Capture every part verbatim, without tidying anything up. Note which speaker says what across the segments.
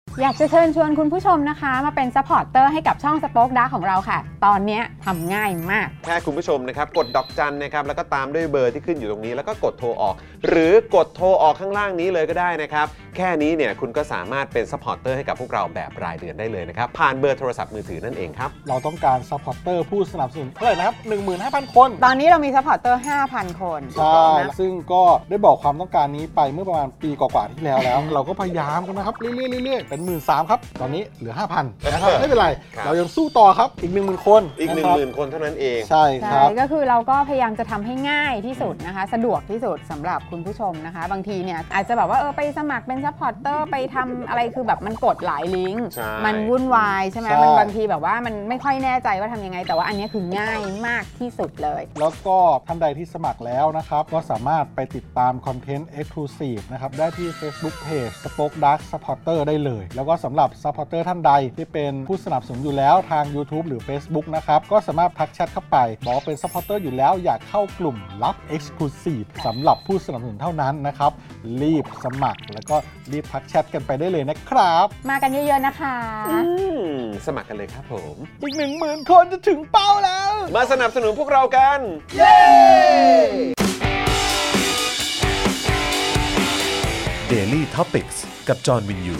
Speaker 1: อยากจะเชิญชวนคุณผู้ชมนะคะมาเป็นซัพพอร์ตเตอร์ให้กับช่อง Spoke Dark ของเราค่ะตอนนี้ทำง่ายมาก
Speaker 2: แค่คุณผู้ชมนะครับกดดอกจันนะครับแล้วก็ตามด้วยเบอร์ที่ขึ้นอยู่ตรงนี้แล้วก็กดโทรออกหรือกดโทรออกข้างล่างนี้เลยก็ได้นะครับแค่นี้เนี่ยคุณก็สามารถเป็นซัพพอร์ตเตอร์ให้กับพวกเราแบบรายเดือนได้เลยนะครับผ่านเบอร์โทรศัพท์มือถือนั่นเองครับ
Speaker 3: เราต้องการซัพพอร์ตเตอร์ผู้สนับสนุนเท่าไหร่นะครับ หนึ่งหมื่นห้าพัน คน
Speaker 1: ตอนนี้เรามีซัพพอร์ตเตอร์ ห้าพัน คน
Speaker 3: ใช่ซึ่งก็ได้บอกความต้องการนี้ไปเมื่อประมาณปีกว่าๆที่แล้วแล้ว เราก็พยายามกันนะครับเรื่อยๆๆเป็นหมื่นสามพันครับตอนนี้เหลือ ห้าพัน นะครับไม่เป็นไรเรายังสู้ต่อครับอีก หนึ่งหมื่น คน
Speaker 2: อีก หนึ่งหมื่น คนเท่านั้นเอง
Speaker 3: ใช่ครับ
Speaker 1: ก็คือเราก็พยายามจะทำให้ง่ายที่สุดนะคะสะดวกที่สุดสำหรับคุณผู้ชมนะคะบางทีเนี่ยอาจจะแบบว่าเออไปสมัครเป็นซัพพอร์ตเตอร์ไปทำอะไรคือแบบมันกดหลายลิงก์มันวุ่นวายใช่ไหมมันบางทีแบบว่ามันไม่ค่อยแน่ใจว่าทำยังไงแต่ว่าอันนี้คือง่ายมากที่สุดเลย
Speaker 3: แล้วก็ท่านใดที่สมัครแล้วนะครับก็สามารถไปติดตามคอนเทนต์ Exclusive นะครับได้ที่ Facebook Page Spoke Dark Supporter ได้เลยแล้วก็สำหรับ Supporter ท่านใดที่เป็นผู้สนับสนุนอยู่แล้วทาง YouTube หรือ Facebook นะครับก็สามารถทักแชทเข้าไปบอกว่าเป็น Supporter อยู่แล้วอยากเข้ากลุ่มลับ Exclusive สำหรับผู้สนับสนุนเท่านั้นนะครับรีบสมัครแล้วก็รีบทักแชทกันไปได้เลยนะครับ
Speaker 1: มากันเยอะๆนะคะ
Speaker 2: สมัครกันเลยครับผม
Speaker 3: อีก หนึ่งหมื่น คนจะถึงเป้าแล้ว
Speaker 2: มาสนับสนุนพวกเรากัน
Speaker 3: เย้
Speaker 4: Daily Topics กับจอห์นวินยู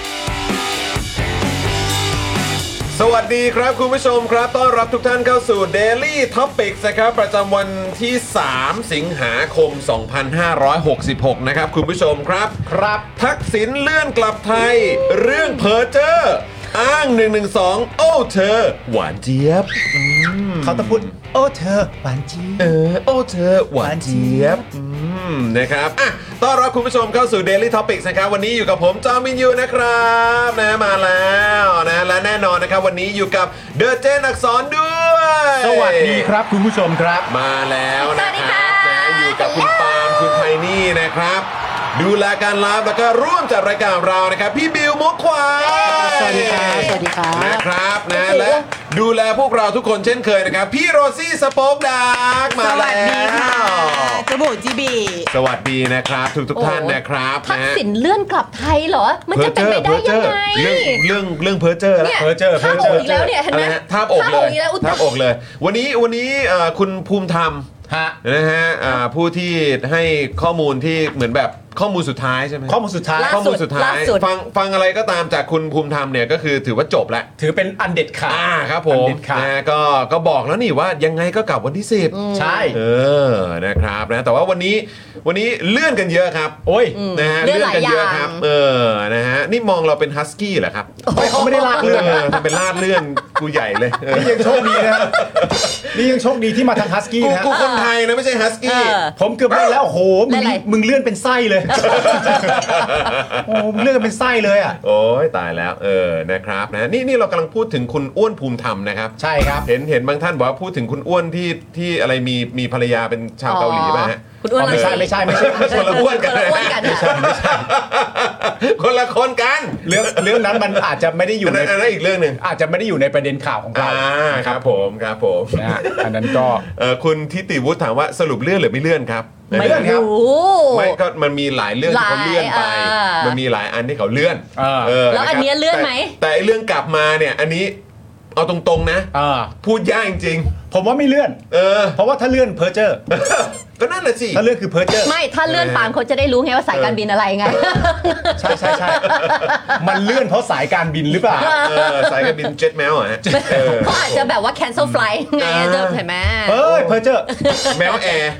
Speaker 2: สวัสดีครับคุณผู้ชมครับต้อนรับทุกท่านเข้าสู่ Daily Topics นะครับประจำวันที่สามสิงหาคมสองพันห้าร้อยหกสิบหกนะครับคุณผู้ชมครับ
Speaker 3: ครับ
Speaker 2: ทักษิณเลื่อนกลับไทยเรื่องเพ้อเจ้ออ้างหนึ่งหนึ่งสองโอ้เธอหวานเจี๊ยบ
Speaker 3: เขาต้องพูดโอ้เธอหวานเจี๊ยบ
Speaker 2: เออโอ้เธอหวานเจี๊ยบนะครับอ่ะต้อนรับคุณผู้ชมเข้าสู่ Daily Topics นะครับวันนี้อยู่กับผมจอมินยูนะครับนะมาแล้วนะและแน่นอนนะครับวันนี้อยู่กับเดอะเจนอักษรด้วย
Speaker 3: สวัสดีครับคุณผู้ชมครับ
Speaker 2: มาแล้วนะครับนะอยู่กับคุณปาล์มคุณไทนี่นะครับดูแลการไลฟ์แล้วก็ร่วมจัดรายการเรานะครับพี่บิวมุกควาย
Speaker 5: สวัสดีครับสวัสดีครับ
Speaker 2: นะครับนะและดูแลพวกเราทุกคนเช่นเคยนะครับพี่โรซี่สป็อกดาร์กมาแล้วสวัสดีค่ะ
Speaker 5: จมูกจีบี
Speaker 2: สวัสดีนะครับทุกทุกท่านนะครับ
Speaker 5: ทักษิณเลื่อนกลับไทยเหรอมันจะเป็นไปได้ยังไง
Speaker 2: เรื่องเรื่องเรื่องเพ้อเจ้อแล้ว
Speaker 5: เพ้อเจ้อเพ้อเจ้ออีกแล้วเนี่ยเห็นไหม
Speaker 2: ท่าบอกเลยท่าบอกเลยวันนี้วันนี้คุณภูมิธรรมนะฮะผู้ที่ให้ข้อมูลที่เหมือนแบบข้อมูลสุดท้ายใช่ไหม
Speaker 3: ข้อมูลสุดท้าย
Speaker 2: ข้อมูลสุดท้ายฟังฟังอะไรก็ตามจากคุณภูมิธรรมเนี่ยก็คือถือว่าจบแล้ว
Speaker 3: ถือเป็นอันเด็ดขาด
Speaker 2: อ่าครับผมนะก็ก็บอกแล้วนี่ว่ายังไงก็กลับวันที่สิบ
Speaker 3: ใช่
Speaker 2: เออนะครับนะแต่ว่าวันนี้วันนี้เลื่อนกันเยอะครับ
Speaker 3: โอ้ย
Speaker 2: นะฮะเลื่อนกันเยอะครับเออนะฮะนี่มองเราเป็นฮัสกี้เหรอครับ
Speaker 3: เขาไม่ได้ลาดเลื่อน
Speaker 2: ทำเป็นลาดเลื่อนกูใหญ่เลย
Speaker 3: นี่ยังโชคดีนะนี่ยังโชคดีที่มาทางฮัสกี้นะ
Speaker 2: กูคนไทยนะไม่ใช่ฮัสกี้
Speaker 3: ผมเกือบเลื่อนแล้วโอ้โหมึงมึงเลื่อนเป็นไส้เลยโอ้เรื่องเป็นไส้เลยอ่ะ
Speaker 2: โอ้ยตายแล้วเออนะครับนะนี่นี่เรากำลังพูดถึงคุณอ้วนภูมิธรรมนะครับ
Speaker 3: ใช่ครับ
Speaker 2: เห็นเห็นบางท่านบอกว่าพูดถึงคุณอ้วนที่ที่อะไรมีมีภรรยาเป็นชาวเกาหลีป่ะฮะ
Speaker 5: คุณอ้วน
Speaker 3: ไม่ใช่ไม่ใช่ไม่ใช่
Speaker 2: คนละอ้วนกัน
Speaker 5: ไม่ใช่ไม่ใช่
Speaker 2: คนละคนกัน
Speaker 3: เรื่องเรื่องนั้นมันอาจจะไม่ได้อยู่
Speaker 2: ในอันนั้นอีกเรื่องนึง
Speaker 3: อาจจะไม่ได้อยู่ในประเด็นข่าวของเรา
Speaker 2: ครับผมครับผม
Speaker 3: นะฮะอันนั้นก็
Speaker 2: เออคุณทิติวุฒิถามว่าสรุปเลื่อนหรือไม่เลื่อนครับ
Speaker 5: ไม่รู้
Speaker 2: ไม่ก็มันมีหลายเรื่องที่เขาเลื่อนไปมันมีหลายอันที่เขาเลื่อน
Speaker 5: เออแล้วอันนี้เลื่อนไหม
Speaker 2: แต่เรื่องกลับมาเนี่ยอันนี้เอาตรงๆนะพูดยากจริง
Speaker 3: ผมว่าไม่เลื่อนเออเพราะว่าถ้าเลื่อนเพ้อเจ้อ
Speaker 2: ก็นั่นแหละสิ
Speaker 3: ถ้าเลื่อนคือเพ้อเจ้อ
Speaker 5: ไม่ถ้าเลื่อนปางเขาจะได้รู้ไงว่าสายการบินอะไรไง
Speaker 3: ใช่ใช่ใช่มันเลื่อนเพราะสายการบินหรือเปล่า
Speaker 2: สายการบินเจ็ตแมวอ่ะ
Speaker 5: เขาอาจจะแบบว่า cancel flight ไงเจอเห็นไหม
Speaker 3: เฮ้ยเพ้อเจ้อ
Speaker 2: แมวแอร์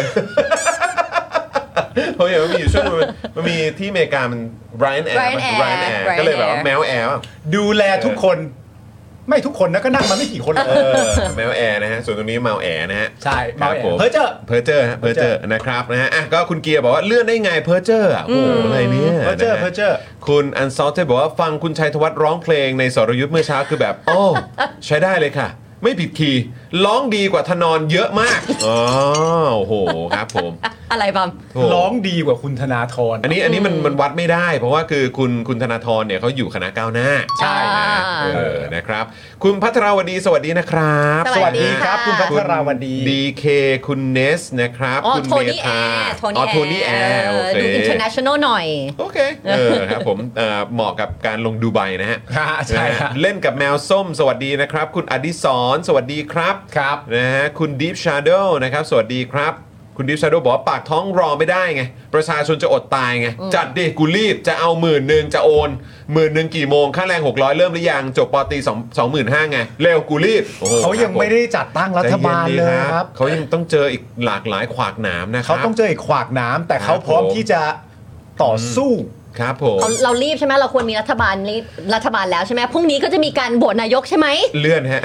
Speaker 2: เพราะอย่างมันมีอยู่ช่วงมันมีที่อเมริกามัน Ryanair Ryanair ก็เลยแบบว่าแมวแอร์
Speaker 3: ดูแลทุกคนไม่ทุกคนนะก็นั่งมาไม่กี่คน
Speaker 2: เออแมวแอร์นะฮะส่วนตรงนี้แมวแอร์นะฮะ
Speaker 3: ใช่
Speaker 2: แมวแอร์
Speaker 3: เพอเจอร์
Speaker 2: เพอเจอร์ฮะเพอเจอร์นะครับนะฮะอ่ะก็คุณเกียร์บอกว่าเลื่อนได้ไงเพอเจอร์อ่ะโอ้อะไรเนี่ย
Speaker 3: เพอเจอร์เพอเจอร์
Speaker 2: คุณอันซอลเทบอกว่าฟังคุณชัยธวัฒน์ร้องเพลงในสรยุทธ์เมื่อเช้าคือแบบโอ้ใช้ได้เลยค่ะไม่ผิดคีย์ร้องดีกว่าธนรเยอะมากอ๋อโอ้โหครับผม
Speaker 5: อะไรบัม
Speaker 2: โอ้
Speaker 6: ร้องดีกว่าคุณธนาธร
Speaker 2: อันนี้อันนี้มันมันวัดไม่ได้ เพราะว่าคือคุณคุณธนาธรเนี่ยเขาอยู่คณะก้าวหน้า
Speaker 6: ใช่
Speaker 2: นะเออนะครับ คุณพัทรวดีสวัสดีนะครับ
Speaker 5: สวัสดีค่ะ
Speaker 6: คุณพัทรวดี
Speaker 2: ดีเคคุณเนสนะครับ
Speaker 5: อ๋อ
Speaker 2: คุณ
Speaker 5: โทนี่แอร์
Speaker 2: อ๋อโทนี่แอร์โอเค
Speaker 5: ดู international หน่อย
Speaker 2: โอเคเออครับผมเอ่อเหมาะกับการลงดูไบนะฮะ
Speaker 6: ฮะใช่ฮะ
Speaker 2: เล่นกับแมวส้มสวัสดีนะครับ คุณอดิศรสวัสดีครับ
Speaker 6: ครับ
Speaker 2: นะฮะคุณ Deep Shadow นะครับสวัสดีครับ คุณ Deep Shadow บอกว่าปากท้องรอไม่ได้ไง ประชาชนจะอดตายไง จัดดิกูรีบจะเอาหมื่นหนึ่งจะโอนหมื่นหนึ่งกี่โมงค่าแรงหกร้อยเริ่มหรือยังจบปอตรีสองสองหมื่นห้าไง เร็วกูรีบโอ้โห
Speaker 6: เขายังไม่ได้จัดตั้งรัฐบาลเลยครับ
Speaker 2: เขายังต้องเจออีกหลากหลายขวากหนามนะครั
Speaker 6: เขาต้องเจออีกขวากน้ำแต่เขาพร้อมที่จะต่อสู้
Speaker 2: ครับผม
Speaker 5: เราเรารีบใช่ไหมเราควรมีรัฐบาลรีบรัฐบาลแล้วใช่ไหมพรุ่งนี้ก็จะมีการโหวตนายกใช่ไหม
Speaker 2: เลื่อนฮะ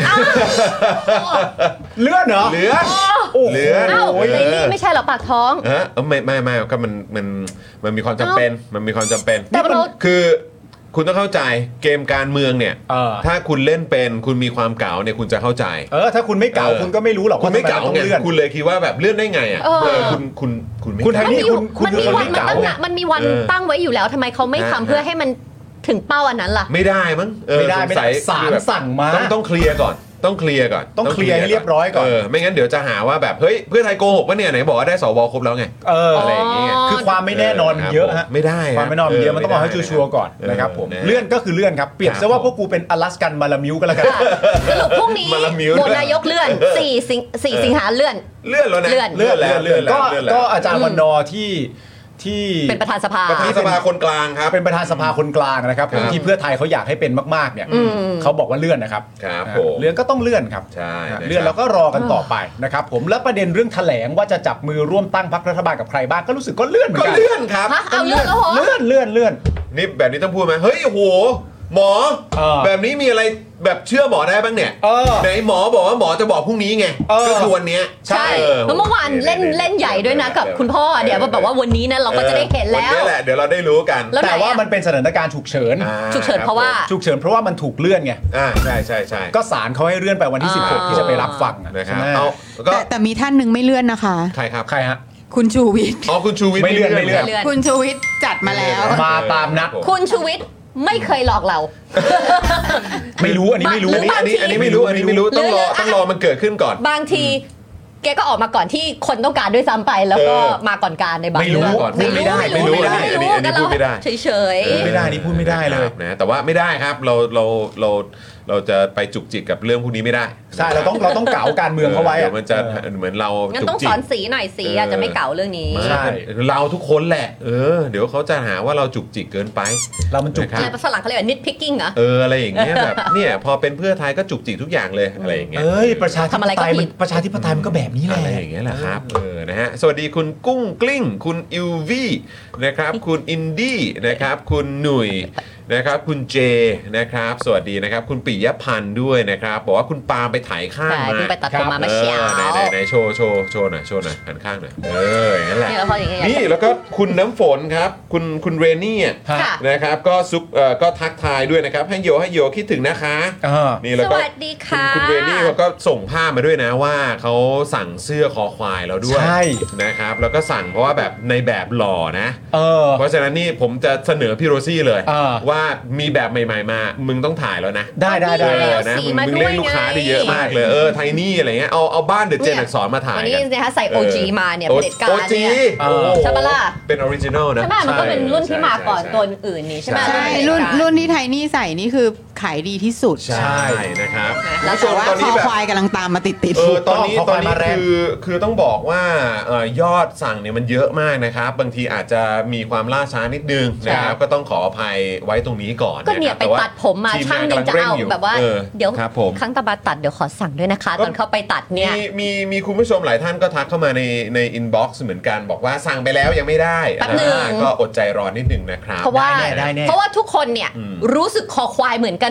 Speaker 6: เลื่อนเหรอ
Speaker 2: เลื่อน
Speaker 6: โอ้โห
Speaker 2: เลื่อน
Speaker 5: อ้าว
Speaker 2: โอ้ย
Speaker 5: เลยรีบไม่ใช่เหรอปากท้อง
Speaker 2: เออเออไม่ไม่ไม่ก็มันมันมันมีความจำเป็นมันมีความจำเป็น
Speaker 5: แต่เรา
Speaker 2: คือคุณต้องเข้าใจเกมการเมืองเนี่ย
Speaker 6: เออ
Speaker 2: ถ้าคุณเล่นเป็นคุณมีความเก๋าเนี่ยคุณจะเข้าใจ
Speaker 6: เออถ้าคุณไม่เก่า
Speaker 2: เออ
Speaker 6: คุณก็ไม่รู้หรอก
Speaker 2: คุณ
Speaker 6: ว่า
Speaker 2: ไม่
Speaker 6: ทำ
Speaker 2: เก๋า
Speaker 6: ต้อง
Speaker 2: ไง
Speaker 6: เลื่อน
Speaker 2: คุณเลยคิดว่าแบบเลื่อนได้ไงอ่ะ
Speaker 5: เออ
Speaker 2: เออคุณคุณคุณไม่
Speaker 6: คุณไท
Speaker 2: เก๋า
Speaker 6: นี่
Speaker 5: มันมี
Speaker 6: คุณคุณ
Speaker 5: มันมี
Speaker 6: เป็นคน
Speaker 5: วัน
Speaker 6: ไม่
Speaker 5: มัน
Speaker 6: เก๋า
Speaker 5: ตั้ง
Speaker 6: ไง
Speaker 5: อะมันมีวัน
Speaker 2: เออ
Speaker 5: ตั้งไว้อยู่แล้วทำไมเขาไม่
Speaker 2: ฮะ
Speaker 5: ทำเพื่อให้มันถึงเป้าอันนั้นล่ะ
Speaker 2: ไม่ได้มั้งเออ
Speaker 6: ไม่ได้
Speaker 2: สง
Speaker 6: ไม่ได้
Speaker 2: สัย
Speaker 6: ศาล
Speaker 2: คือแบบ
Speaker 6: สั่งมา
Speaker 2: ต้องต้องเคลียร์ก่อนต้องเคลียร์ก่อน
Speaker 6: ต้องเคลียร์ให้เรียบร้อยก่อน
Speaker 2: เออไม่งั้นเดี๋ยวจะหาว่าแบบเฮ้ยเพื่อไทยโกหกปะเนี่ยไหนบอกว่าได้สวครบแล้วไง
Speaker 6: เออ
Speaker 2: อะไรอย่างเงี้ย
Speaker 6: คือความไม่แน่นอนมันเยอะฮะ
Speaker 2: ไม่ได้ฮะ
Speaker 6: ความไม่แน่นอนมันเยอะมันต้องเอาให้
Speaker 2: ไม่ได้
Speaker 6: ชัวร์ๆก่อน
Speaker 2: เออ
Speaker 6: นะครับผม
Speaker 2: นะ
Speaker 6: เลื่อนก็คือเลื่อนครับเปรียบ
Speaker 2: ครับ
Speaker 6: ซะว่า
Speaker 2: ผม
Speaker 6: พวกกูเป็นอลาสกันมาลามิวก็แล้วกัน
Speaker 5: สรุปพรุ่งนี้
Speaker 2: มาละมิ้ว
Speaker 5: โหวต
Speaker 2: ด้วย
Speaker 5: นายกเลื่อนสี่สิงสี่สิงหาเลื่อน
Speaker 2: เลื่อนแล้วนะ
Speaker 5: เลื่อน
Speaker 2: เลื่อนแล้วเลื่อนแล้ว
Speaker 6: ก็
Speaker 2: เลื่อนแล้ว
Speaker 6: ก็อาจารย์วันนอร์ที่ที่
Speaker 5: เป็นประธานสภา
Speaker 2: ประธานสภาคนกลางครับ
Speaker 6: เป็นประธานสภาคนกลางนะครับผม
Speaker 2: ครับ
Speaker 6: ที่เพื่อไทยเขาอยากให้เป็นมากๆเนี่ยเขาบอกว่าเลื่อนนะครับ
Speaker 2: ครับ
Speaker 6: อ่า
Speaker 2: ผม
Speaker 6: เลื่อนก็ต้องเลื่อนครับ
Speaker 2: ใช่นะครับ
Speaker 6: เลื่อนแล้วก็รอกันต่อไปนะครับผมและประเด็นเรื่องแถลงว่าจะจับมือร่วมตั้งพรรครัฐบาลกับใครบ้างก็รู้สึกก็เลื่อนเหมือ
Speaker 2: ก็
Speaker 6: นกัน
Speaker 2: เลื่อนครับ
Speaker 5: ฮะเอาเลื่อนแล้วเหรอ
Speaker 6: เลื่อนเลื่อนเลื่อน
Speaker 2: นี่แบบนี้ต้องพูดไหมเฮ้ยโอ้โหหมอ
Speaker 6: เออ
Speaker 2: แบบนี้มีอะไรแบบเชื่อหมอได้บ้างเนี่ย
Speaker 6: เออ
Speaker 2: ไหนหมอบอกว่าหมอจะบอกพรุ่งนี้ไง
Speaker 6: เออ
Speaker 2: ก็คือวันเนี้ย
Speaker 5: ใช่
Speaker 2: ออ
Speaker 5: แล้วเมื่อวานเล่นเล่นใหญ่ด้วยนะกับคุณพ่อเดี๋ยวแบบว่าวันนี้นะเราก็จะได้เห็นแล้ว
Speaker 2: วันนี้แหละเดี๋ยวเราได้รู้กัน
Speaker 5: แล้วไหน
Speaker 6: แต่ว่า
Speaker 5: อะ
Speaker 6: มันเป็นสถานการณ์ฉุกเฉิน
Speaker 2: อ่า
Speaker 5: ฉุกเฉินเพราะว่า
Speaker 6: ฉุกเฉินเพราะว่ามันถูกเลื่อนไง
Speaker 2: อ่าใช่ใช่ใช่
Speaker 6: ก็ศาลเขาให้เลื่อนไปวันที่
Speaker 5: อ่า
Speaker 6: สิบหกที่จะไปรับฟังอะ
Speaker 2: นะค
Speaker 6: ใช่
Speaker 2: รับ
Speaker 6: ไหม
Speaker 2: เอาก็
Speaker 1: แต่แต่มีท่านหนึ่งไม่เลื่อนนะคะ
Speaker 2: ใครครับ
Speaker 6: ใครฮะ
Speaker 1: คุณชูวิทย์
Speaker 2: อ๋อคุณชูวิทย์
Speaker 6: ไม่เลื่อนไม่เลื่อน
Speaker 5: เลื่อน
Speaker 1: คุณชูวิทย์จัดมาแล้ว
Speaker 6: มาตามนัด
Speaker 5: คุณชูวิทย์ไม่เคยหลอกเรา
Speaker 6: ไม่รู้อันนี้ไม่รู้
Speaker 5: ห
Speaker 2: อัน
Speaker 5: รื
Speaker 2: นี้อันนี้อันนี้ไม่รู้อันนี้ไม่รู้ต้องรอ
Speaker 5: หรือ
Speaker 2: ต้องรอมันเกิดขึ้นก่อน
Speaker 5: บางทีแกก็ออกมาก่อนที่คนต้องการด้วยซ้ำไป แล้วก็
Speaker 2: เออ
Speaker 5: มาก่อนการในบาง
Speaker 6: ไม่รู้
Speaker 5: เรื่อง
Speaker 2: ก่อน
Speaker 6: พูดไม่ได้
Speaker 2: ไม่รู้อันนี้อันนี้อันนี้พูดไม่ได้
Speaker 5: เฉยเฉยๆ
Speaker 2: เออ
Speaker 6: ไม่ได้นี่พูดไม่ได้เลย
Speaker 2: นะครับนะแต่ว่าไม่ได้ครับเราเราเราเราจะไปจุกจิกกับเรื่องพวกนี้ไม่ได้
Speaker 6: ใช่เราต้องเราต้องเก๋าการเมืองเขาไว้
Speaker 2: เดี๋
Speaker 6: อะ
Speaker 2: ยวมันจะเหมือนเรา
Speaker 5: งั้น
Speaker 2: จุ
Speaker 5: ต้อก ง
Speaker 2: จิ
Speaker 5: ส
Speaker 2: ก
Speaker 5: อนสีหน่อยสีอาจจะไม่เก่าเรื่องนี้
Speaker 6: ใช่
Speaker 2: เราทุกคนแหละ เออ เดี๋ยวเขาจะหาว่าเราจุกจิกเกินไป
Speaker 6: เรามันจุก
Speaker 2: นะค
Speaker 6: จิ
Speaker 2: รั
Speaker 6: ก
Speaker 2: บ
Speaker 5: อะไรภาษาหลังเขาเรียกว่า nitpicking เหรอ
Speaker 2: เอออะไรอย่างเงี้ยแบบเนี่ยพอเป็นเพื่อไทยก็จุกจิกทุกอย่างเลยอะไรอย่างเงี้ย
Speaker 6: เอ้ยประชาธิ
Speaker 5: ทำ
Speaker 6: ป
Speaker 5: อะไรก็
Speaker 6: ไตย
Speaker 5: ผิ
Speaker 6: มัน
Speaker 5: ด
Speaker 6: ประชาธิปไตยมันก็แบบนี้แหละ
Speaker 2: อะไรอย่างเงี้ยแหละครับเออนะฮะสวัสดีคุณกุ้งกลิ้ง คุณอิววี่นะครับคุณอินดี้นะครับคุณหนุ่ยนะครับคุณเจนะครับสวัสดีนะครับคุณปิยพันธ์ด้วยนะครับบอกว่าคุณปาล์มไปถ่ายข้าง
Speaker 5: ใช่
Speaker 2: มา
Speaker 5: เพิ่งไปตัดผมมาเมื่อเช้า
Speaker 2: ไหนไหนไหนโชว์โชว์โชว์หน่อยโชว์หน่อยหันข้างหน่อยเอออย่างนั้นแหละ
Speaker 5: นี่แล้วพออย่างเงี้ย
Speaker 2: นี่แล้วก็คุณน้ำฝนครับคุณคุณเรนนี่อ่ะ
Speaker 5: ค่ะ
Speaker 2: นะครับก็ซุปเอ่อก็ทักทายด้วยนะครับให้โยให้โยคิดถึงนะคะ
Speaker 6: เออ
Speaker 2: นี่แล้ว
Speaker 5: ส
Speaker 2: ก็
Speaker 5: วัสดี
Speaker 2: คุณ
Speaker 5: ค่ะ
Speaker 2: คุณเรนนี่เขาก็ส่งภาพมาด้วยนะว่าเขาสั่งเสื้อคอควายแล้วด้วย
Speaker 6: ใช่
Speaker 2: นะครับแล้วก็สั่งเพราะว่าแบบในแบบหล่อนะ
Speaker 6: เออ
Speaker 2: เพราะฉะนั้นนี่ผมจะเสนอพี่โรซี่เลย
Speaker 6: เออ
Speaker 2: ว่ามีแบบใหม่ๆมามึงต้องถ่ายแล้วนะ
Speaker 6: ได้ได้ได้
Speaker 2: เอ
Speaker 6: ได้
Speaker 2: อนะ
Speaker 5: สี
Speaker 2: มึง
Speaker 5: มา
Speaker 2: มึง
Speaker 5: ด้วย
Speaker 2: เล่นลูกค้า
Speaker 5: ไง
Speaker 2: ได้เยอะมากเลยเออไทนี่อะไรเงี้ยเอาเอาบ้านเดอะเจนอักษรมาถ่าย
Speaker 5: วันนี้
Speaker 2: กัน
Speaker 5: นะคะใส่ โอ จี มาเนี่ย
Speaker 2: โอ
Speaker 5: เผด็จการ
Speaker 2: โอจี
Speaker 5: เนี่ย
Speaker 2: โอ้โห
Speaker 5: ใช่ปะล่ะ
Speaker 2: เป็นออริจินอลนะ
Speaker 5: ใช่ไหมมันก็เป็นรุ่นที่มาก่อน
Speaker 2: ใช่
Speaker 5: ตัวอื่นนี่ใช่ไหม
Speaker 1: ใช่รุ่นรุ่นที่ไทนี่ใส่นี่คือขายดีที่สุด
Speaker 2: ใช่นะครับ
Speaker 5: แล้
Speaker 2: คุณ
Speaker 5: ว
Speaker 2: ผู้ชม
Speaker 1: ว่า
Speaker 2: ตอน
Speaker 1: ค
Speaker 2: นี้
Speaker 1: อ
Speaker 2: แบบ
Speaker 1: ควายกำลังตามมาติดติด
Speaker 2: เออตอนนี้
Speaker 6: ขอ
Speaker 2: ตอน
Speaker 6: ความ
Speaker 2: นี้
Speaker 6: มาแรง
Speaker 2: คือคือต้องบอกว่าเอ่อยอดสั่งเนี่ยมันเยอะมากนะครับ บางทีอาจจะมีความล่าช้านิดนึงนะครับก็ต้องขออภัยไว้ตรงนี้ก่อน
Speaker 5: ก็เนี่ย
Speaker 2: ะครับ
Speaker 5: ไป
Speaker 2: แต่ว่า
Speaker 5: ตัดผมมา
Speaker 2: ที
Speaker 5: ช่าง
Speaker 2: ง
Speaker 5: นึงจะเอา
Speaker 2: กำลัร่ยู่
Speaker 5: แบบว่า
Speaker 2: ออ
Speaker 5: เดี๋ยว
Speaker 2: ครับผม
Speaker 5: ครั้งตาบัดตัดเดี๋ยวขอสั่งด้วยนะคะ ตอนเข้าไปตัดเนี่ย
Speaker 2: มีมีมีคุณผู้ชมหลายท่านก็ทักเข้ามาในในอินบ็อกซ์เหมือนกันบอกว่าสั่งไปแล้วยังไม่ได้
Speaker 5: แป๊บหนึ่ง
Speaker 2: อ่าก็อดใจรอนิดนึงนะครับ
Speaker 5: เพราะว่า
Speaker 6: ได้แน่ได้แน่
Speaker 5: เพราะว่าทุกคนเนี่ย
Speaker 2: อืม
Speaker 5: รู้สึกคอควายเหมือนกัน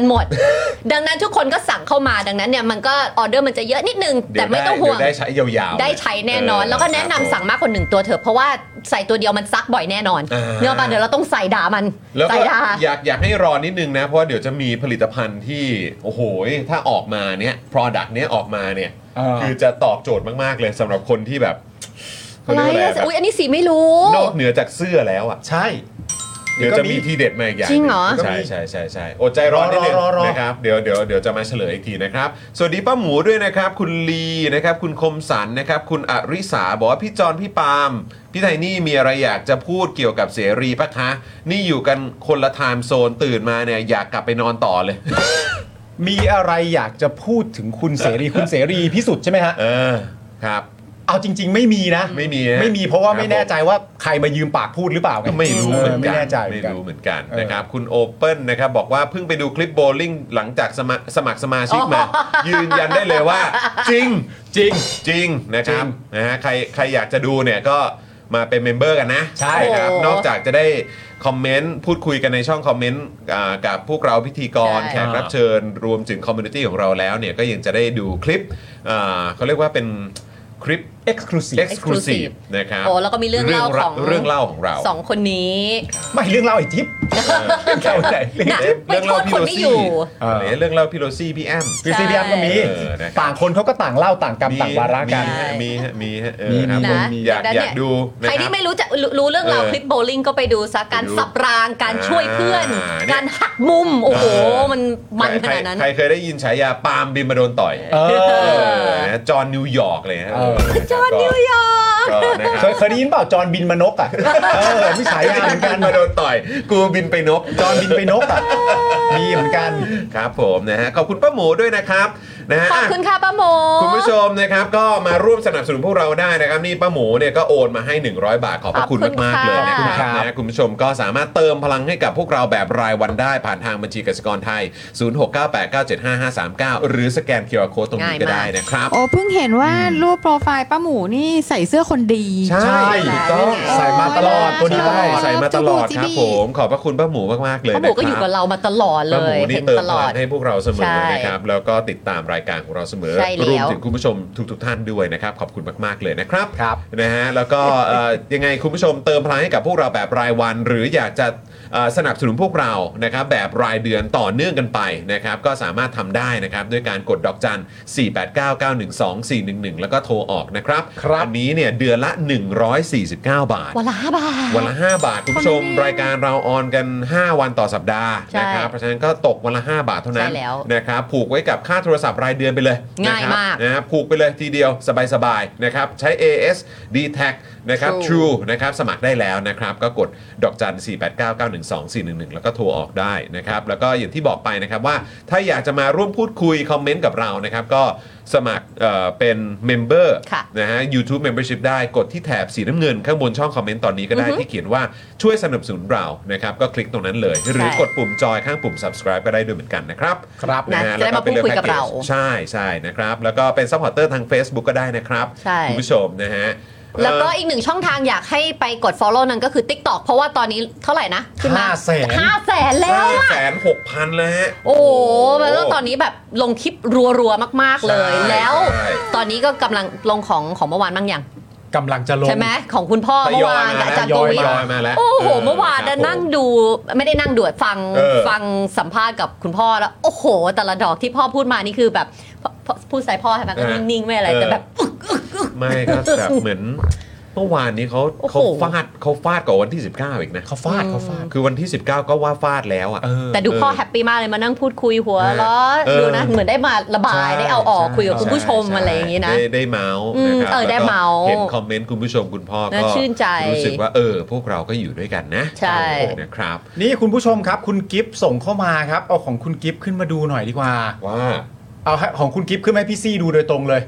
Speaker 5: กันหมด ดังนั้นทุกคนก็สั่งเข้ามาดังนั้นเนี่ยมันก็ออเดอร์มันจะเยอะนิดนึงแต่ไม่ต้องห่วง
Speaker 2: ได้ใช้ยาวๆ
Speaker 5: ได้ใช้แน่นอนแล้วก็แนะนำสั่งมากกว่าหนึ่งตัวเถอะเพราะว่าใส่ตัวเดียวมันซักบ่อยแน่นอนเนื่องจากเดี๋ยวเราต้องใส่ดามัน
Speaker 2: แล้ว
Speaker 5: ใส่
Speaker 2: ก็
Speaker 5: ดา
Speaker 2: อยากอยากให้รอนิดนึงนะเพราะว่าเดี๋ยวจะมีผลิตภัณฑ์ที่โอ้โหถ้าออกมาเนี้ย product เนี้ยออกมาเนี่ยคือจะตอบโจทย์มากๆเลยสำหรับคนที่แบบ
Speaker 5: อะไรอ่ะอุ้ยอันนี้สีไม่รู้
Speaker 2: นอกเหนือจากเสื้อแล้วอ่ะ
Speaker 6: ใช่
Speaker 2: เดี๋ยวจะมีทีเด็ดมาอีกอย่าง
Speaker 5: จริงเหรอ
Speaker 2: ใช่ใช่ใช่ใช่อดใจรอนิดนึงนะครับเดี๋ยวเดี๋ยวเดี๋ยวจะมาเฉลยอีกทีนะครับสวัสดีป้าหมูด้วยนะครับคุณลีนะครับคุณคมสันนะครับคุณอริสาบอกว่าพี่จอนพี่ปาล์มพี่ไทนี่มีอะไรอยากจะพูดเกี่ยวกับเสรีปะคะนี่อยู่กันคนละไทม์โซนตื่นมาเนี่ยอยากกลับไปนอนต่อเลย
Speaker 6: มีอะไรอยากจะพูดถึงคุณเสรีคุณเสรีพิสุทธิ์ใช่ไหมฮะ
Speaker 2: เออครับ
Speaker 6: เอาจริงๆไม่มีนะ
Speaker 2: ไม่มี
Speaker 6: ไม่มีเพราะว่าไม่แน่ใจว่าใครมายืมปากพูดหรือเปล่า
Speaker 2: ก็ไม่รู้เหมือนกัน
Speaker 6: ไม่แน่ใจ
Speaker 2: ไม่รู้เหมือนกันนะครับคุณโอเปิลนะครับบอกว่าเพิ่งไปดูคลิปโบว์ลิ่งหลังจากสมัครสมัครสมาชิกมายืนยันได้เลยว่าจริง
Speaker 6: จริง
Speaker 2: จริงนะครับนะฮะใครใครอยากจะดูเนี่ยก็มาเป็นเมมเบอร์กันนะ
Speaker 6: ใช่
Speaker 2: ครับนอกจากจะได้คอมเมนต์พูดคุยกันในช่องคอมเมนต์กับพวกเราพิธีกรแขกรับเชิญรวมถึงคอมมูนิตี้ของเราแล้วเนี่ยก็ยังจะได้ดูคลิปเขาเรียกว่าเป็นคลิป
Speaker 6: exclusive
Speaker 2: exclusive นะครับ
Speaker 5: โอ้แล้วก็มีเรื่องเล่าของ
Speaker 2: เรื่องเล่าของเรา
Speaker 5: สองคนนี้
Speaker 6: ไม่เรื่องเล่าไอ้ทิพย์เล่าไหน
Speaker 5: เรื่องเล่าพี่โรซี่
Speaker 2: เรื่องเล่าพี่โรซี่พี่แอม
Speaker 6: พี่ซีพี่แอมก็มีต่างคนเขาก็ต่างเล่าต่างกรรมต่างวาระกัน
Speaker 2: มีฮะมีฮะมีครับอยากอยากดู
Speaker 5: ใครที่ไม่รู้จะรู้เรื่องราวคลิปโบลิ่งก็ไปดูซะการสับรางการช่วยเพื่อนการหักมุมโอ้โหมันมันขนาดนั้น
Speaker 2: ใครเคยได้ยินฉายาปาล์มบินมาโดนต่อยจอห์นนิวยอร์กเลยฮะ
Speaker 5: จอห์นนิวยอร์ก
Speaker 6: เคยเคยได้ยินเปล่าจอห์นบินมานกอ่ะเออไม่ฉายาเหมือนกัน
Speaker 2: มาโดนต่อยกูบินไปนก
Speaker 6: จอห์นบินไปนกอ่ะมีเหมือนกัน
Speaker 2: ครับผมนะฮะขอบคุณป้าหมูด้วยนะครับนะฮะ
Speaker 5: ขอบคุณค่ะป้าหมู
Speaker 2: คุณผู้ชมนะครับก็มาร่วมสนับสนุนพวกเราได้นะครับนี่ป้าหมูเนี่ยก็โอนมาให้หนึ่งร้อยบาทขอบพระคุณมากๆเลยนะครับนะคุณผู้ชมก็สามารถเติมพลังให้กับพวกเราแบบรายวันได้ผ่านทางบัญชีกสิกรไทยศูนย์ หก เก้า แปด เก้า เจ็ด ห้า ห้า สาม เก้าหรือสแกน คิว อาร์ Code ตรงนี้ก็ได้นะครับ
Speaker 1: โอ้เพิ่งเห็นว่ารูปโปรไฟล์ป้าหมูนี่ใส่เสื้อคนดี
Speaker 2: ใช่
Speaker 6: ต้องใส่มาตลอดตัวนี้ตลอด
Speaker 2: ใส่มาตลอดครับผมขอบพระคุณป้าหมูมากๆเลย
Speaker 5: ป้าหมูก็อยู่กับเรามาตลอดเลย
Speaker 2: ป้าหมูนี่เติมพลังให้พวกเราเสมอนะครับแล้วก็ติดตามรายการของเราเสมอรวมถึงคุณผู้ชมทุกๆท่านด้วยนะครับขอบคุณมากๆเลยนะครับ
Speaker 6: ครับ
Speaker 2: นะฮะแล้วก็ยังไงคุณผู้ชมเติมพลังให้กับพวกเราแบบรายวันหรืออยากจะสนับสนุนพวกเรานะครับแบบรายเดือนต่อเนื่องกันไปนะครับก็สามารถทำได้นะครับด้วยการกดดอกจันสี่ แปด เก้า เก้า หนึ่ง สอง สี่ หนึ่ง หนึ่งแล้วก็โทรออกนะครับอันนี้เนี่ยเดือนละหนึ่งร้อยสี่สิบเก้าบาท
Speaker 5: วันละห้าบาท
Speaker 2: วันละห้าบาทคุณผู้ชมรายการเราออนกันห้าวันต่อสัปดาห์นะครับเพราะฉะนั้นก็ตกวันละห้าบาทเท่านั้นนะครับผูกไว้กับค่าโทรศัพท์รายเดือนไปเลย
Speaker 5: ง่ายมาก
Speaker 2: นะครับผูกไปเลยทีเดียวสบายๆนะครับใช้ เอ เอส ดี แท็ก นะครับ True นะครับสมัครได้แล้วนะครับก็กดดอกจันสี่ แปด เก้า เก้า หนึ่ง สอง สี่ หนึ่ง หนึ่งแล้วก็โทรออกได้นะครับแล้วก็อย่างที่บอกไปนะครับว่าถ้าอยากจะมาร่วมพูดคุยคอมเมนต์กับเรานะครับก็สมัครเอ่อเป็นเมมเบอร์นะฮะ YouTube Membership ได้กดที่แถบสีน้ำเงินข้างบนช่องคอมเมนต์ตอนนี้ก็ได้ที่เขียนว่าช่วยสนับสนุนเรานะครับก็คลิกตรงนั้นเลยหรือกดปุ่มจอยข้างปุ่ม Subscribe ก็ได้ด้วยเหมือนกันนะครับ
Speaker 6: ครับ
Speaker 5: นะจะได้มาพูดคุยกับเรา
Speaker 2: ใช่ใช่นะครับแล้วก็เป็นซัพพอร์ตเตอร์ทาง Facebook ก็ได้นะครับคุณผู้ชมนะฮะ
Speaker 5: แล้วก็อีกหนึ่งช่องทางอยากให้ไปกด follow นั่นก็คือ TikTok เพราะว่าตอนนี้เท่าไหร่นะขึ้นมา
Speaker 6: ห้าแสน
Speaker 5: ห้าแสนแล้วอ่ะ
Speaker 2: ห้าแสนหกพันแล้วฮะ
Speaker 5: โอ้โหแล้วตอนนี้แบบลงคลิปรัวๆมากๆเลยแล้วตอนนี้ก็กำลังลงของของเมื่อวานบ้างยัง
Speaker 6: กำลังจะลง
Speaker 5: ใช่ไหมของคุณพ่อเมื่อวานกับอาจารย์กวีโอ้โหเมื่อวานนั่งดูไม่ได้นั่งดูฟังฟังสัมภาษณ์กับคุณพ่อแล้วโอ้โหแต่ละดอกที่พ่อพูดมานี่คือแบบพูดใส่พ่อใช่ไหมก็นิ่งๆไม่อะไรแต่แบบ
Speaker 2: ไม่ก็แบบเหมือนเมื่อวานนี้เขาเขาฟาดเขาฟาดกว่าวันที่สิบเก้าอีกนะ
Speaker 6: เขาฟาดเขาฟาด
Speaker 2: คือวันที่สิบเก้าก็ว่าฟาดแล้วอ่ะ
Speaker 5: แต่ดูพ่อแฮปปี้มากเลยมานั่งพูดคุยหัวล้อดูนะเหมือนได้มาระบายได้เอาออกคุยกับคุณผู้ชมอะไรอย่างนี้นะ
Speaker 2: ได้ได้เมาส์นะครับ
Speaker 5: เออได้เมาส์
Speaker 2: เห็นคอมเมนต์คุณผู้ชมคุณพ่อก็
Speaker 5: ชื่นใจ
Speaker 2: รู้สึกว่าเออพวกเราก็อยู่ด้วยกันนะ
Speaker 5: ใช่
Speaker 2: นะครับ
Speaker 6: นี่คุณผู้ชมครับคุณกิฟต์ส่งเข้ามาครับเอาของคุณกิฟต์ขึ้นมาดูหน่อยดีกว่า
Speaker 2: ว่า
Speaker 6: เอาของคุณกิฟต์ขึ้นให้พี่ซี่ดูโดยตรงเลย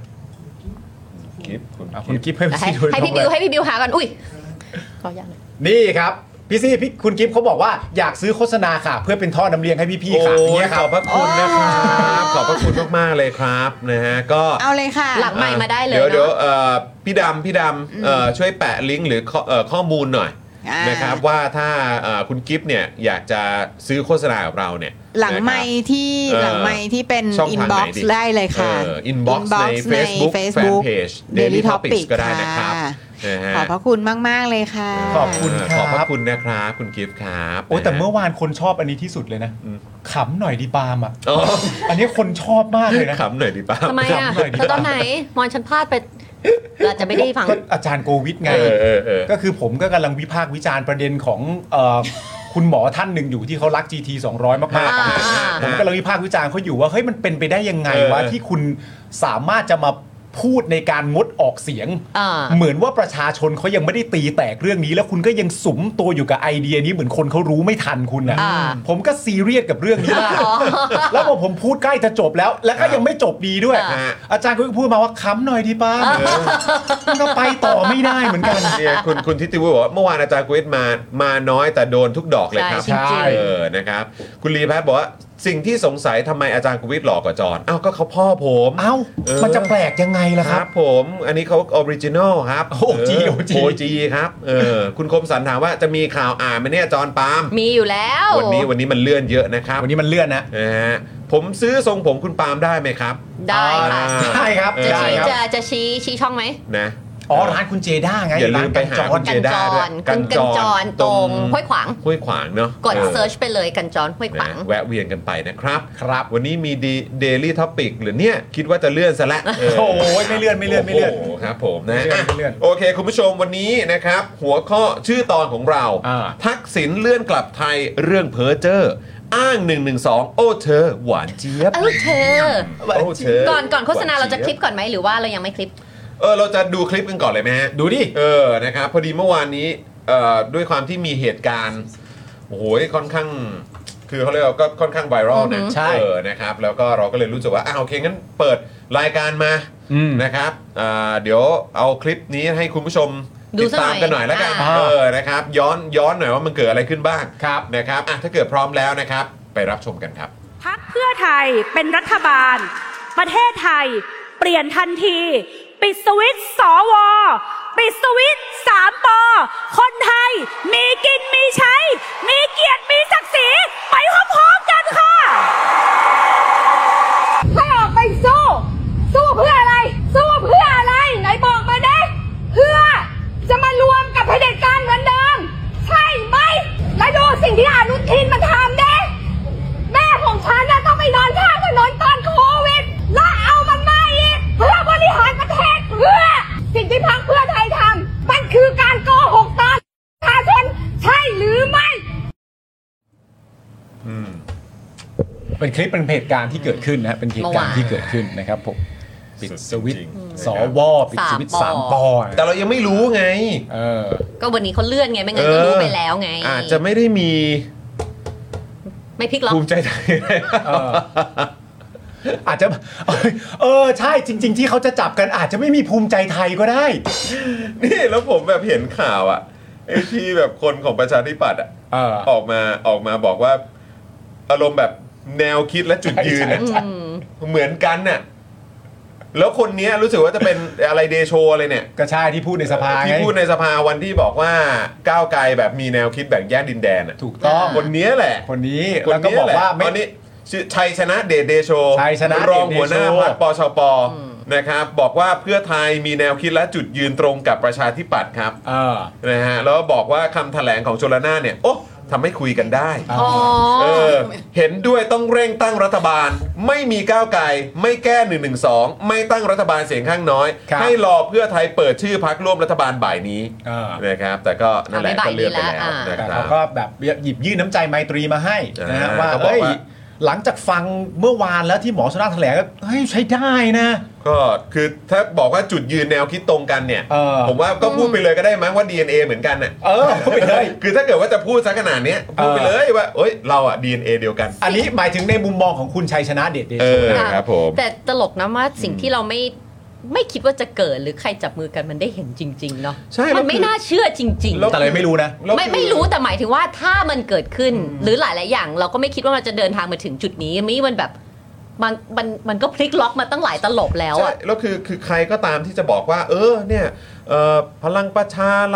Speaker 6: คุณกิฟต์ให้พี่ซี่ดู
Speaker 5: ให้พี่บิวให้พี่บิวหากันอุ้ยขออย่าง
Speaker 6: นี่ครับพี่ซี่พี่คุณกิฟต์เขาบอกว่าอยากซื้อโฆษณาค่ะเพื่อเป็นท่อน้ำเลี้ยงให้พี่ๆค่ะ
Speaker 2: นี่ขอบพระคุณนะครับขอบพระคุณมากๆเลยครับนะฮะก็
Speaker 1: เอาเลยค่ะ
Speaker 5: หลังไมค์มาได้เลย
Speaker 2: เดี๋ยวเดี๋ยวพี่ดำพี่ดำช่วยแปะลิงก์หรือข้อมูลหน่อยนะครับว่าถ้าเอ่อคุณกิฟต์เนี่ยอยากจะซื้อโฆษณากับเราเนี่ย
Speaker 1: หลังไมค์ที่
Speaker 2: เออ
Speaker 1: หลังไมค์ที่เป็น
Speaker 2: ช่อง
Speaker 1: อิน
Speaker 2: ทาง
Speaker 1: บ็
Speaker 2: ไห
Speaker 1: อน ก
Speaker 2: ดี
Speaker 1: ซ์ได้เลยค่ะ
Speaker 2: เออ inbox ใน Facebook Fanpage Daily Topics ก็ได้นะครับ นะฮะ
Speaker 1: ขอบพระคุณมาก ๆ เลยค่ะ
Speaker 6: ขอบคุณครับ
Speaker 2: ขอบพระคุณนะครับคุณกิฟต์ครับ
Speaker 6: โอ้ยแต่
Speaker 2: นะฮะ
Speaker 6: เมื่อวานคนชอบอันนี้ที่สุดเลยนะ
Speaker 2: อืม
Speaker 6: ขำหน่อยดีปาล์มอ่ะ
Speaker 2: อ๋อ
Speaker 6: อันนี้คนชอบมากเลยนะ
Speaker 2: ขำหน่อยดิป้า
Speaker 5: ทำไมอ่ะ
Speaker 6: จำหน่อยดีกว่า
Speaker 5: แล้วตอนไหนมอนฉันพลาดไปเราจะไม่ได้ฟัง
Speaker 6: ก็อาจารย์โกวิทไง
Speaker 2: เออเออเออ
Speaker 6: ก็คือผมก็กำลังวิพากษ์วิจารณ์ประเด็นของเอ่อคุณหมอท่านหนึ่งอยู่ที่เขารัก จี ที สองร้อย มากๆอะ
Speaker 5: อ่า
Speaker 6: ผมกำลังวิพากษ์วิจารณ์เขาอยู่ว่าเฮ้ยมันเป็นไปได้ยังไง
Speaker 2: เออ
Speaker 6: วะที่คุณสามารถจะมาพูดในการงดออกเสียง
Speaker 5: อ่า
Speaker 6: เหมือนว่าประชาชนเขายังไม่ได้ตีแตกเรื่องนี้ แล้วคุณก็ยังสุมตัวอยู่กับไอเดียนี้เหมือนคนเขารู้ไม่ทันคุณนะ
Speaker 5: อ่า
Speaker 6: ผมก็ซีเรียสกับเรื่องนี้มากแล้วพอผมพูดใกล้จะจบแล้ว แล้วก็ยังไม่จบดีด้วย
Speaker 5: อ่า
Speaker 6: อาจารย์ก็พูดมาว่าค้ำหน่อยดิป้ามันก็ไปต่อไม่ได้เหมือนกัน
Speaker 2: เนี่ยคุณคุณทิติวุฒิบอกว่าเมื่อวานอาจารย์กุ้ยมามาน้อยแต่โดนทุกดอกเลยครับ
Speaker 5: ใช่จริงๆ
Speaker 2: เออนะครับคุณลีแพทย์บอกว่าสิ่งที่สงสัยทำไมอาจารย์กุ้ยหลอกกว่าจอนอ้าวก็เขาพ่อผม
Speaker 6: เอ้า
Speaker 2: เออ
Speaker 6: มันจะแปลกยังไงล่ะ
Speaker 2: ค
Speaker 6: ค
Speaker 2: รั
Speaker 6: รั
Speaker 2: บบ ผมอันนี้เขาออริจินอลครับ
Speaker 6: โอจี
Speaker 2: เ
Speaker 6: โอจี
Speaker 2: โอจีครับเออคุณคมสันถามว่าจะมีข่าวอ่านไหมเนี่ยจอนปาล์ม
Speaker 5: มีอยู่แล้ว
Speaker 2: วันนี้วันนี้มันเลื่อนเยอะนะครับ
Speaker 6: วันนี้มันเลื่อนนะ
Speaker 2: นะฮะผมซื้อทรงผมคุณปาล์มได้ไหมครับ
Speaker 5: ได้ค่ะ
Speaker 6: ได้ครับ
Speaker 2: เออ
Speaker 5: จะ
Speaker 6: ได้
Speaker 5: ชี้
Speaker 6: ครับ
Speaker 5: จะจะชี้ชี้ช่องไหม
Speaker 2: นะ
Speaker 6: อ๋อร้านคุณเจด้าไง
Speaker 2: อย่าลืมไปหา
Speaker 6: ร้น
Speaker 2: คุณ
Speaker 6: กันจ
Speaker 2: เจ
Speaker 6: ร
Speaker 2: ด้า
Speaker 5: กันจรคุณกันจรตรงห้วยขวาง
Speaker 2: ห้วยขวางเนาะ
Speaker 5: กด
Speaker 2: ออ
Speaker 5: เซิร์ชไปเลยกันจรห้วยขวาง
Speaker 2: นะแวะเวียนกันไปนะครับ
Speaker 6: ครับ
Speaker 2: วันนี้มีเดลี่ท็อปิกหรือเนี่ย คิดว่าจะเลื่อนซะและเ
Speaker 6: โอ้ยไม่เลื่อนไม่เลื่อนไม่เลื่อน
Speaker 2: โโหครับผมนะ
Speaker 6: ไม่เลื่อน
Speaker 2: อ่ะ
Speaker 6: ไม่เลื่อน
Speaker 2: โอเค คุณผู้ชมวันนี้นะครับ หัวข้อชื่อตอนของเรา
Speaker 6: อ่า
Speaker 2: ทักษิณเลื่อนกลับไทยเรื่องเพ้อเจ้ออ้างหนึ่งหนึ่งสองโอ้เธอ หวานเจี๊ยบ
Speaker 5: เออเธอ
Speaker 2: โอ้เธอ
Speaker 5: ก่อนก่อนโฆษณาเราจะคลิป
Speaker 2: หว
Speaker 5: ก่อนไหมหรือว่าเรายังไม่คลิป
Speaker 2: เออเราจะดูคลิปกันก่อนเลยไหมฮะ
Speaker 6: ดูดิ
Speaker 2: เออ นะครับ พอดีเมื่อวานนี้เอ่อด้วยความที่มีเหตุการณ์ โอ้โห ค่อนข้าง คือเขาเรียกว่าก็ค่อนข้างไวรัลนะ
Speaker 6: ใช่
Speaker 2: เออ นะครับ แล้วก็เราก็เลยรู้สึกว่า อ้าวโอเค งั้นเปิดรายการมา
Speaker 6: อืม
Speaker 2: นะครับอ่าเดี๋ยวเอาคลิปนี้ให้คุณผู้ชม
Speaker 5: ดู
Speaker 2: ติด
Speaker 5: ซะหน่
Speaker 2: ตา
Speaker 5: อย
Speaker 2: มกันหน่อยแล้วกัน
Speaker 5: อ่า
Speaker 2: เออ นะครับ ย้อน ย้อนหน่อยว่ามันเกิดอะไรขึ้นบ้าง
Speaker 6: ครับ
Speaker 2: นะครับ อ่ะ ถ้าเกิดพร้อมแล้วนะครับ ไปรับชมกันครับ
Speaker 7: พรรคเพื่อไทยเป็นรัฐบาล ประเทศไทยเปลี่ยนทันที ปิดสวิตช์สวปิดสวิตช์สามปอคนไทยมีกินมีใช้ มีเกียรติมีศักดิ์ศรีไปพร้อมๆกันค่ะให้ออกไปสู้ สู้เพื่ออะไร สู้เพื่ออะไร ไหนบอกมาเด้เพื่อจะมารวมกับเผด็จการเหมือนเดิม ใช่ไหม และดูสิ่งที่อนุทินมันทำเด้ แม่ของฉันน่ะต้องไปนอนข้างถนนตอนโควิด แล้วเอามันมาอีกเพื่อบริหารประเทศเพื่อสิ่งที่พรรคเพื่อไทยทำมันคือการโกหกต่อประชาชนใช่หรือไม่
Speaker 2: อืม
Speaker 6: เป็นคลิปเป็นเหตุการณ์ที่เกิดขึ้นนะฮะเป็นเหตุการณ์ที่เกิดขึ้นนะครับผมปิดสวิตช์
Speaker 2: จริงๆ
Speaker 6: สวปิดสวิตช์
Speaker 5: สา
Speaker 6: สาม ม
Speaker 5: ป
Speaker 6: ป
Speaker 5: อ
Speaker 6: อ
Speaker 2: แต่เรายังไม่รู้ไง
Speaker 6: เออ
Speaker 5: ก็วันนี้เขาเลื่อนไงไม่งั้นก็รู้ไปแล้วไง
Speaker 2: อาจจะไม่ได้มี
Speaker 5: ไม่พลิกล็อก
Speaker 2: ภูมิใจไทย
Speaker 6: เออ อาจจะเออใช่จริง ๆ ที่เขาจะจับกันอาจจะไม่มีภูมิใจไทยก็ได้
Speaker 2: นี่แล้วผมแบบเห็นข่าวอ่ะไอ้ที่แบบคนของประชาธิปัตย์อ่ะ
Speaker 6: เออ
Speaker 2: ออกมาออกมาบอกว่า อารมณ์แบบแนวคิดและจุดยืนอะ
Speaker 6: ใช่ใช่
Speaker 2: เหมือนกันน่ะแล้วคนเนี้ยรู้สึกว่าจะเป็นอะไรเดโชอะไรเนี่ย
Speaker 6: ก็ใช่ที่พูดในสภาไง
Speaker 2: ที่พูดในสภาวันที่บอกว่าก้าวไกลแบบมีแนวคิดแบ่งแยกดินแดนอ่ะ
Speaker 6: ถูกต้อง
Speaker 2: คนเนี้ยแหละ
Speaker 6: คนนี้
Speaker 2: คน
Speaker 6: แล้วก็
Speaker 2: เนี้ย
Speaker 6: บอกว่า
Speaker 2: แหละ
Speaker 6: ไม่
Speaker 2: ตอนนี้ชื่อชัยชนะเดชเดโช
Speaker 6: ชัยชนะ
Speaker 2: รอง
Speaker 6: เดชเดโช
Speaker 2: หัวหน้าพรรคปชปนะครับบอกว่าเพื่อไทยมีแนวคิดและจุดยืนตรงกับประชาธิปัตย์ครับ
Speaker 6: เออ
Speaker 2: นะฮะแล้วบอกว่าคำแถลงของชลนานเนี่ยโอ้ทำให้คุยกันได้
Speaker 5: อ๋อ
Speaker 2: เออเห็นด้วยต้องเร่งตั้งรัฐบาล ไม่มีก้าวไกลไม่แก้หนึ่งหนึ่งสองไม่ตั้งรัฐบาลเสียงข้างน้อย
Speaker 6: ครับ
Speaker 2: ให้รอเพื่อไทยเปิดชื่อพักร่วมรัฐบาลบ่ายนี้
Speaker 6: เออ
Speaker 2: นะครับแต่ก็นั่นแหละ
Speaker 5: เอาไม่บ่า
Speaker 2: ก็
Speaker 5: ย
Speaker 2: เลื่อนไป
Speaker 5: นี้
Speaker 2: แล้ว
Speaker 5: แล้ว
Speaker 2: นะ
Speaker 6: แต่
Speaker 2: ครั
Speaker 6: เขา
Speaker 2: บ
Speaker 6: ก็แบบหยิบยื่นน้ำใจไมตรีมาให้นะฮะ
Speaker 2: อ่า
Speaker 6: ว่า
Speaker 2: เขาบอก
Speaker 6: เอ้ย
Speaker 2: ว่า
Speaker 6: หลังจากฟังเมื่อวานแล้วที่หมอชนน่านแถลงก็เฮ้ยใช้ได้นะ
Speaker 2: ก็คือถ้าบอกว่าจุดยืนแนวคิดตรงกันเนี่ย
Speaker 6: เออ
Speaker 2: ผมว่าก็พูดไปเลยก็ได้มั้งว่า ดี เอ็น เอ เหมือนกันน่ะ
Speaker 6: เออพูดไปเลย
Speaker 2: คือถ้าเกิดว่าจะพูดซะขนาดเนี้ยพูดไปเลยว่าเอ้ยเราอ่ะ ดี เอ็น เอ เดียวกัน
Speaker 6: อันนี้หมายถึงในมุมมองของคุณชัยชนะเดชเด
Speaker 2: เอ
Speaker 6: โช
Speaker 2: อ
Speaker 6: นะ
Speaker 2: ครับผม
Speaker 5: แต่ตลกนะว่าสิ่งที่เราไม่ไม่คิดว่าจะเกิดหรือใครจับมือกันมันได้เห็นจริง ๆ เนาะ
Speaker 2: ใช่
Speaker 5: มันไม่น่าเชื่อจริง
Speaker 2: แล้ว
Speaker 6: แต่เลยไม่รู้นะ
Speaker 2: แล้ว
Speaker 5: ๆ ไม่
Speaker 2: คือ
Speaker 5: ไม่รู้แต่หมายถึงว่าถ้ามันเกิดขึ้น หรือหลายๆอย่าง เราก็ไม่คิดว่ามันจะเดินทางมาถึงจุดนี้มีมันแบบมันมันมันก็พลิกล็อกมาตั้งหลายตลบแล้ว
Speaker 2: ใช่
Speaker 5: อะ
Speaker 2: แล้วคือคือใครก็ตามที่จะบอกว่า เออเนี่ยเอ่อพลังประชารัฐ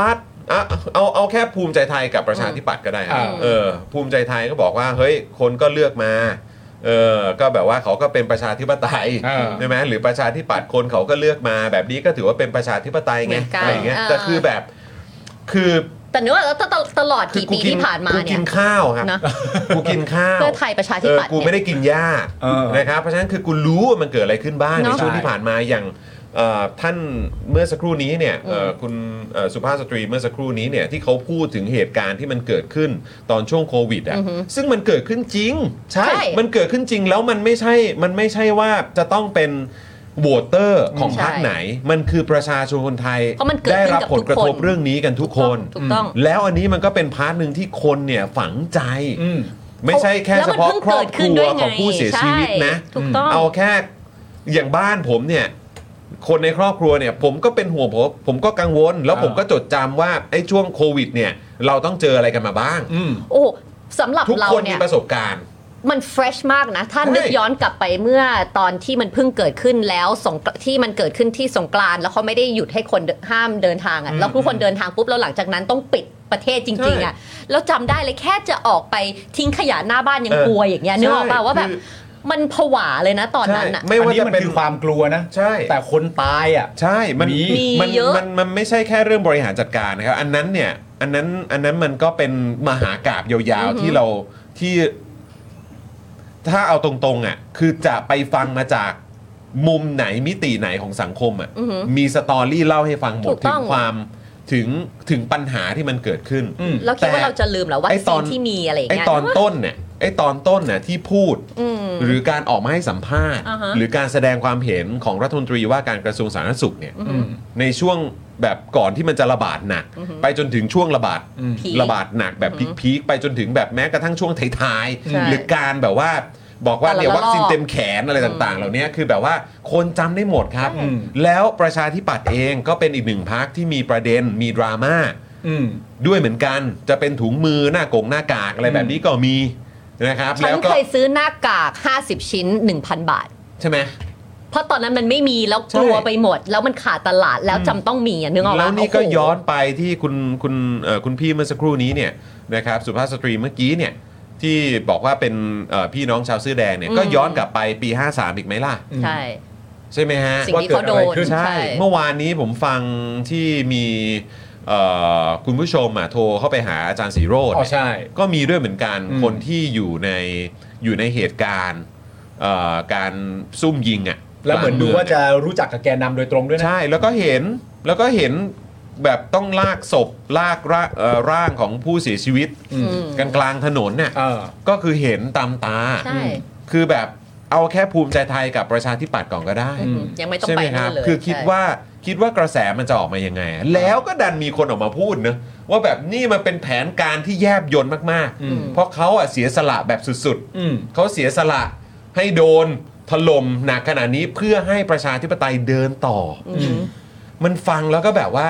Speaker 2: อ่ะเอาเอาแค่ภูมิใจไทยกับประชาธิปัตย์ก็ได้ครับ
Speaker 6: อ่า
Speaker 2: เออภูมิใจไทยก็บอกว่าเฮ้ยคนก็เลือกมาเออก็แบบว่าเขาก็เป็นประชาธิปไตย
Speaker 6: อ่า
Speaker 2: ใช่ไหมหรือประชาธิปัตย์คนเขาก็เลือกมาแบบนี้ก็ถือว่าเป็นประชาธิปไตยไง
Speaker 5: เหมือนกัน
Speaker 2: อะไรอย่างเงี้ย
Speaker 5: อ่า
Speaker 2: แต่คือแบบคือ
Speaker 5: แต่เนื้อว่าตลอด
Speaker 2: คือ
Speaker 5: กี่
Speaker 2: กู
Speaker 5: ปีที่ผ่านมา
Speaker 2: กู
Speaker 5: เนี่
Speaker 2: กิ
Speaker 5: ย
Speaker 2: นข้าวครับ
Speaker 5: นะ
Speaker 2: กูกินข้าว
Speaker 5: เพื่อไทยประชาธิ
Speaker 2: เออ
Speaker 5: ปัตย์
Speaker 2: กูไม่ได้กินหญ้า
Speaker 6: เออ
Speaker 2: นะครับเพราะฉะนั้นคือกูรู้ว่ามันเกิดอะไรขึ้นบ้าง
Speaker 5: เน
Speaker 2: ใน
Speaker 5: อะ
Speaker 2: ช่วงที่ผ่านมาอย่างเอ่อท่านเมื่อสักครู่นี้เนี่ยเอ่อ
Speaker 5: อืม
Speaker 2: คุณเอ่อสุภาพสตรีเมื่อสักครู่นี้เนี่ยที่เขาพูดถึงเหตุการณ์ที่มันเกิดขึ้นตอนช่วงโควิดอ่ะซึ่งมันเกิดขึ้นจริง
Speaker 6: ใช่
Speaker 2: มันเกิดขึ้นจริงแล้วมันไม่ใช่มันไม่ใช่ว่าจะต้องเป็นโหวตเตอร์ของพรรคไหน มันคือประชาชนคนไทย
Speaker 5: เพราะมันเกิด
Speaker 2: ได้
Speaker 5: ขึ้น
Speaker 2: รับ
Speaker 5: กับ
Speaker 2: ผลกระทบ
Speaker 5: ทุกคน
Speaker 2: เรื่องนี้กันทุกคน
Speaker 5: ถูกต้อง
Speaker 2: แล้วอันนี้มันก็เป็นพาร์ทหนึ่งที่คนเนี่ยฝังใจ
Speaker 6: อืม
Speaker 2: ไม่ใช่แค่
Speaker 5: แล้ว
Speaker 2: เฉ
Speaker 5: มัน
Speaker 2: พาะ
Speaker 5: เพิ่ง
Speaker 2: ครอบ
Speaker 5: เกิด
Speaker 2: ค
Speaker 5: ขึ้น
Speaker 2: รั
Speaker 5: ด้
Speaker 2: ว
Speaker 5: วยไง
Speaker 2: ของผู้เสียชีวิตนะ
Speaker 5: ใช่ถูกต้อง
Speaker 2: เอาแค่อย่างบ้านผมเนี่ยคนในครอบครัวเนี่ยผมก็เป็นห่วงผมผมก็กังวล แล้ว
Speaker 6: อ่า
Speaker 2: ผมก็จดจำว่าไอ้ช่วงโควิดเนี่ยเราต้องเจออะไรกันมาบ้าง
Speaker 6: อืม
Speaker 5: โอ้สำหรับ
Speaker 2: ทุก
Speaker 5: เรา
Speaker 2: คน
Speaker 5: เนี่
Speaker 2: มี
Speaker 5: ย
Speaker 2: ประสบการณ์
Speaker 5: มันเฟรชมากนะ ถ้า
Speaker 2: ใช่
Speaker 5: นึกย้อนกลับไปเมื่อตอนที่มันเพิ่งเกิดขึ้นแล้วสงที่มันเกิดขึ้นที่สงกรานต์แล้วเขาไม่ได้หยุดให้คนเดินห้ามเดินทางอ่ะแล้วทุกคนเดินทางปุ๊บแล้วหลังจากนั้นต้องปิดประเทศจริงๆอ่ะแล้วจำได้เลยแค่จะออกไปทิ้งขยะหน้าบ้านยังกลัวอย่างเงี้ยนึกออกป่ะว่าแบบมันผวาเลยนะตอนนั้นอ่ะ
Speaker 2: ใช่ไม่ว่า
Speaker 6: อันนี้
Speaker 2: จะ
Speaker 6: มัน
Speaker 2: เป็น
Speaker 6: คือความกลัวนะ
Speaker 2: ใช่
Speaker 6: แต่คนตายอ่ะ
Speaker 2: ใช่มัน
Speaker 6: มี
Speaker 5: มี
Speaker 2: มัน
Speaker 5: เยอะ
Speaker 2: มันมันไม่ใช่แค่เรื่องบริหารจัดการนะครับอันนั้นเนี่ยอันนั้นอันนั้นมันก็เป็นมหากาพย์ยาวๆที่เราที่ ถ้าเอาตรงๆอ่ะคือจะไปฟังมาจากมุมไหนมิติไหนของสังคมอ่ะ
Speaker 5: อือหือ
Speaker 2: มีสตอรี่เล่าให้ฟังหม
Speaker 5: ถู
Speaker 2: ด
Speaker 5: ก
Speaker 2: ถึ
Speaker 5: ต้
Speaker 2: ง
Speaker 5: อง
Speaker 2: ความถึงถึงปัญหาที่มันเกิดขึ้น
Speaker 6: อืม
Speaker 5: แล้วคิดว่าเราจะลืมเหรอวัค
Speaker 2: ไอ้ต
Speaker 5: ซี
Speaker 2: อน
Speaker 5: นที่มีอะไรอย่าง
Speaker 2: ไอ้
Speaker 5: เงี้ย
Speaker 2: ตอนต้นเนี่ยไอ้ตอนต้นเนี่ยที่พูด
Speaker 5: อืม
Speaker 2: หรือการออกมาให้สัมภาษณ์
Speaker 5: อ่าฮะ
Speaker 2: หรือการแสดงความเห็นของรัฐมนตรีว่าการกระทรวงสาธารณสุขเนี่ย
Speaker 6: อืม
Speaker 2: ในช่วงแบบก่อนที่มันจะระบาดหนัก ไปจนถึงช่วงระบาด
Speaker 6: อืม
Speaker 5: พีค
Speaker 2: ระบาดหนักแบบพีคๆไปจนถึงแบบแม้กระทั่งช่วงท้าย
Speaker 5: ใช่
Speaker 2: ๆหรือการแบบว่าบอกว่า
Speaker 5: แต่ละ
Speaker 2: เนี่ยวัคซีน
Speaker 5: รอบ
Speaker 2: เต็มแขนอะไรต่างๆ เหล่านี้คือแบบว่าคนจำได้หมดครับ
Speaker 6: อืม
Speaker 2: แล้วประชาธิปัตย์เองก็เป็นอีกหนึ่งพรรคที่มีประเด็นมีดราม่า
Speaker 6: อืม
Speaker 2: ด้วยเหมือนกันจะเป็นถุงมือหน้ากงหน้ากากอะไรแบบนี้ก็มีนะครับ
Speaker 5: ฉั
Speaker 2: แล้
Speaker 5: น
Speaker 2: วก็
Speaker 5: เคยซื้อหน้ากากห้าสิบชิ้น หนึ่งพัน บาท
Speaker 2: ใช่ไหม
Speaker 5: เพราะตอนนั้นมันไม่มีแล้ว
Speaker 2: ใช่
Speaker 5: กลัวไปหมด แล้วมันขาดตลาดแล้วจำต้องมีอ่ะนึกออกปะ
Speaker 2: แล้วนี่ก็
Speaker 5: โโห
Speaker 2: ย้อนไปที่คุณคุณเอ่อคุณพี่เมื่อสักครู่นี้เนี่ยนะครับสุภาพสตรีเมื่อกี้เนี่ยที่บอกว่าเป็นเอ่อพี่น้องชาวเสื้อแดงเนี่ยก็ย้อนกลับไปปีห้าสามอีกไหมล่ะ
Speaker 5: ใช่
Speaker 2: ใช่ไหมฮะ
Speaker 5: สิ่งที่เขาโดน
Speaker 6: ว่าเกิดอะไรขึ้น
Speaker 2: ใช่เมื่อวานนี้ผมฟังที่มีเอ่อคุณผู้ชมอ่ะโทรเข้าไปหาอาจารย์สีโรจน์
Speaker 6: อ๋อใช่
Speaker 2: ก็มีด้วยเหมือนกัน
Speaker 6: อืม
Speaker 2: คนที่อยู่ในอยู่ในเหตุการณ์เอ่อการซุ่มยิงอ่ะ
Speaker 6: แล้วเหมือนดูว่าจะรู้จักกับแกนนำโดยตรงด้วยนะ
Speaker 2: ใช่แล้วก็เห็นแล้วก็เห็นแบบต้องลากศพลากร่าเอ่อร่างของผู้เสียชีวิต
Speaker 6: อืม
Speaker 2: กันกลางถนนน่ะ
Speaker 6: เออ
Speaker 2: ก็คือเห็นตามตา
Speaker 5: ใช่
Speaker 2: คือแบบเอาแค่ภูมิใจไทยกับประชาธิปัตย์ก่อนก็ได้
Speaker 6: อืม
Speaker 5: ยังไม่ต้อง
Speaker 2: ใช่
Speaker 5: ไป
Speaker 2: ไหมค
Speaker 5: นู่
Speaker 2: รับ
Speaker 5: นเลย
Speaker 2: คือคิด
Speaker 5: ใช่
Speaker 2: ว่าคิดว่ากระแสมันจะออกมายังไง แล้วก็ดันมีคนออกมาพูดเนอะว่าแบบนี่มันเป็นแผนการที่แยบยลมาก
Speaker 6: อืม
Speaker 2: ๆ เพราะเขาอ่ะเสียสละแบบสุด
Speaker 6: อืม
Speaker 2: ๆเขาเสียสละให้โดนถล่มหนักขนาดนี้เพื่อให้ประชาธิปไตยเดินต่ออ
Speaker 5: อืม
Speaker 2: มันฟังแล้วก็แบบว่า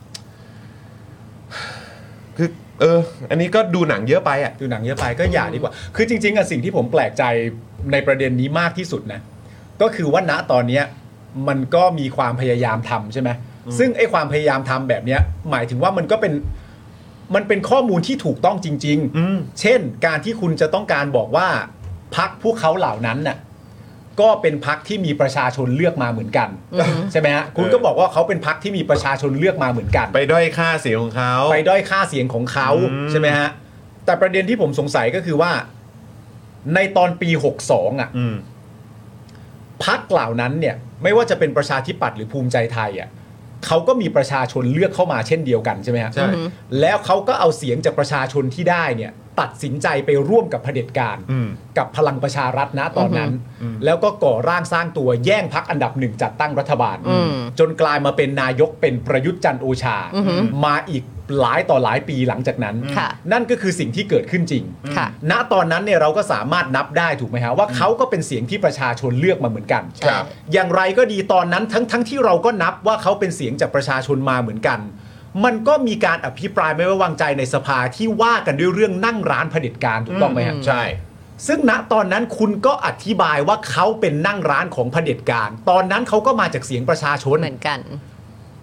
Speaker 2: คือเออ อันนี้ก็ดูหนังเยอะไปอ่ะ
Speaker 6: ดูหนังเยอะไปก็อย่าดีกว่า คือจริงๆอะสิ่งที่ผมแปลกใจในประเด็นนี้มากที่สุดนะ ก็คือว่าณตอนเนี้ยมันก็มีความพยายามทำใช่ไหม ซึ่งไอ้ความพยายามทำแบบเนี้ยหมายถึงว่ามันก็เป็นมันเป็นข้อมูลที่ถูกต้องจริง
Speaker 2: อืม
Speaker 6: ๆ เช่น การที่คุณจะต้องการบอกว่าพักพวกเขาเหล่านั้นน่ะก็เป็นพักที่มีประชาชนเลือกมาเหมือนกัน ใช่ไหมฮะคุณก็บอกว่าเขาเป็นพักที่มีประชาชนเลือกมาเหมือนกัน
Speaker 2: ไปด้อยค่าเสียงของเขา
Speaker 6: ไปด้อยค่าเสียงของเขา
Speaker 2: อืม
Speaker 6: ใช่ไหมฮะ แต่ประเด็นที่ผมสงสัยก็คือว่า ในตอนปีหกสองอ่ะ
Speaker 2: อืม
Speaker 6: พรรคเหล่านั้นเนี่ยไม่ว่าจะเป็นประชาธิปัตย์หรือภูมิใจไทยอ่ะเขาก็มีประชาชนเลือกเข้ามาเช่นเดียวกันใช่ไหมฮะ
Speaker 2: ใช่
Speaker 6: แล้วเขาก็เอาเสียงจากประชาชนที่ได้เนี่ยตัดสินใจไปร่วมกับเผด็จการ
Speaker 2: อืม
Speaker 6: กับพลังประชารัฐนะตอนนั้น แล้วก็ก่อร่างสร้างตัวแย่งพรรคอันดับหนึ่งจัดตั้งรัฐบาล
Speaker 5: อืม
Speaker 6: จนกลายมาเป็นนายกเป็นประยุทธ์จันทร์โอชา
Speaker 5: อือหือ
Speaker 6: มาอีกหลายต่อหลายปีหลังจากนั้น
Speaker 5: ค่ะ
Speaker 6: นั่นก็คือสิ่งที่เกิดขึ้นจริง
Speaker 5: ค่ะ
Speaker 6: ณตอนนั้นเนี่ยเราก็สามารถนับได้ถูกไหมฮะว่าเขาก็เป็นเสียงที่ประชาชนเลือกมาเหมือนกัน
Speaker 2: ครับ
Speaker 6: อย่างไรก็ดีตอนนั้นทั้งทั้งที่เราก็นับว่าเขาเป็นเสียงจากประชาชนมาเหมือนกัน มันก็มีการอภิปรายไม่ไว้วางใจในสภาที่ว่ากันด้วยเรื่องนั่งร้านเผด็จการถูกต้องไหมฮะ
Speaker 2: ใช่
Speaker 6: ซึ่งณตอนนั้นคุณก็อธิบายว่าเขาเป็นนั่งร้านของเผด็จการ ตอนนั้นเขาก็มาจากเสียงประชาชน
Speaker 5: เหมือนกัน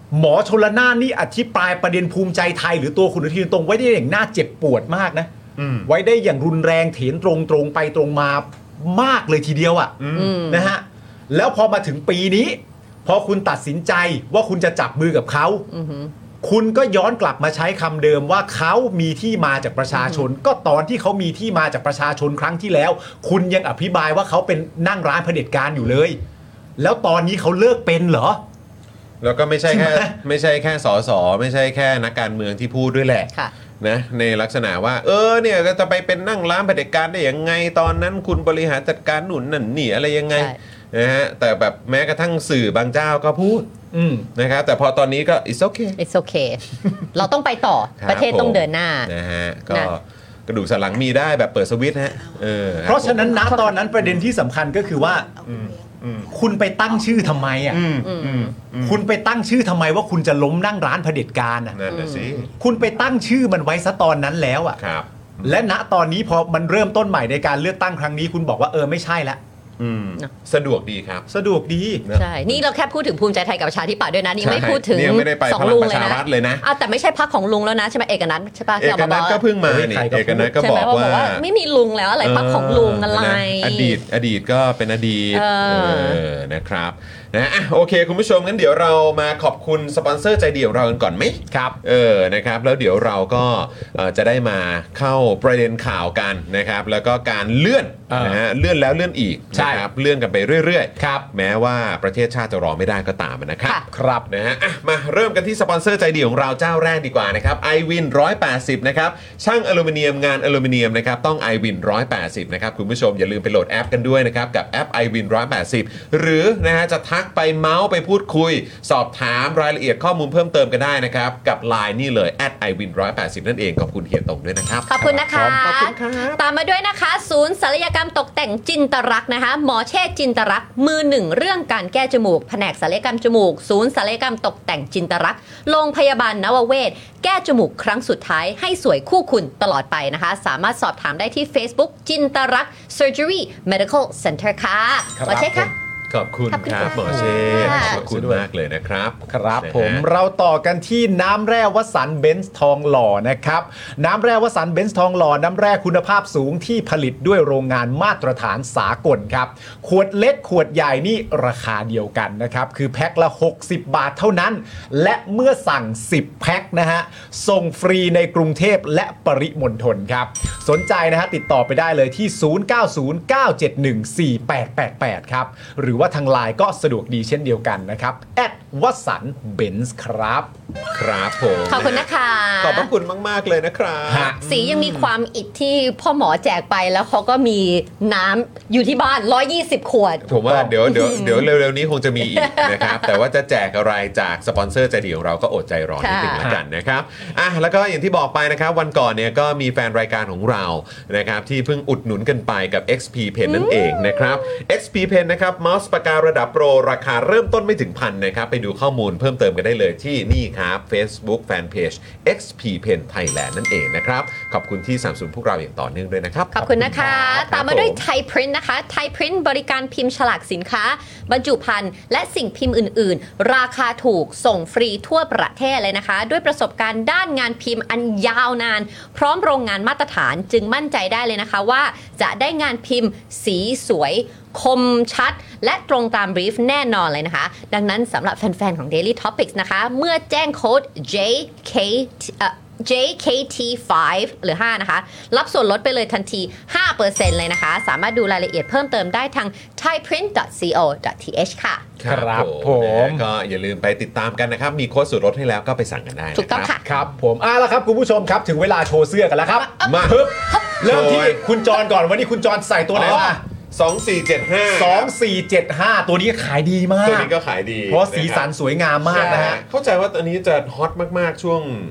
Speaker 6: หมอชลนานนี่อธิบายประเด็นภูมิใจไทยหรือตัวคุณอนุทินตรงไว้ได้อย่างน่าเจ็บปวดมากนะไว้ได้อย่างรุนแรงเถนตรงตรงไปตรงมามากเลยทีเดียวอ่ะนะฮะแล้วพอมาถึงปีนี้พอคุณตัดสินใจว่าคุณจะจับมือกับเขาคุณก็ย้อนกลับมาใช้คำเดิมว่าเขามีที่มาจากประชาชนก็ตอนที่เขามีที่มาจากประชาชนครั้งที่แล้วคุณยังอภิบายว่าเขาเป็นนั่งร้านเผด็จการอยู่เลยแล้วตอนนี้เขาเลิกเป็นเหรอ
Speaker 2: แล้วก็ไม่ใช่แค่ไม่ใช่แค่สสไม่ใช่แค่นักการเมืองที่พูดด้วยแหละนะในลักษณะว่าเออเนี่ยก็จะไปเป็นนั่งร้านเผด็จการได้ยังไงตอนนั้นคุณบริหารจัดการหนุนนั่นนี่อะไรยังไงนะฮะแต่แบบแม้กระทั่งสื่อบางเจ้าก็พูดนะครับแต่พอตอนนี้ก็ it's okay
Speaker 5: it's okay เราต้องไปต่อประเทศต้องเดินหน้า
Speaker 2: นะฮะก็กระดูกสันหลังมีได้แบบเปิดสวิตช์ฮะเออ
Speaker 6: เพราะฉะนั้นณตอนนั้นประเด็นที่สำคัญก็คือว่าคุณไปตั้งชื่อทำไมอ่ะคุณไปตั้งชื่อทำไมว่าคุณจะล้มนั่งร้านเผด็จการอ่ะ
Speaker 2: นั่นแหละสิ
Speaker 6: คุณไปตั้งชื่อมันไว้ซะตอนนั้นแล้วอ่ะและณตอนนี้พอมันเริ่มต้นใหม่ในการเลือกตั้งครั้งนี้คุณบอกว่าเออไม่ใช่ละ
Speaker 2: สะดวกดีครับ
Speaker 6: สะดวกดี
Speaker 5: ใช่นี่เราแค่พูดถึงภูมิใจไทยกับประชาธิปัตย์ด้วยนะนี่ไม่พูดถึง
Speaker 2: สองลุงเลยนะ
Speaker 5: อ้าวแต่ไม่ใช่พรรคของลุงแล้วนะใช่ไหมเอกนัทใช่ป่ะ
Speaker 2: เอกนัทก็เพิ่งมานี่เอกนัทก็บอกว่า
Speaker 5: ไม่มีลุงแล้วอะไรพรรคของลุงอะไร
Speaker 2: อดีตอดีตก็เป็นอดีตนะครับนะอ่ะโอเคคุณผู้ชมงั้นเดี๋ยวเรามาขอบคุณสปอนเซอร์ใจดีของเรากันก่อนไหม
Speaker 6: ครับ
Speaker 2: เออนะครับแล้วเดี๋ยวเราก็จะได้มาเข้าประเด็นข่าวกันนะครับแล้วก็การเลื่อนนะฮะเลื่อนแล้วเลื่อนอีกนะครับเลื่อนกันไปเรื่อยๆครับแม้ว่าประเทศชาติจะรอไม่ได้ก็ตามนะครับ
Speaker 6: ครับ
Speaker 2: นะฮะอ่ะมาเริ่มกันที่สปอนเซอร์ใจดีของเราเจ้าแรกดีกว่านะครับ ไอ วิน หนึ่งร้อยแปดสิบนะครับช่างอลูมิเนียมงานอลูมิเนียมนะครับต้อง ไอ วิน หนึ่งร้อยแปดสิบนะครับคุณผู้ชมอย่าลืมไปโหลดแอปกันด้วยนะครับกับแอป ไอ วิน หนึ่งร้อยแปดสิบหรือนะฮะจะทักไปเมาส์ไปพูดคุยสอบถามรายละเอียดข้อมูลเพิ่มเติมกันได้นะครับกับ ไลน์ นี่เลย แอท ไอ วิน หนึ่งร้อยแปดสิบ นั่นเองขอบคุณเฮียตงด้วยนะครับ
Speaker 5: ขอบคุณนะคะขอบคุณครับตามมาด้วยนะคะศูนย์ศัลยกรรมตกแต่งจินตรักษ์นะคะหมอเชษจินตรักษ์มือหนึ่งเรื่องการแก้จมูกแผนกศัลยกรรมจมูกศูนย์ศัลยกรรมตกแต่งจินตรักษ์โรงพยาบาลนวเวศแก้จมูกครั้งสุดท้ายให้สวยคู่คุณตลอดไปนะคะสามารถสอบถามได้ที่ Facebook จินตรักษ์ Surgery Medical Center ค่ะหมอเชษค่ะ
Speaker 2: ขอบคุณครับหมอเชษขอบคุณมากเลยนะครับ
Speaker 6: ครับผมเราต่อกันที่น้ำแร่วสันต์เบนซ์ทองหล่อนะครับน้ำแร่วสันต์เบนซ์ทองหล่อน้ำแร่คุณภาพสูงที่ผลิตด้วยโรงงานมาตรฐานสากลครับขวดเล็กขวดใหญ่นี่ราคาเดียวกันนะครับคือแพ็คละหกสิบบาทเท่านั้นและเมื่อสั่งสิบแพ็คนะฮะส่งฟรีในกรุงเทพและปริมณฑลครับสนใจนะฮะติดต่อไปได้เลยที่ศูนย์ เก้า ศูนย์ เก้า เจ็ด หนึ่ง สี่ แปด แปด แปดครับหรือว่าทางไลน์ก็สะดวกดีเช่นเดียวกันนะครับแอดวสันต์เบนซ์ครับ
Speaker 2: ครับผม
Speaker 5: ขอบคุณนะคะ
Speaker 2: ขอบพระคุณมากๆเลยนะครับ
Speaker 5: สียังมีความอิดที่พ่อหมอแจกไปแล้วเขาก็มีน้ำอยู่ที่บ้านหนึ่งร้อยยี่สิบขวด
Speaker 2: ผมว่าเดี๋ยวเดี๋ยวเดี๋ยวเร็วๆนี้คงจะมีอีกนะครับแต่ว่าจะแจกอะไรจากสปอนเซอร์ใจดีของเราก็อดใจรอนิดนึงแล้วกันนะครับอ่ะแล้วก็อย่างที่บอกไปนะครับวันก่อนเนี่ยก็มีแฟนรายการของเรานะครับที่เพิ่งอุดหนุนกันไปกับ เอ็กซ์ พี Pen นั่นเองนะครับ เอ็กซ์ พี Pen นะครับเมาส์ปากการะดับโปรราคาเริ่มต้นไม่ถึงพันนะครับไปดูข้อมูลเพิ่มเติมกันได้เลยที่นี่ครับ Facebook Fanpage เอ็กซ์ พี Pen Thailand นั่นเองนะครับขอบคุณที่สนับสนุนพวกเราอย่างต่อเนื่องด้วยนะครับ
Speaker 5: ขอบคุณนะคะตามมาด้วย Thai Print นะคะ Thai Print บริการพิมพ์ฉลากสินค้าบรรจุภัณฑ์และสิ่งพิมพ์อื่นๆราคาถูกส่งฟรีทั่วประเทศเลยนะคะด้วยประสบการณ์ด้านงานพิมพ์อันยาวนานพร้อมโรงงานมาตรฐานจึงมั่นใจได้เลยนะคะว่าจะได้งานพิมพ์สีสวยคมชัดและตรงตามบรีฟแน่นอนเลยนะคะดังนั้นสำหรับแฟนๆของ Daily Topics นะคะเมื่อแจ้งโค้ด เจ เค เอ่อ เจ เค ที ไฟว์ หรือห้านะคะรับส่วนลดไปเลยทันที ห้าเปอร์เซ็นต์ เลยนะคะสามารถดูรายละเอียดเพิ่มเติมได้ทาง ไทยพรินท์ ดอท ซี โอ ดอท ที เอช ค่ะ
Speaker 2: ครับผมก็อย่าลืมไปติดตามกันนะครับมีโค้ดส่วนลดให้แล้วก็ไปสั่งกันได้
Speaker 5: ถูกต้องค่ะ
Speaker 6: ครับผมอ่ะแล้วครับคุณผู้ชมครับถึงเวลาโชว์เสื้อกันแล้วครับมาเริ่มที่คุณจรก่อนวันนี้คุณจรใส่ตัวไหนมา
Speaker 2: สอง สี่ เจ็ด ห้า
Speaker 6: สอง สี่ เจ็ด ห้าตัวนี้ขายดีมาก
Speaker 2: ตัวนี้ก็ขายดี
Speaker 6: เพราะสีสันสวยงามมากนะฮะ
Speaker 2: เข้าใจว่าตัวนี้จะฮอตมากๆช่วง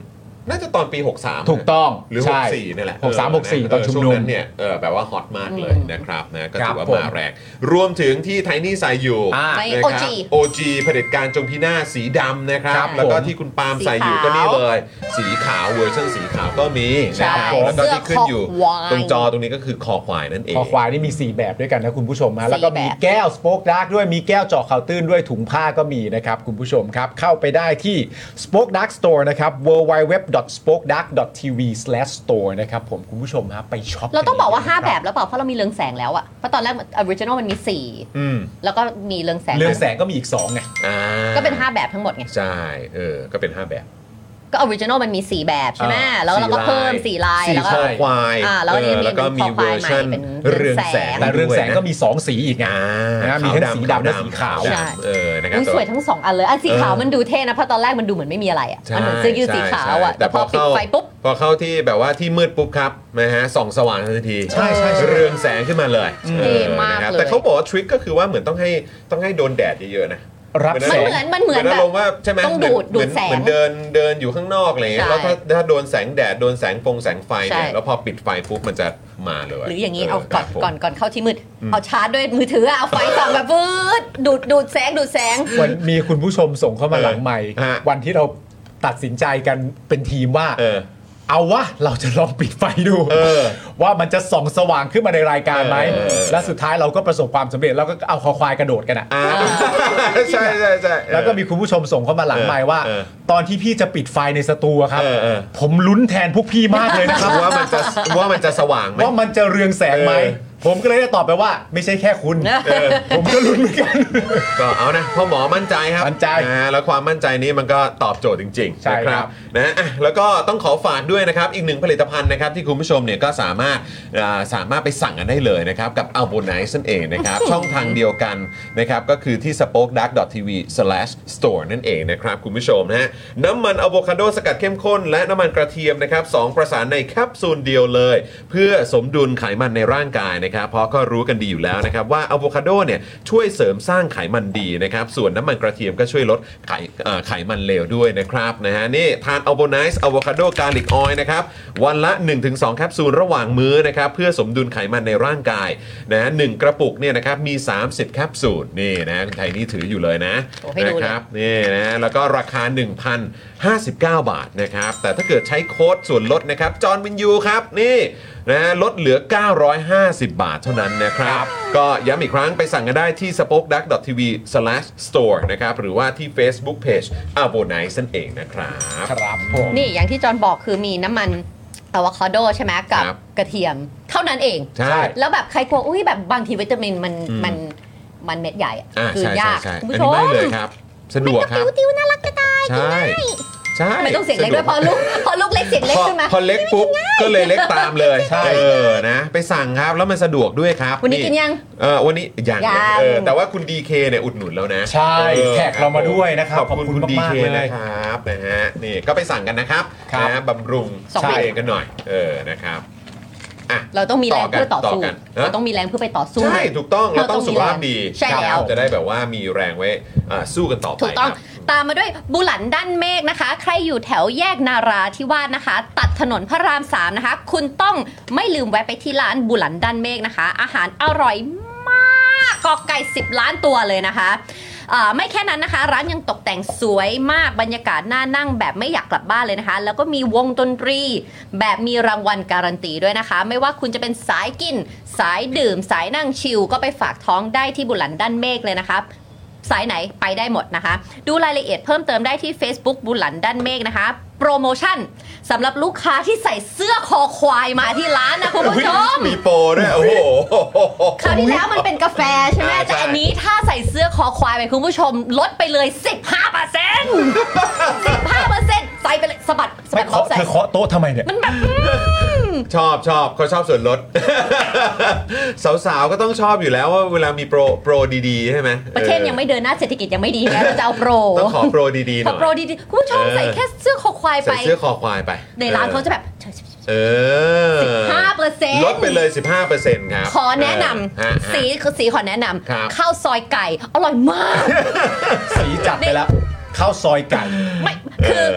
Speaker 2: น่าจะตอนปีหกสาม
Speaker 6: ถูกต้อง
Speaker 2: หรือห
Speaker 6: ใช่
Speaker 2: กสี่นี่แหละ
Speaker 6: หกสาม หกสี่
Speaker 2: เ
Speaker 6: ตอนชุมนุม
Speaker 2: ช่วงนั้นเนี่ยเออแบบว่าฮอตมากเลยนะครับนะก็ถือว่า
Speaker 6: ครับผม
Speaker 2: มาแรงรวมถึงที่ไทนี่ใส่อยู่
Speaker 6: อ่า
Speaker 5: ใน
Speaker 2: นะ
Speaker 5: โอ
Speaker 2: ครับ
Speaker 5: จี
Speaker 2: โอ จี เผด็จการจงพินาศสีดำนะครับ
Speaker 6: ครับ
Speaker 2: แล้วก็
Speaker 6: ผม
Speaker 2: ที่คุณปาล์มใส่อยู่
Speaker 5: สีขาว
Speaker 2: ก็นี่เลย สีขาวเวอร์ชันสีขาวก็มี
Speaker 5: ใช่
Speaker 2: นะครับแล้วก็ที่ขึ้นอยู่
Speaker 5: เสื้อคอควาย
Speaker 2: ตรงจอตรงนี้ก็คือคอควายนั่นเอง
Speaker 6: คอควายนี่มีสี่แบบด้วยกันนะคุณผู้ชมฮะ
Speaker 5: สี่
Speaker 6: แล้วก็มี
Speaker 5: แบบ
Speaker 6: แก้วสโป๊กดาร์กด้วยมีแก้วเจาะข่าวตื้นด้วยถุงผ้าก็มีนะครับคุณผู้ชมครับเข้าไปได้ที่ Spoke Dark Store นะครับ ดับเบิลยู ดับเบิลยู ดับเบิลยู ดอท สโป๊กดาร์ก ดอท ที วี สแลช สโตร์ นะครับผมคุณผู้ชมครับไปช็อป
Speaker 5: เราต้องบอกว่า
Speaker 6: น
Speaker 5: ห้า
Speaker 6: นะค
Speaker 5: แบ
Speaker 6: รั
Speaker 5: บแล้วเปล่าเพราะเรามีเรืองแสงแล้วอะเพราะตอนแรกออริจินอลมันมีสี่
Speaker 2: อืม
Speaker 5: แล้วก็มีเรืองแสง
Speaker 6: เรืองแสงก็มีอีกสองไง
Speaker 2: อ่า
Speaker 5: ก็เป็นห้าแบบทั้งหมดไง
Speaker 2: ใช่เออก็เป็นห้าแบบ
Speaker 5: ก็ออริจินอลมันมีสี่แบบใช่ไหม
Speaker 2: อ่า
Speaker 5: แล้วเราก็
Speaker 2: สี่ลาย
Speaker 5: เพิ่มสี่ลาย
Speaker 2: สี
Speaker 5: แล้วก็
Speaker 2: คอควาย
Speaker 5: อ่าแล้วก็ยังมี
Speaker 2: แล้วก็มี
Speaker 5: เป็นคอควาย
Speaker 2: เวอร์ชัน
Speaker 5: ใหม่เป็น
Speaker 2: เรืองแสง
Speaker 6: แต่เรืองแสงก็มีสองสีอีกไง
Speaker 2: อ่า
Speaker 6: นะครับมีทั้งสีดำและสีขาว
Speaker 2: ดำเออนะครับ
Speaker 5: อุ๊ยสวยทั้งสองอันเลยอันสีขาวมันดูเท่นะเพราะตอนแรกมันดูเหมือนไม่มีอะไรอ่ะ
Speaker 2: ใช่
Speaker 5: มันเหมือนเสื้อยืดสีขาวอ่ะ
Speaker 2: ใช่
Speaker 5: แต่พอปิดไฟปุ๊บ
Speaker 2: พอเข้าที่แบบว่าที่มืดปุ๊บครับนะฮะส่องสว่างทันที
Speaker 6: ใช่ใช่ใช่
Speaker 2: เรืองแสงขึ้นมาเลย
Speaker 5: เท่มาก
Speaker 2: ออนะครับ
Speaker 5: เลย
Speaker 2: แต่เขาบอกว่าทริคก็คือว่าเหมือนต้องให้ต้องให้โดนแดดเยอะๆนะ
Speaker 6: รับ
Speaker 2: มัน
Speaker 6: แส
Speaker 5: มัน
Speaker 6: ง
Speaker 5: เหมือนมันเหมือน
Speaker 2: เหมือน
Speaker 5: แบ
Speaker 2: อา
Speaker 5: บ
Speaker 2: รมณ์ว่าใช่ไหม
Speaker 5: ต้องดูด
Speaker 2: เหมือน
Speaker 5: ดูดแสง
Speaker 2: เหมือนเดินเดินอยู่ข้างนอกอะไรเงี้ย
Speaker 5: ใช่
Speaker 2: แล้วถ้าถ้าโดนแสงแดดโดนแสงฟงแสงไฟเนี่ย
Speaker 5: ใช่
Speaker 2: แล้วพอปิดไฟปุ๊บมันจะมาเลย
Speaker 5: หรืออย่างนี้เอาก่อน
Speaker 2: ครับผม
Speaker 5: ก่อนก่อนเข้าที่มืดเอาชาร์จด้วยมือถืออะเอาไฟส่องแบบวืดดูดดูดแสงดูดแสง
Speaker 6: วันมีคุณผู้ชมส่งเข้ามาหลังใหม่
Speaker 2: ฮะ
Speaker 6: วันที่เราตัดสินใจกันเป็นทีมว่า
Speaker 2: เออ
Speaker 6: เอาวะเราจะลองปิดไฟดู
Speaker 2: เออ
Speaker 6: ว่ามันจะส่องสว่างขึ้นมาในรายการไหม
Speaker 2: เออ
Speaker 6: และสุดท้ายเราก็ประสบความสำเร็จแล้วก็เอาคอควายกระโดดกันอะ
Speaker 2: อ่าใช่ใช่ใช่
Speaker 6: แล้วก็มีคุณผู้ชมส่งเข้ามาหลังไมค์ว่า
Speaker 2: เออ
Speaker 6: ตอนที่พี่จะปิดไฟในสตูอะครับ
Speaker 2: เออเออ
Speaker 6: ผมลุ้นแทนพวกพี่มากเลยนะครับ
Speaker 2: ว่ามันจะว่ามันจะสว่างไหม
Speaker 6: ว่ามันจะเรืองแสงไหม
Speaker 2: เออ
Speaker 6: ผมก็เลยได้ตอบไปว่า ไม่ใช่แค่คุณ
Speaker 2: เออ
Speaker 6: ผมก็ลุ้นเหมือนกัน
Speaker 2: ก็เอานะพ่อหมอมั่นใจครับ
Speaker 6: มั่นใจ
Speaker 2: นะฮะแล้วความมั่นใจนี้มันก็ตอบโจทย์จริงๆ
Speaker 6: ใช่
Speaker 2: นะครับ นะอ่ะแล้วก็ต้องขอฝากด้วยนะครับอีกหนึ่งผลิตภัณฑ์นะครับที่คุณผู้ชมเนี่ยก็สามารถอ่าสามารถไปสั่งกันได้เลยนะครับกับ Albo Nice นั่นเองนะครับ ช่องทางเดียวกันนะครับก็คือที่ สโป๊กดาร์ก ดอท ที วี สแลช สโตร์ นั่นเองนะครับคุณผู้ชมนะฮะน้ำมันอะโวคาโดสกัดเข้มข้นและน้ำมันกระเทียมนะครับสองประสานในแคปซูลเดียวเลย เพื่อสมดุลไขมันในร่างกายนะครับเพราะก็รู้กันดีอยู่แล้วนะครับว่าอะโวคาโดเนี่ยช่วยเสริมสร้างไขมันดีนะครับส่วนน้ำมันกระเทียมก็ช่วยลดไขเอ่อไขมันเลวด้วยนะครับนะฮะนี่ทาน Albo Nice อะโวคาโดกาลิกออยล์นะครับวันละ หนึ่งถึงสอง แคปซูลระหว่างมื้อนะครับเพื่อสมดุลไขมันในร่างกายนะฮะหนึ่งกระปุกเนี่ยนะครับมีสามสิบแคปซูลนี่นะคุณไทยนี่ถืออยู่เลยนะ
Speaker 5: โอ้ให้ดูเลย
Speaker 2: นะครับนี่นะแล้วก็ราคา หนึ่งพันห้าสิบเก้า บาทนะครับแต่ถ้าเกิดใช้โค้ดส่วนลดนะครับจอห์นวินยูครับนี่นะลดเหลือเก้าร้อยห้าสิบบาทเท่านั้นนะครับ ก็ย้ำอีกครั้งไปสั่งกันได้ที่ สโป๊กดาร์ก ดอท ที วี สแลช สโตร์ นะครับหรือว่าที่ Facebook Page Albo Nice นั่นเองนะครับ
Speaker 6: ครับผม
Speaker 5: นี่อย่างที่จอห์นบอกคือมีน้ำมันอะโวคาโดใช่ไหมกับ
Speaker 2: ครับ
Speaker 5: กระเทียมเท่านั้นเอง
Speaker 2: ใช่
Speaker 5: แล้วแบบใครกลัวอุ้ยแบบบางทีวิตามินมัน
Speaker 2: อืม
Speaker 5: มันมันเม็ดใหญ่อะ
Speaker 2: อ่า
Speaker 5: คื
Speaker 2: ใช่
Speaker 5: ยาก
Speaker 2: ใช่
Speaker 5: คุณ
Speaker 2: อัน
Speaker 5: ผู้ช
Speaker 2: นี้
Speaker 5: ม
Speaker 2: ไม่เลยครับ สะดวกครับ
Speaker 5: ติ้วติ้วน่ารักจะตาย
Speaker 2: ใช่ใช่
Speaker 5: ทำไมต้องเสียงเล็กด้วยพอลูกพอลูกเล็กเสียงเล็ก
Speaker 2: พอ
Speaker 5: ขึ้นมา
Speaker 2: พอเล็กปุ๊บก็เลยเล็กตามเลย
Speaker 6: ใช่
Speaker 2: เออนะไปสั่งครับแล้วมันสะดวกด้วยครับ
Speaker 5: วันนี้กินยัง
Speaker 2: เออวันนี้ยัง
Speaker 5: ยัง
Speaker 2: เออแต่ว่าคุณ ดี เค เนี่ยอุดหนุนแล้วนะ
Speaker 6: ใช่
Speaker 2: ออ
Speaker 6: แท็กเรามาด้วยนะครับ
Speaker 2: ขอบคุณ
Speaker 6: ขอบคุ
Speaker 2: คุณ
Speaker 6: ณ
Speaker 2: ดี
Speaker 6: มาก
Speaker 2: เค
Speaker 6: ๆเลย
Speaker 2: นะครับนะฮะนี่ก็ไปสั่งกันนะครับ
Speaker 6: ครับ
Speaker 2: นะบำรุง
Speaker 5: สอง
Speaker 2: ตัว
Speaker 5: เม็ด
Speaker 2: เองกันหน่อยเออนะครับอ่ะ
Speaker 5: เราต้องมีแรงเพื่อต่อสู้
Speaker 2: กัน
Speaker 5: เราต้องมีแรงเพื่อไปต่อสู้
Speaker 2: ใช่ถูกต้องเราต้องสุขภาพดี
Speaker 5: ใช่แล้ว
Speaker 2: จะได้แบบว่ามีแรงไว้อ่าสู้กันต่อไป
Speaker 5: ถูกต้อง
Speaker 2: ครับ
Speaker 5: ตามมาด้วยบุหลันด้านเมฆนะคะ ใครอยู่แถวแยกนาราธิวาสนะคะ ตัดถนนพระรามสามนะคะ คุณต้องไม่ลืมแวะไปที่ร้านบุหลันด้านเมฆนะคะ อาหารอร่อยมากกอไก่สิบล้านตัวเลยนะคะอ่าไม่แค่นั้นนะคะ ร้านยังตกแต่งสวยมากบรรยากาศน่านั่งแบบไม่อยากกลับบ้านเลยนะคะ แล้วก็มีวงดนตรี แบบมีรางวัลการันตีด้วยนะคะ ไม่ว่าคุณจะเป็นสายกิน สายดื่ม สายนั่งชิลก็ไปฝากท้องได้ที่บุหลันด้านเมฆเลยนะคะสายไหนไปได้หมดนะคะ ดูรายละเอียดเพิ่มเติมได้ที่ Facebook บุหลันด้านเมฆนะคะ โปรโมชั่นสำหรับลูกค้าที่ใส่เสื้อคอควายมาที่ร้านนะคุณผู้ชม
Speaker 2: มีโปรด้วยโอ้โห
Speaker 5: คราวที่แล้วมันเป็นกาแฟใช่ไหม
Speaker 2: ใช่
Speaker 5: แต่อันนี้ถ้าใส่เสื้อคอควายไปคุณผู้ชมลดไปเลย สิบห้าเปอร์เซ็นต์ สิบห้าเปอร์เซ็นต์ ใส่ไปเลยสะบัดสะ
Speaker 6: ไม่
Speaker 5: บัด
Speaker 6: เคาะ
Speaker 5: ใส่
Speaker 6: เธอเคาะโต๊ะทำไมเนี่ย
Speaker 5: มันแบบ
Speaker 2: ชอบชอบเขาชอบส่วนลด สาวๆก็ต้องชอบอยู่แล้วว่าเวลามีโปรโปรดีๆใช่ไหม
Speaker 5: ประเทศยังไม่เดินหน้าเศรษฐกิจยังไม่ดีนะเราจะเอาโปร
Speaker 2: ต้องขอโปรดีๆห
Speaker 5: ข
Speaker 2: น่
Speaker 5: อ
Speaker 2: อย
Speaker 5: โปรดีๆคุณผู้ชม
Speaker 2: เออ
Speaker 5: ใส่แค่เสื้อคอควายไป
Speaker 2: ใส่เสื้อคอควายไป
Speaker 5: ในร้านเขาจะแบบ
Speaker 2: เออ
Speaker 5: สิบห้าเปอร์เซ็นต์
Speaker 2: ลดไปเลย สิบห้าเปอร์เซ็นต์ ครับ
Speaker 5: ขอแนะน
Speaker 2: เออฮะ
Speaker 5: ำสีคือสีขอแนะน
Speaker 2: ครับ
Speaker 5: ำข้าวซอยไก่อร่อยมาก
Speaker 6: สีจัดไปแล้วข้าวซอยไก่
Speaker 5: ไม่คือ
Speaker 2: เออ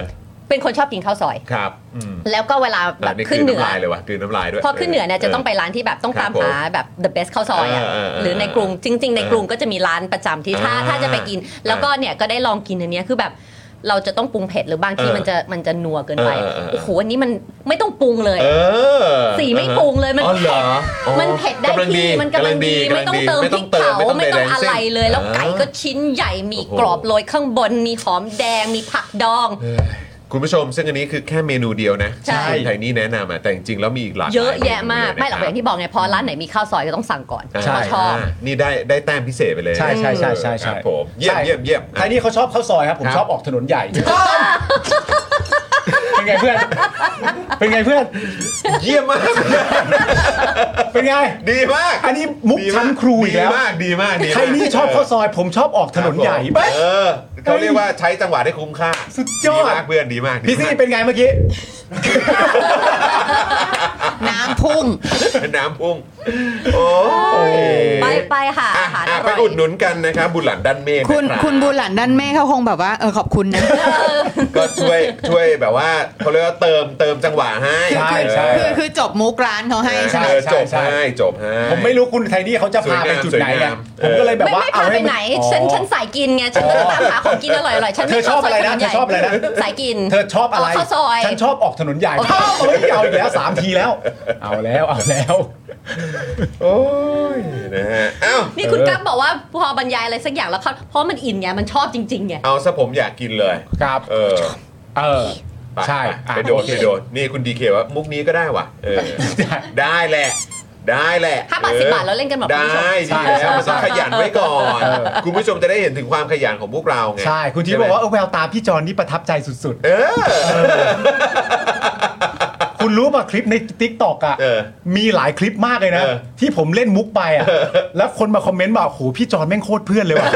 Speaker 5: เป็นคนชอบกินข้าวซอย
Speaker 2: ครับ
Speaker 5: แล้วก็เวลาแบบขึ้นเหนือ
Speaker 2: เลยวะคืนน้ำลายด้วย
Speaker 5: พอขึ้นเหนือเนี่ยจะต้องไปร้านที่แบบต้องตามหาแบบ the best ข้าวซอยอ่ะหรือในกรุงจริงๆในกรุงก็จะมีร้านประจำที่ถ้าถ้าจะไปกินแล้วก็เนี่ยก็ได้ลองกินอันนี้คือแบบเราจะต้องปรุงเผ็ดหรือบางที่มันจะมันจะนัวเกินไปโอ้โหอันนี้มันไม่ต้องปรุงเลยสีไม่ปรุงเลยมันเผ็ดมันเผ็ดได้ที่มันกำลังดีไม่ต้องเติมพริกเผาไม่ต้องอะไรเลยแล้วไก่ก็ชิ้นใหญ่มีกรอบโรยข้างบนมีหอมแดงมีผักดอง
Speaker 2: คุณผู้ชมซึ่งอันนี้คือแค่เมนูเดียวนะที่ไทยนี่แนะนำอ่ะแต่จริงๆแล้วมีอีกหลาย
Speaker 5: เยอะแยะมากไม่หรอกอย่างที่บอกไงพอร้านไหนมีข้าวซอยก็ต้องสั่งก่อนเพราะชอบ
Speaker 2: นี่ได้ได้แต้มพิเศษไปเลย
Speaker 6: ใช่ใช่ใช่ใช่ใช่
Speaker 2: ผมเยี่ยมเยี่ยมเยี่ยม
Speaker 6: ไทยนี่เขาชอบข้าวซอยครับผมชอบออกถนนใหญ่เป็นไงเพื่อนเป็นไงเพื่อน
Speaker 2: เยี่ยมมาก
Speaker 6: เป็นไง
Speaker 2: ดีมาก
Speaker 6: อันนี้มุกชั้นครูอีกแล้ว
Speaker 2: ดีมากดีมาก
Speaker 6: ไทยนี่ชอบข้าวซอยผมชอบออกถนนใหญ่
Speaker 2: เออเขาเรียกว่าใช้จังหวะได้คุ้มค่า
Speaker 6: สุดยอด
Speaker 2: มากเพื่อนดีมาก
Speaker 6: พี่ซี่เป็นไงเมื่อกี้
Speaker 1: น้ำพุ่ง
Speaker 2: น้ำพุ่งโอ้
Speaker 5: ยไปไปค่ะอาหาร
Speaker 2: ไปอุดหนุนกันนะครับบุญหลันดันเมฆ
Speaker 1: คุณคุณบุญหลันดันเมฆเขาคงแบบว่าเออขอบคุณนะ
Speaker 2: ก็ช่วยช่วยแบบว่าเขาเรียกว่าเติมเติมจังหวะให้
Speaker 6: ใช่ใช่
Speaker 1: คือคือจบมุกร้านเขาให้ใช่ไหม
Speaker 2: จบให้จบให้
Speaker 6: ผมไม่รู้คุณไทยนี่เขาจะพาไปจุดไหนกันผมก็เลยแบบว่า
Speaker 5: ไม่พาไปไหนฉันฉันสายกินไงฉันก็ตามหาของกินอร่อยๆฉัน
Speaker 6: เธอชอบอะไรนะเธอชอบอะไรนะ
Speaker 5: สายกิน
Speaker 6: เธอชอบอะไร
Speaker 5: ข้าวซอย
Speaker 6: ฉันชอบออกถนนใหญ่เฮ้ยเอาอีกแล้วสามทีแล้วเอาแล้วเอาแล้ว
Speaker 2: โอ้ยนะฮะอ้าว
Speaker 5: นี่คุณกั๊บบอกว่าพอบรรยายอะไรสักอย่างแล้วเขาเพราะมันอินไงมันชอบจริงๆไง
Speaker 2: เอาซะผมอยากกินเลย
Speaker 6: ครับ
Speaker 2: เออ
Speaker 6: เออใช่
Speaker 2: ไปโดนไปโดนนี่คุณดีเคว่ามุกนี้ก็ได้ว่ะเออได้แหละได้แหละ
Speaker 5: ห้าบาทสิบบาทเราเล่นกันแบบ
Speaker 2: ได้ดีแล้วมันต้องขยันไว้ก่อนคุณผู้ชมจะได้เห็นถึงความขยันของพวกเราไง
Speaker 6: ใช่คุณที่บอกว่าเออแววตาพี่จอนนี่ประทับใจสุดๆ
Speaker 2: เออ
Speaker 6: คุณรู้ป่ะคลิปใน TikTok อ่ะมีหลายคลิปมากเลยนะที่ผมเล่นมุกไปอ่ะแล้วคนมาคอมเมนต์บอกโหพี่จอนแม่งโคตรเพื่อนเลยว่ะ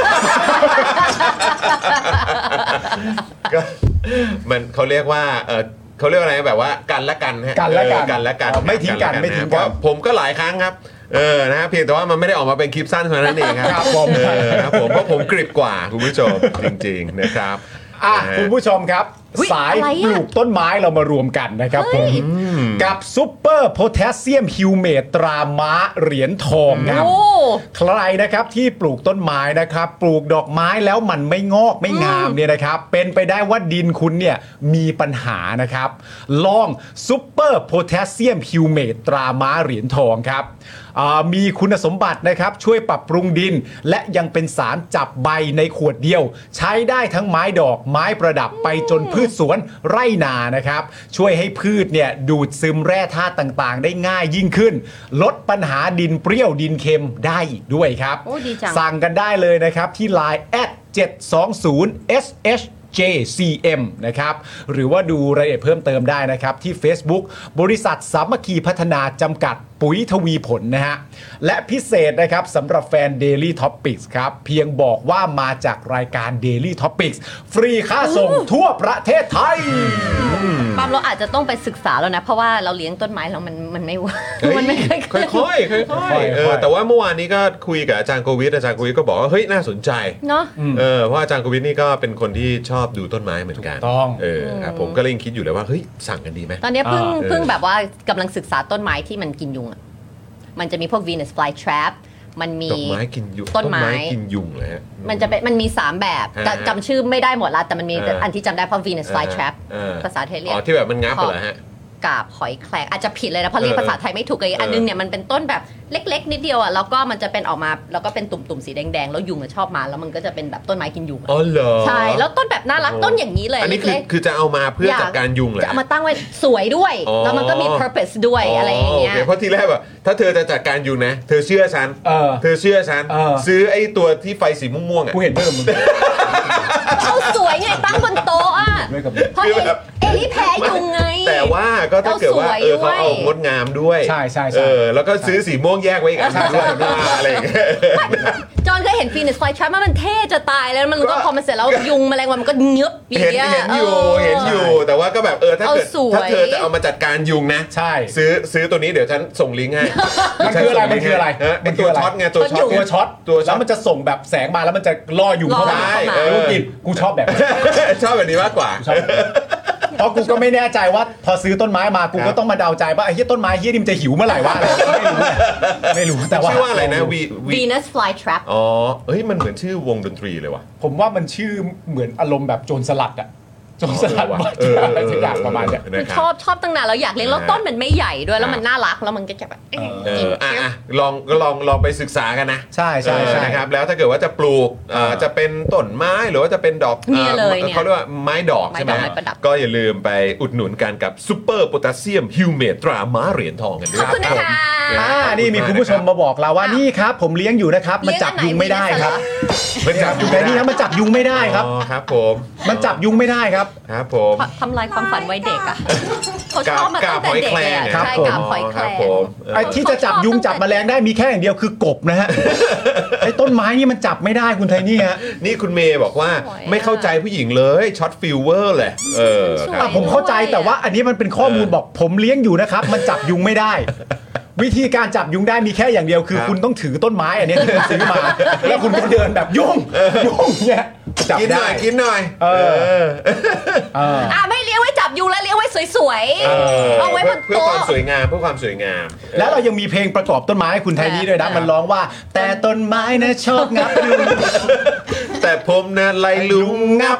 Speaker 2: มันเขาเรียกว่าเออเขาเรียกอะไรแบบว่ากันและกันฮะ
Speaker 6: กันและกัน
Speaker 2: กันและกัน
Speaker 6: ไม่ทิ้งกันไม่ทิ้งกัน
Speaker 2: ผมก็หลายครั้งครับเออนะเพียงแต่ว่ามันไม่ได้ออกมาเป็นคลิปสั้นเท่านั้นเองครับ
Speaker 6: ผม
Speaker 2: เออนะผมเพราะผมกริบกว่าคุณผู้ชมจริงๆนะครับ
Speaker 6: อ่ะคุณผู้ชมครับสายปลูกต้นไม้เรามารวมกันนะครับผมกับซุปเปอร์โพแทสเซียมฮิวเมตตราม้าเหรียญทองครับใครนะครับที่ปลูกต้นไม้นะครับปลูกดอกไม้แล้วมันไม่งอกไม่งามเนี่ยนะครับเป็นไปได้ว่าดินคุณเนี่ยมีปัญหานะครับลองซุปเปอร์โพแทสเซียมฮิวเมตตราม้าเหรียญทองครับมีคุณสมบัตินะครับช่วยปรับปรุงดินและยังเป็นสารจับใบในขวดเดียวใช้ได้ทั้งไม้ดอกไม้ประดับไปจนพืชสวนไร่นานะครับช่วยให้พืชเนี่ยดูดซึมแร่ธาตุต่างๆได้ง่ายยิ่งขึ้นลดปัญหาดินเปรี้ยวดินเค็มได้อีกด้วยครับสั่งกันได้เลยนะครับที่ ไลน์ แอท เจ็ดสองศูนย์ เอส เอช เจ ซี เอ็ม นะครับหรือว่าดูรายละเอียดเพิ่มเติมได้นะครับที่ Facebook บริษัทสามัคคีพัฒนาจำกัดปุ๋ยทวีผลนะฮะและพิเศษนะครับสำหรับแฟน Daily Topics ครับเพียงบอกว่ามาจากรายการ Daily Topics ฟรีค่าส่งทั่วประเทศไทย
Speaker 5: ปั๊มเราอาจจะต้องไปศึกษาแล้วนะเพราะว่าเราเลี้ยงต้นไม้แล้วมันมันไม่มันไม่
Speaker 2: ค่อยค่อยค่อยเออแต่ว่าเมื่อวานนี้ก็คุยกับอาจารย์โควิดอาจารย์โควิดก็บอกว่าเฮ้ยน่าสนใจ
Speaker 5: เนาะ
Speaker 2: เออเพราะอาจารย์โควิดนี่ก็เป็นคนที่ชอบดูต้นไม้เหมือนกัน
Speaker 6: ต้อง
Speaker 2: เออครับผมก็เลยคิดอยู่เลยว่าเฮ้ยสั่งกันดีไหม
Speaker 5: ตอนนี้เพิ่งเพิ่งแบบว่ากำลังศึกษาต้นไม้ที่มันกินยุงอ่ะมันจะมีพวก Venus flytrap มันมี
Speaker 2: ต้นไม้กินยุง
Speaker 5: ต้นไม้
Speaker 2: กินยุงเลยฮะ
Speaker 5: มันจะเป็นมันมีสามแบบจำชื่อไม่ได้หมดละแต่มันมีอันที่จำได้เพราะ Venus flytrap ภาษาไทยเรียก
Speaker 2: อ๋อที่แบบมันงับเหรอฮะ
Speaker 5: กาบหอยแครงอาจจะผิดเลยนะเพราะเรียกภาษาไทยไม่ถูกเลยอันนึงเนี่ยมันเป็นต้นแบบเล็กๆนิดเดียวอ่ะแล้วก็มันจะเป็นออกมาแล้วก็เป็นตุ่มๆสีแดงๆแล้วยุงชอบมาแล้วมันก็จะเป็นแบบต้นไม้กินยุง
Speaker 2: อ๋อเหรอ
Speaker 5: ใช่แล้วต้นแบบน่ารักต้นอย่างนี้เลย
Speaker 2: อันนี้คือคือจะเอามาเพื่อจัดการยุงเลย
Speaker 5: จะเอามาตั้งไว้สวยด้วยแล้วมันก็มี purpose ด้วยอะไรอย่างเงี้ย
Speaker 2: เพราะทีแรกแบบถ้าเธอจะจัดการยุงนะเธอเชื่อฉันเธอเชื่อฉันซื้อไอ้ตัวที่ไฟสีม่วงๆอ่ะ
Speaker 6: กูเห็นด้วยกับมึง
Speaker 5: เอาสวยไงตั้งบนโต๊ะอ่ะเพราะเอลี่แพ้ยุงไง
Speaker 2: แต่ว่าก็ถ้าเกิดว่าเออเขาเอางดงามด้วย
Speaker 6: ใช่ใช่
Speaker 2: เออแล้วก็ซื้อสีม่วงแยกไว้อีกอันด้วยอะไรอย่างเงี้ย
Speaker 5: จอนเคยเห็นฟีนิชไฟทรัพย์มันเท่จะตายแล้วมันก็พอมันเสร็จแล้วยุงแมลงวันมันก็เงือบ
Speaker 2: เห็นเห็นอยู่เห็นอยู่แต่ว่าก็แบบเออถ้าเกิดถ้าเธอจะเอามาจัดการยุงนะ
Speaker 6: ใช่
Speaker 2: ซื้อซื้อตัวนี้เดี๋ยวฉันส่งลิงก์ให้
Speaker 6: มันคืออะไรมันคืออะไร
Speaker 2: มันตัวช็อตไงตัวช็อต
Speaker 6: ตัวช็อตตัวแล้วมันจะส่งแบบแสงมาแล้วมันจะล่อยุงเข้ามา
Speaker 2: เออ
Speaker 6: กินกูชอบแบบ
Speaker 2: ชอบแบบนี้มากกว่า
Speaker 6: เพราะกูก็ไม่แน่ใจว่าพอซื้อต้นไม้มากูก็ต้องมาเดาใจว่าไอ้เหี้ยต้นไม้เหี้ยนี่มันจะหิวเมื่อไหร่วะอะไรไม่รู้ไม่รู้แต่ว่า
Speaker 2: ชื่อว่าอะไรนะวี
Speaker 5: Venus Flytrap
Speaker 2: อ๋อเฮ้ยมันเหมือนชื่อวงดนตรีเลยว่ะ
Speaker 6: ผมว่ามันชื่อเหมือนอารมณ์แบบโจรสลัดอะโจรสลัดวัดอะไรสักอย่างประมาณเนี้ย
Speaker 5: ชอบชอบตั้งนานแล้วอยากเลี้ยงแล้วต้นมันไม่ใหญ่ด้วยแล้วมันน่ารักแล้วมันก็จะแบบ
Speaker 2: เอออ่ะอ่ะลองก็ลองลองไปศึกษากันนะ
Speaker 6: ใช่ใช่ใช่
Speaker 2: นะครับแล้วถ้าเกิดว่าจะปลูกเอ่อจะเป็นต้นไม้หรือว่าจะเป็นดอก
Speaker 5: เนี่ยเลยเนี่ย
Speaker 2: เขาเรียกว่าไม้ดอกใช่ไหม
Speaker 5: ไม้ดอกไม้ประดับ
Speaker 2: ก็อย่าลืมไปอุดหนุนกันกับซูเปอร์โพแทสเซียมฮิวเมตตราม้าเหรียญทองกันด้วย
Speaker 5: ขอบคุณนะคะ
Speaker 6: อ่านี่มีคุณผู้ชมมาบอกเราว่านี่ครับผมเลี้ยงอยู่นะครับมันจับยุงไม่ได้ครับ
Speaker 2: มันจับ
Speaker 6: อยู่ในนี้นะมันจับยุงไม่ได้ครับ
Speaker 2: อ๋อครับผม
Speaker 6: มันจับยุงไม่ได้ครับ
Speaker 2: ครับผม
Speaker 5: ทำลายความฝันวัยเด็กอ่ะเขาชอบมาตั้งแต่เด็กเลยอะ
Speaker 2: กาบ
Speaker 5: ใช่
Speaker 2: หอยแครง
Speaker 5: กาบหอยแค
Speaker 2: ค
Speaker 5: ร
Speaker 2: รับ
Speaker 5: ง
Speaker 2: ผม
Speaker 6: ไอ้ที่จะจับยุงจับแมลงได้มีแค่อย่างเดียวคือกบนะฮะ ไอ้ต้นไม้นี่มันจับไม่ได้คุณไทนี่ฮะ
Speaker 2: นี่คุณเมย์บอกว่า
Speaker 5: สวยอะ
Speaker 2: ไม่เข้าใจผู้หญิงเลยช็อตฟิลเวอร์เลยเออค
Speaker 6: อ่ะ
Speaker 2: รับ
Speaker 6: ผมเข้าใจแต่ว่าอันนี้มันเป็นข้อมูลบอกผมเลี้ยงอยู่นะครับมันจับยุงไม่ได้ วิธีการจับยุงได้มีแค่อย่างเดียวคือ
Speaker 2: ครับ
Speaker 6: คุณต้องถือต้นไม้อันเนี้ยที่คุณซื้อมา แล้วคุณก็เดินแบบยุ่งยุ่งเนี่ยจับ
Speaker 2: กินหน่
Speaker 6: ได้
Speaker 2: อยกินหน่อย
Speaker 6: เออ
Speaker 2: เออ
Speaker 6: เออ
Speaker 5: อ่ะไม่เลี้ยงไว้จับยุงแล้วเลี้ยงไว้สวยๆเอาไว้บน
Speaker 2: เพื่อ
Speaker 5: โต๊ะ
Speaker 2: ความสวยงามเพื่อความสวยงาม
Speaker 6: แล้วเรายังมีเพลงประกอบต้นไม้ให้คุณไทนี่ด้วยนะมันร้องว่า แต่ต้นไม้นะชอบงับยุง
Speaker 2: แต่ผมนะไล่ลุงงับ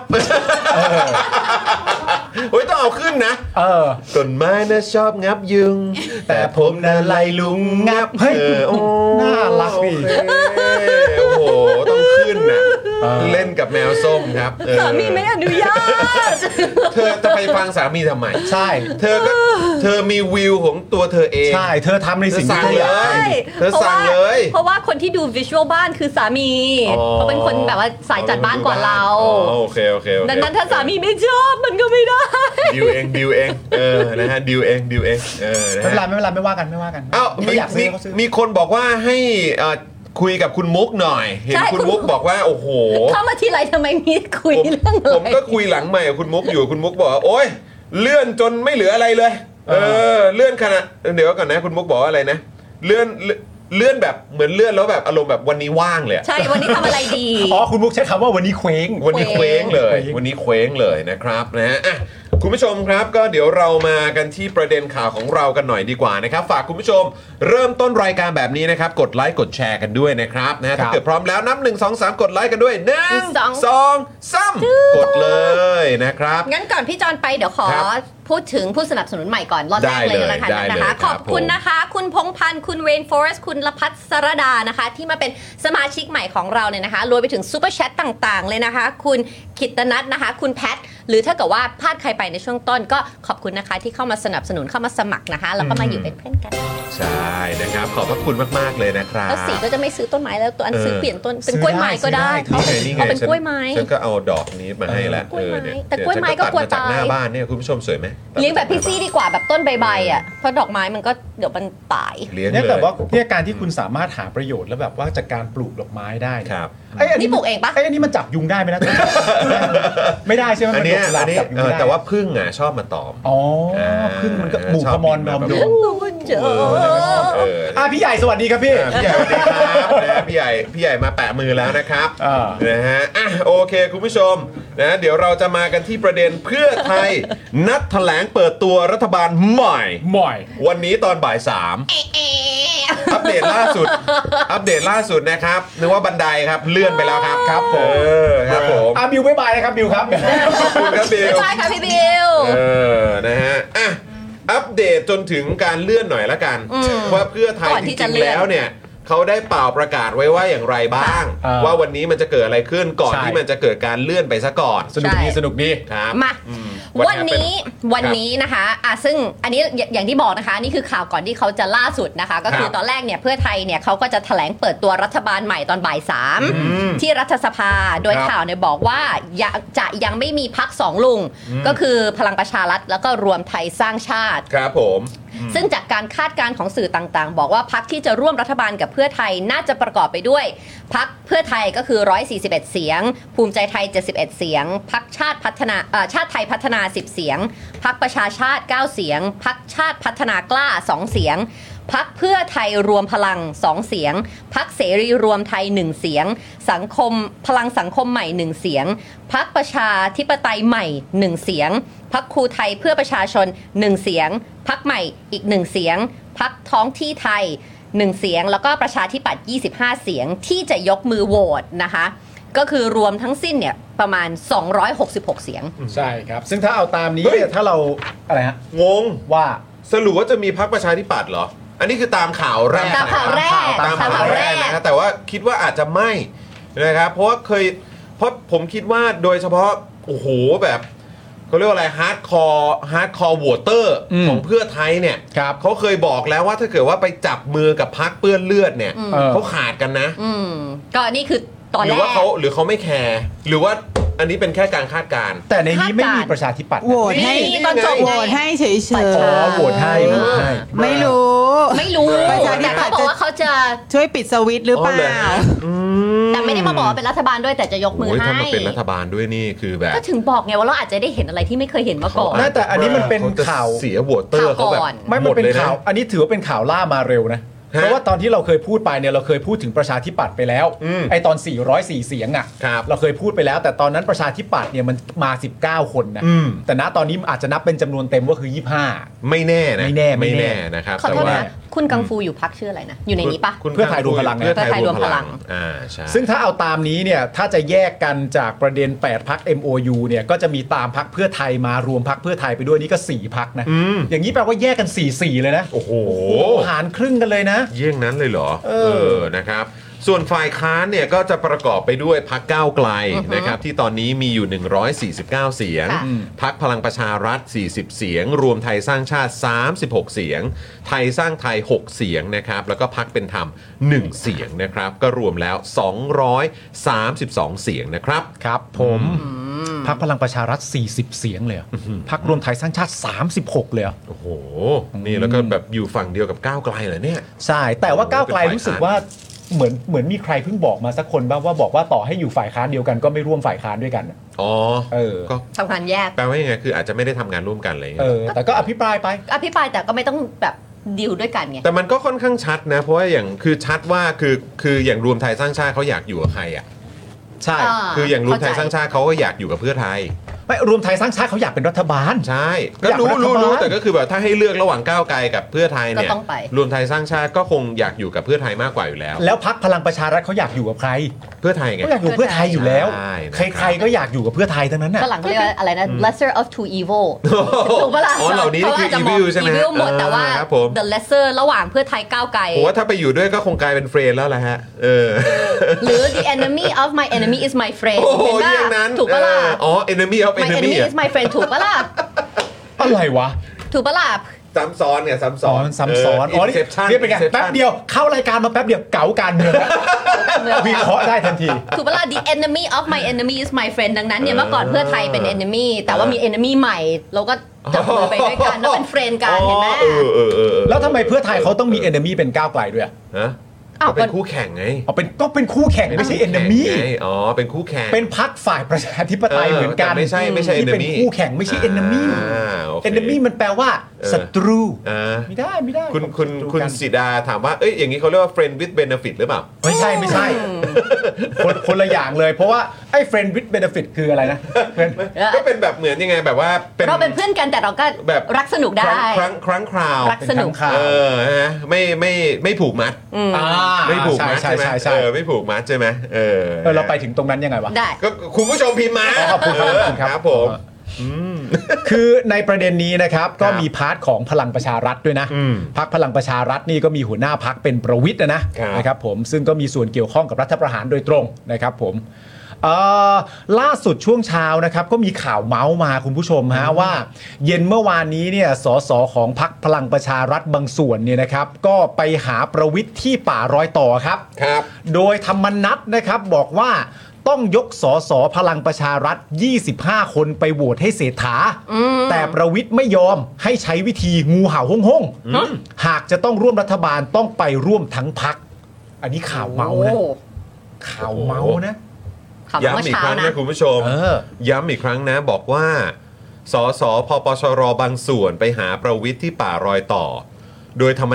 Speaker 2: โอ้ยต้องเอาขึ้นนะ
Speaker 6: เออ
Speaker 2: ต้นไม้นะชอบงับยุง แต่ผมนะไล่ลุงงับ
Speaker 6: เฮ้ย
Speaker 2: เออโอ้
Speaker 6: น่ารักดิ
Speaker 2: โอเคโอ้โหต้องขึ้นนะเล่นกับแมวส้มครับเออ
Speaker 5: สามีไม่อนุญาต
Speaker 2: เธอจะไปฟังสามีทำไม
Speaker 6: ใช่
Speaker 2: เธอก็เธอมีวิวของตัวเธอเอง
Speaker 6: ใช่เธอทำในสิ่งที่เธออยาก
Speaker 2: ใช่
Speaker 6: ทำ
Speaker 2: เธอสั่งเลย
Speaker 5: เพราะว่าคนที่ดูวิชวลบ้านคือสามี
Speaker 2: อ๋อ
Speaker 5: เขาเป็นคนแบบว่าสายจัดบ้านกว่าเรา
Speaker 2: อ๋อโอเคโอเคโอเค
Speaker 5: ดังนั้นถ้าสามีไม่ชอบมันก็ไม่ได้
Speaker 2: ดิวเองดิวเองเออนะฮะดิวเองดิวเองเออนะ
Speaker 6: ไม่เป็นไร
Speaker 2: ฮะ
Speaker 6: ไม่เป็นไรไม่ว่ากันไม่ว่ากัน
Speaker 2: เอ้า
Speaker 6: ไม่
Speaker 2: มี
Speaker 6: อยากซื้
Speaker 2: มี
Speaker 6: อเขาซื้อ
Speaker 2: มีคนบอกว่าให้เอ่อคุยกับคุณมุกหน่อย เห็น
Speaker 5: ใช่
Speaker 2: คุณ
Speaker 5: คุณ
Speaker 2: มุกบอกว่าโอ้โห
Speaker 5: เข้ามาทีไรทำไมมีคุย
Speaker 2: ผม
Speaker 5: เรื่องอะไร
Speaker 2: ผมก็คุยหลังใหม่กับคุณมุกอยู่คุณมุกบอกว่าโอ๊ยเลื่อนจนไม่เหลืออะไรเลย เออเลื่อนขนาดเดี๋ยวก่อนนะคุณมุกบอกว่าอะไรนะเลื่อนเลื่อนแบบเหมือนเลื่อนแล้วแบบอารมณ์แบบวันนี้ว่างเลยอะ
Speaker 5: ใช่วันนี้ทำอะไรดี
Speaker 6: อ๋อคุณมุกใช้คำว่าวันนี้เคว้ง
Speaker 2: วันนี้เคว้งเลย
Speaker 6: เคว้ง
Speaker 2: วันนี้เคว้งเลยนะครับนะฮะอ่ะคุณผู้ชมครับก็เดี๋ยวเรามากันที่ประเด็นข่าวของเรากันหน่อยดีกว่านะครับฝากคุณผู้ชมเริ่มต้นรายการแบบนี้นะครับกดไลค์กดแชร์กันด้วยนะครับนะฮะถ้าเกิดพร้อมแล้วนับหนึ่งสองสามกดไลค์กันด้วยหนึ่ง
Speaker 5: สอง
Speaker 2: สองสามกดเลยนะครับ
Speaker 5: งั้นก่อนพี่จอนไปเดี๋ยวขอ
Speaker 2: ครับ
Speaker 5: พูดถึงผู้สนับสนุนใหม่ก่อนรอบแรกเลย
Speaker 2: ได้เลย
Speaker 5: นะคะ
Speaker 2: ได้เลย
Speaker 5: นะคะ
Speaker 2: ค
Speaker 5: ข
Speaker 2: รับ
Speaker 5: อบคุณนะคะ คุณพงษ์พันธ์คุณเวนฟอเรสต์คุณละพัฒสรดานะคะ ที่มาเป็นสมาชิกใหม่ของเราเนี่ยนะคะรวมไปถึงซูเปอร์แชทต่างๆเลยนะคะ คุณกิตนัทนะคะ คุณแพทหรือถ้าเกิดว่าพลาดใครไปในช่วงต้นก็ขอบคุณนะคะที่เข้ามาสนับสนุนเข้ามาสมัครนะคะแล้วก็มาอยู่เป็นเพื่อนกัน
Speaker 2: ใช่นะครับขอบพระคุณมากๆเลยนะครับ
Speaker 5: แล้วสีก็จะไม่ซื้อต้นไม้แล้วตัวอัน
Speaker 2: เออ
Speaker 5: ซื้อเปลี่ยนต้นเป็นกล้วยไม้ก็ได้
Speaker 6: ซื้อได้
Speaker 2: นี่ไงนี่ไง
Speaker 5: เอาเป็น
Speaker 2: ฉัน
Speaker 5: กล้วยไม้
Speaker 2: ฉันก็เอาดอกนี้มาให้แล้ว
Speaker 5: กล้วยไม้
Speaker 2: เออเนี่ย
Speaker 5: แต่กล้วยไม้ก็
Speaker 2: เดี๋ฉันตัดมาจาก
Speaker 5: กลัวตาย
Speaker 2: หน้าบ้านเนี่ยคุณผู้ชมสวยไหม
Speaker 5: เลี้ยงแบบพี่ซี่ดีกว่าแบบต้นใบๆอ่ะเพราะดอกไม้มันก็เดี๋ยวมันตาย
Speaker 2: เลี้ยง
Speaker 6: เนี่ย
Speaker 2: เล
Speaker 6: แต่
Speaker 2: ย
Speaker 6: ว่าเนี่ยการที่คุณสามารถหาประโยชน์แล้วแบบว่าจากการปลูกดอกไม้ได้เนี่ย
Speaker 2: ครับ
Speaker 6: ไอ้ยอันนี้
Speaker 5: นี่ปลูกเองปะ
Speaker 6: ไอ้ยอันนี้มันจับยุงได้ไหมนะ ไม่ได้ใช่ไหม
Speaker 2: อันเนี้ย
Speaker 6: มั
Speaker 2: อันนี้
Speaker 6: จับยุง
Speaker 2: เออ
Speaker 6: ไม่ได้
Speaker 2: แต่ว่าพึ่งอ่ะชอบมาตอม
Speaker 6: อ๋อพึ่งมันก็หมู่พมรดอมโดม
Speaker 5: เจอ
Speaker 2: เออ
Speaker 6: อ่ะพี่ใหญ่สวัสดีครับพี่
Speaker 2: อ่ะพี่ใหญ่สวัสดีครับนะพี่ใหญ่พี่ใหญ่มาแปะมือแล้วนะครับ
Speaker 6: อ่า
Speaker 2: นะฮะอ่ะโอเคคุณผู้ชมนะเดี๋ยวเราจะมากันที่ประเด็นเพื่อไทย นัดแถลงเปิดตัวรัฐบาลใหม่
Speaker 6: หม่อย
Speaker 2: วันนี้ตอนบ่ายสามอัปเดตล่าสุด อัปเดตล่าสุดนะครับนึกว่าบันไดครับเลื่อนไปแล้วครับ
Speaker 6: ครับผม
Speaker 2: เออครับผม
Speaker 6: อ่ะบิวบ๊ายบายนะครับบิวครับ
Speaker 2: ขอบคุณครับบิว
Speaker 5: บ๊ายบายค่ะพี่บิว
Speaker 2: เออ นะฮะ อ่ะ อัปเดตจนถึงการเลื่อนหน่อยละกัน
Speaker 5: อืม
Speaker 2: ว่าเพื่อไทย
Speaker 5: ก่อน
Speaker 2: จ
Speaker 5: ที่
Speaker 2: ริ
Speaker 5: จะ
Speaker 2: ง
Speaker 5: เลื่
Speaker 2: ๆ
Speaker 5: อน
Speaker 2: แล้วเนี่ยเขาได้เป่าประกาศไว้ว่าอย่างไรบ้าง
Speaker 6: อ่า
Speaker 2: ว่าวันนี้มันจะเกิดอะไรขึ้นก่อน
Speaker 6: ใช่
Speaker 2: ที่มันจะเกิดการเลื่อนไปซะก่อน
Speaker 6: สนุกดีสนุกดี
Speaker 2: ครับ
Speaker 5: มา
Speaker 2: อืม
Speaker 5: วันนี้
Speaker 2: happened?
Speaker 5: วันนี้นะคะอ่ะซึ่งอันนี้อย่อย่างที่บอกนะคะนี่คือข่าวก่อนที่เขาจะล่าสุดนะคะ ก็คือ
Speaker 2: ครับ
Speaker 5: ตอนแรกเนี่ยเพื่อไทยเนี่ยเขาก็จะแถลงเปิดตัวรัฐบาลใหม่ตอนบ่ายสาม
Speaker 2: อืม
Speaker 5: ที่รัฐสภาโดย
Speaker 2: ครับ
Speaker 5: ข่าวเนี่ยบอกว่าจะจะยังไม่มีพักสองลุง ก็คือพลังประชารัฐแล้วก็รวมไทยสร้างชาติ
Speaker 2: ครับผม
Speaker 5: ซึ่งจากการคาดการณ์ของสื่อต่างๆ บอกว่าพรรคที่จะร่วมรัฐบาลกับเพื่อไทยน่าจะประกอบไปด้วยพรรคเพื่อไทยก็คือหนึ่งร้อยสี่สิบเอ็ดเสียง ภูมิใจไทยเจ็ดสิบเอ็ดเสียงพรรคชาติพัฒนาเอ่อชาติไทยพัฒนาสิบเสียงพรรคประชาชาติเก้าเสียงพรรคชาติพัฒนากล้าสองเสียงพรรคเพื่อไทยรวมพลังสองเสียงพรรคเสรีรวมไทยหนึ่งเสียงสังคมพลังสังคมใหม่หนึ่งเสียงพรรคประชาธิปไตยใหม่หนึ่งเสียงพรรคครูไทยเพื่อประชาชนหนึ่งเสียงพรรคใหม่อีกหนึ่งเสียงพรรคท้องที่ไทยหนึ่งเสียงแล้วก็ประชาธิปัตย์ยี่สิบห้าเสียงที่จะยกมือโหวตนะคะก็คือรวมทั้งสิ้นเนี่ยประมาณสองร้อยหกสิบหกเสียง
Speaker 6: ใช่ครับซึ่งถ้าเอาตามนี้เนี่ยถ้าเราอะไรฮะ
Speaker 2: งง
Speaker 6: ว่า
Speaker 2: สรุปว่าจะมีพรรคประชาธิปัตย์เหรออันนี้คือตามข่าวแรก
Speaker 5: ตามข่าวแรก
Speaker 2: ตามข่าวแรกนะแต่ว่าคิดว่าอาจจะไม่นะครับเพราะว่าเคยเพราะผมคิดว่าโดยเฉพาะโอ้โหแบบเขาเรียกว่าอะไรฮาร์ดคอร์ฮาร์ดคอร์โหวตเตอร์ของเพื่อไทยเนี่ยเขาเคยบอกแล้วว่าถ้าเกิดว่าไปจับมือกับพรรคเปื้อนเลือดเนี่ยเขาขาดกันนะ
Speaker 5: ก็นี่คือตอนแรก
Speaker 2: หรือว่าเขาหรือเขาไม่แคร์หรือว่าอันนี้เป็นแค่การคาดการณ์
Speaker 6: แต่ในนี้ไม่มีประชาธิปัตย์
Speaker 1: โหวตให้
Speaker 5: ตอนจบ
Speaker 1: โหวตให้เฉยๆ
Speaker 6: อ๋อโหวตให้โหวตให้
Speaker 1: ไม่รู้
Speaker 5: ไม่รู้
Speaker 1: ประชาธิปัตย์
Speaker 5: บอกว่าเขาจะ
Speaker 1: ช่วยปิดสวิตช์หรือเปล่า
Speaker 5: แต่ไม่ได้มาบอกว่าเป็นรัฐบาลด้วยแต่จะยกมือให้
Speaker 2: ถ้ามาเป็นรัฐบาลด้วยนี่คือแบบ
Speaker 5: ก็ถึงบอกไงว่าเราอาจจะได้เห็นอะไรที่ไม่เคยเห็นมาก่อน
Speaker 6: แต่อันนี้มันเป็นข่าว
Speaker 2: เสียโหวตเตอร์เขาแบบ
Speaker 6: ไม่มันเป็นข่าวอันนี้ถือว่าเป็นข่าวล่ามาเร็วนะเพราะว่าตอนที่เราเคยพูดไปเนี่ยเราเคยพูดถึงประชาธิปัตย์ไปแล้วไอตอนสี่ร้อยสี่เสียงอ่ะเราเคยพูดไปแล้วแต่ตอนนั้นประชาธิปัตย์เนี่ยมันมาสิบเก้าคนนะแต่ณตอนนี้อาจจะนับเป็นจำนวนเต็มว่าคือยี่สิบห้า
Speaker 2: ไม่แน่นะ
Speaker 6: ไม่แน่
Speaker 2: ไม่แน่นะครับ
Speaker 5: ขอโทษนะคุณกังฟูอยู่พรรคชื่ออะไรนะอยู่ในนี้ปะ
Speaker 6: เพื่อไทยรวมพลัง
Speaker 2: เพื่อไทยรวมพลัง
Speaker 6: อ่าใช่ซึ่งถ้าเอาตามนี้เนี่ยถ้าจะแยกกันจากประเด็นแปดพรรค เอ็ม โอ ยู เนี่ยก็จะมีตามพรรคเพื่อไทยมารวมพรรคเพื่อไทยไปด้วยนี่ก็สี่พรรคนะอย่างนี้แปลว่าแยกกันสี่สี่เลยนะ
Speaker 2: โอ้โห
Speaker 6: หารครึ่งกันเลยนะ
Speaker 2: เยี่ยงนั้นเลยเหรอเออนะครับส่วนฝ่ายค้านเนี่ยก็จะประกอบไปด้วยพรรคก้าวไกลนะครับที่ตอนนี้มีอยู่หนึ่งร้อยสี่สิบเก้าเสียงพรรคพลังประชารัฐสี่สิบเสียงรวมไทยสร้างชาติสามสิบหกเสียงไทยสร้างไทยหกเสียงนะครับแล้วก็พรรคเป็นธรรมหนึ่งเสียงนะครับก็รวมแล้วสองร้อยสามสิบสองเสียงนะครับ
Speaker 6: ครับผมพรรคพลังประชารัฐสี่สิบเสียงเลยพรรครวมไทยสร้างชาติสามสิบหกเลย
Speaker 2: โอ้โหนี่แล้วก็แบบอยู่ฝั่งเดียวกับก้าวไกลเหรอเนี่ย
Speaker 6: ใช่แต่ว่าก้าวไกลรู้สึกว่าเหมือนเหมือนมีใครเพิ่งบอกมาสักคนบ้างว่าบอกว่าต่อให้อยู่ฝ่ายค้านเดียวกันก็ไม่ร่วมฝ่ายค้านด้วยกัน
Speaker 2: อ๋อ
Speaker 6: เออ
Speaker 2: ก็
Speaker 5: ทำงานแยก
Speaker 2: แปลว่ายังไงคืออาจจะไม่ได้ทำงานร่วมกันอะไร
Speaker 6: เออแต่ก็อภิปรายไป
Speaker 5: อภิปรายแต่ก็ไม่ต้องแบบดีลด้วยกันไง
Speaker 2: แต่มันก็ค่อนข้างชัดนะเพราะว่าอย่างคือชัดว่าคือคืออย่างรวมไทยสร้างชาติเขาอยากอยู่กับใครอ่ะ
Speaker 6: ใช่
Speaker 2: คืออย่างรวมไทยสร้างชาติเขาก็อยากอยู่กับเพื่อไทย
Speaker 6: ไม่รวมไทยสร้างชาติเขาอยากเป็นรัฐบาล
Speaker 2: ใช่ก็รู้รู้รู้แต่ก็คือแบบถ้าให้เลือกระหว่างก้าวไกลกับเพื่อไทยเนี่ยรวมไทยสร้างชาติก็คงอยากอยู่กับเพื่อไทยมากกว่าอยู่แล้ว
Speaker 6: แล้วพรรคพลังประชารัฐเขาอยากอยู่กับใคร
Speaker 2: เพื่อไทยไง
Speaker 6: เขาอยากอยู่เพื่อไทยอยู่แล้วใครๆก็อยากอยู่กับเพื่อไทยทั้งนั้นน่ะ
Speaker 5: ฝรั่งเขาเรียกอะไรนะ lesser of two evil ถูกปะล่ะ
Speaker 2: อ๋อเหล่านี้คือ evil ใช่ไหม
Speaker 5: evil หมดแต่ว่า the lesser ระหว่างเพื่อไทยก้าวไกล
Speaker 2: ผมว่าถ้าไปอยู่ด้วยก็คงกลายเป็นเฟรนด์แล้วแหละฮะเออ
Speaker 5: หรือ the enemy of my enemy is my friend
Speaker 2: เป็นป่ะ
Speaker 5: ถูกปะล่ะ
Speaker 2: อ๋อ enemy of
Speaker 5: my enemy is my friend ถูกปะล่ะ
Speaker 6: อะไรวะ
Speaker 5: ถูกปะล่ะ
Speaker 2: ซ้ำซ้อนเนี่ยซ้ำซ้อน
Speaker 6: ซ้ำซ้อนอ๋อนี่เป็นไงแป๊บเดียวเข้ารายการมาแป๊บเดียวเก๋าการเมืองวิเคราะห์ได้ทันที
Speaker 5: ถูกปะล่ะ the enemy of my enemy is my friend ดังนั้นเนี่ยเมื่อก่อนเพื่อไทยเป็น enemy แต่ว่ามี enemy ใหม่เราก็จับมือไปด้วยกันแล้วเป็นเฟรนด์กันเห็นไหม
Speaker 6: แล้วทำไมเพื่อไทยเขาต้องมี enemy เป็นก้าวไกลด้วย
Speaker 2: ฮะก็เป็นคู่แข่งไง
Speaker 6: อ๋อเป็นก็เป็นคู่แข่งไม่ใช่ enemy
Speaker 2: อ๋อเป็นคู่แข่ง
Speaker 6: เป็นพรรคฝ่ายประชาธิปไตยเหมือนกัน
Speaker 2: ไม่ใช่ไม่ใช่ enemy
Speaker 6: เป็นคู่แข่งไม่ใช่ enemy enemy มันแปลว่าศัตรูไม่ได้ไม่ได้
Speaker 2: คุณคุณคุณศิดาถามว่าเอ้ยอย่างนี้เขาเรียกว่า friend with benefit หรือเปล่า
Speaker 6: ไม่ใช่ไม่ใช่คนคนละอย่างเลยเพราะว่าไอ้ friend with benefit คืออะไรนะ
Speaker 2: ก็เป็นแบบเหมือนยังไงแบบว่า
Speaker 5: เราเป็นเพื่อนกันแต่เราก็แบบรักสนุกได้
Speaker 2: ครั้งครั้งคราว
Speaker 5: รักสนุก
Speaker 2: เออฮะไม่ไม่ไม่ผูกมัดไม่ผูกมัดใช่ไหมเออไม่ผูกมัดใช่ไหมเออ
Speaker 6: เราไปถึงตรงนั้นยังไงวะ
Speaker 5: ได้
Speaker 2: ก็คุณผู้ชมพิมพ์มา
Speaker 6: ขอบคุณ
Speaker 2: ครับผม
Speaker 6: คือในประเด็นนี้นะครับก็มีพาร์ทของพลังประชารัฐด้วยนะพรรคพลังประชารัฐนี่ก็มีหัวหน้าพรรคเป็นประวิตรนะนะครับผมซึ่งก็มีส่วนเกี่ยวข้องกับรัฐประหารโดยตรงนะครับผมล่าสุดช่วงเช้านะครับก็มีข่าวเมาส์มาคุณผู้ชมฮะว่าเย็นเมื่อวานนี้เนี่ยสสของพรรคพลังประชารัฐบางส่วนเนี่ยนะครับก็ไปหาประวิตรที่ป่ารอยต่อครับ
Speaker 2: ครับ
Speaker 6: โดยธรรมนัสนะครับบอกว่าต้องยกสสพลังประชารัฐยี่สิบห้าคนไปโหวตให้เศรษฐาแต่ประวิตรไม่ยอมให้ใช้วิธีงูเห่าห้องห้องหากจะต้องร่วมรัฐบาลต้องไปร่วมทั้งพรรคอันนี้ข่าวเมานะข่าวเมานะ
Speaker 2: ย้ำอีกครั้งนะคุณผู้ชมย้ำอีกครั้งนะบอกว่าสสพปชรบางส่วนไปหาประวิตรที่ป่ารอยต่อโดยธรรมนัส